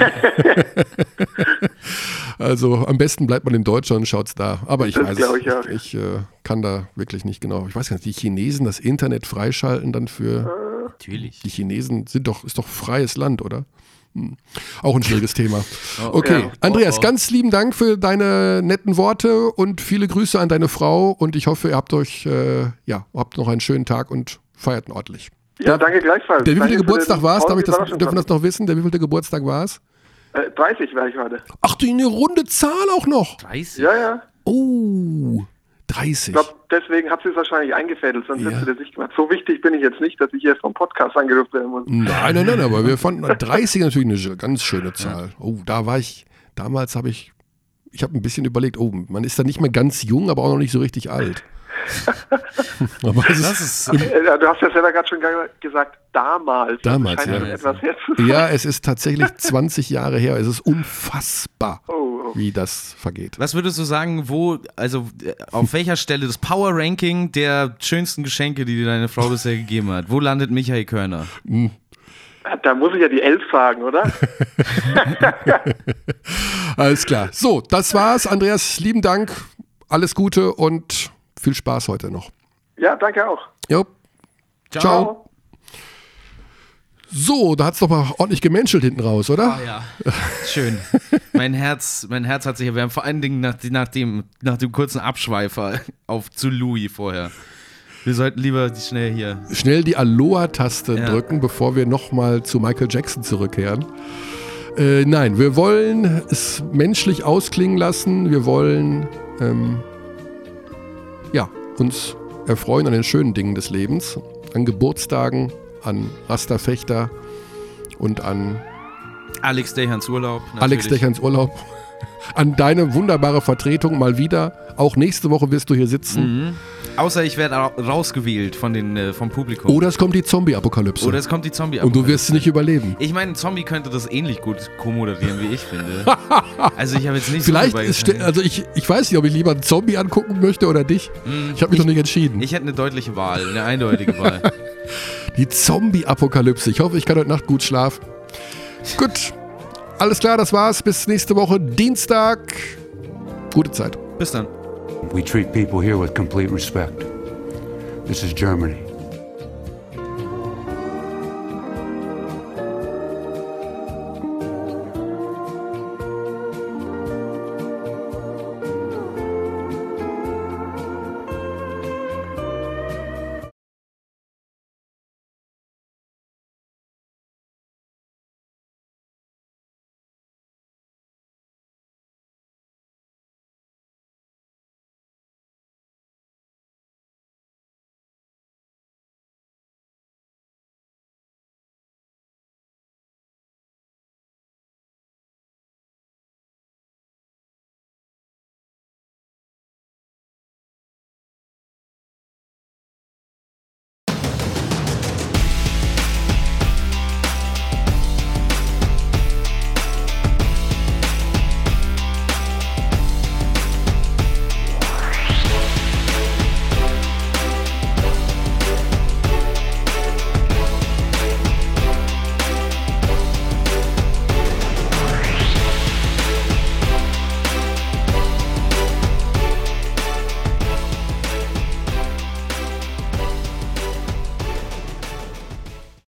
Also am besten bleibt man in Deutschland und schaut's da. Aber ich Das weiß glaub es. ich auch. Ich, ich äh, kann da wirklich nicht genau. Ich weiß gar nicht, die Chinesen das Internet freischalten dann für. Natürlich. Die Chinesen sind doch, ist doch freies Land, oder? Hm. Auch ein schwieriges Thema. Okay, Ja. Andreas, Oh, oh. ganz lieben Dank für deine netten Worte und viele Grüße an deine Frau und ich hoffe, ihr habt euch, äh, ja, habt noch einen schönen Tag und feiert ordentlich. Ja, danke gleichfalls. Der wievielte Danke für Geburtstag den war es? Darf tollen ich das, Überraschungspaket. dürfen wir das noch wissen? Der wievielte Geburtstag war es? Äh, dreißig wäre ich heute. Ach, die eine runde Zahl auch noch. dreißig? Ja, ja. Oh, Ich dreißig. glaube, deswegen hat sie es wahrscheinlich eingefädelt, sonst Ja. hätte sie das nicht gemacht. So wichtig bin ich jetzt nicht, dass ich hier vom Podcast angerufen werden muss. Nein, nein, nein, aber wir fanden dreißig natürlich eine ganz schöne Zahl. Oh, da war ich, damals habe ich, ich habe ein bisschen überlegt, oh, man ist da nicht mehr ganz jung, aber auch noch nicht so richtig alt. Aber es Das ist, ist. Äh, Du hast ja selber gerade schon ge- gesagt, damals. Damals, das scheint ja. schon etwas her zu sein. ja, es ist tatsächlich zwanzig Jahre her. Es ist unfassbar, Oh, oh. wie das vergeht. Was würdest du sagen, wo, also äh, auf welcher Stelle das Power Ranking der schönsten Geschenke, die dir deine Frau bisher gegeben hat? Wo landet Michael Körner? Da muss ich ja die Elf sagen, oder? Alles klar. So, das war's. Andreas, lieben Dank. Alles Gute und viel Spaß heute noch. Ja, danke auch. Jo. Ciao. So, da hat's doch mal ordentlich gemenschelt hinten raus, oder? Ah ja, schön. Mein Herz, mein Herz hat sich erwärmt, vor allen Dingen nach, nach, dem, nach dem kurzen Abschweifer auf zu Louis vorher. Wir sollten lieber schnell hier. Schnell die Aloha-Taste Ja. drücken, bevor wir nochmal zu Michael Jackson zurückkehren. Äh, nein, wir wollen es menschlich ausklingen lassen. Wir wollen ähm, ja, uns erfreuen an den schönen Dingen des Lebens, an Geburtstagen, an Rasterfechter und an Alex Dehans Urlaub. Natürlich. Alex Dechans Urlaub, an deine wunderbare Vertretung mal wieder. Auch nächste Woche wirst du hier sitzen. Mhm. Außer ich werde ra- rausgewählt von den, äh, vom Publikum. Oder es kommt die Zombie-Apokalypse. Oder es kommt die zombie und du wirst es nicht überleben. Ich meine, ein Zombie könnte das ähnlich gut co-moderieren, wie ich finde. Also ich habe jetzt nicht Vielleicht so viel ist, beigetragen. also ich, ich weiß nicht, ob ich lieber einen Zombie angucken möchte oder dich. Ich habe mich noch nicht entschieden. Ich hätte eine deutliche Wahl, eine eindeutige Wahl. Die Zombie-Apokalypse. Ich hoffe, ich kann heute Nacht gut schlafen. Gut. Alles klar, das war's. Bis nächste Woche Dienstag. Gute Zeit. Bis dann. We treat people here with complete respect. This is Germany.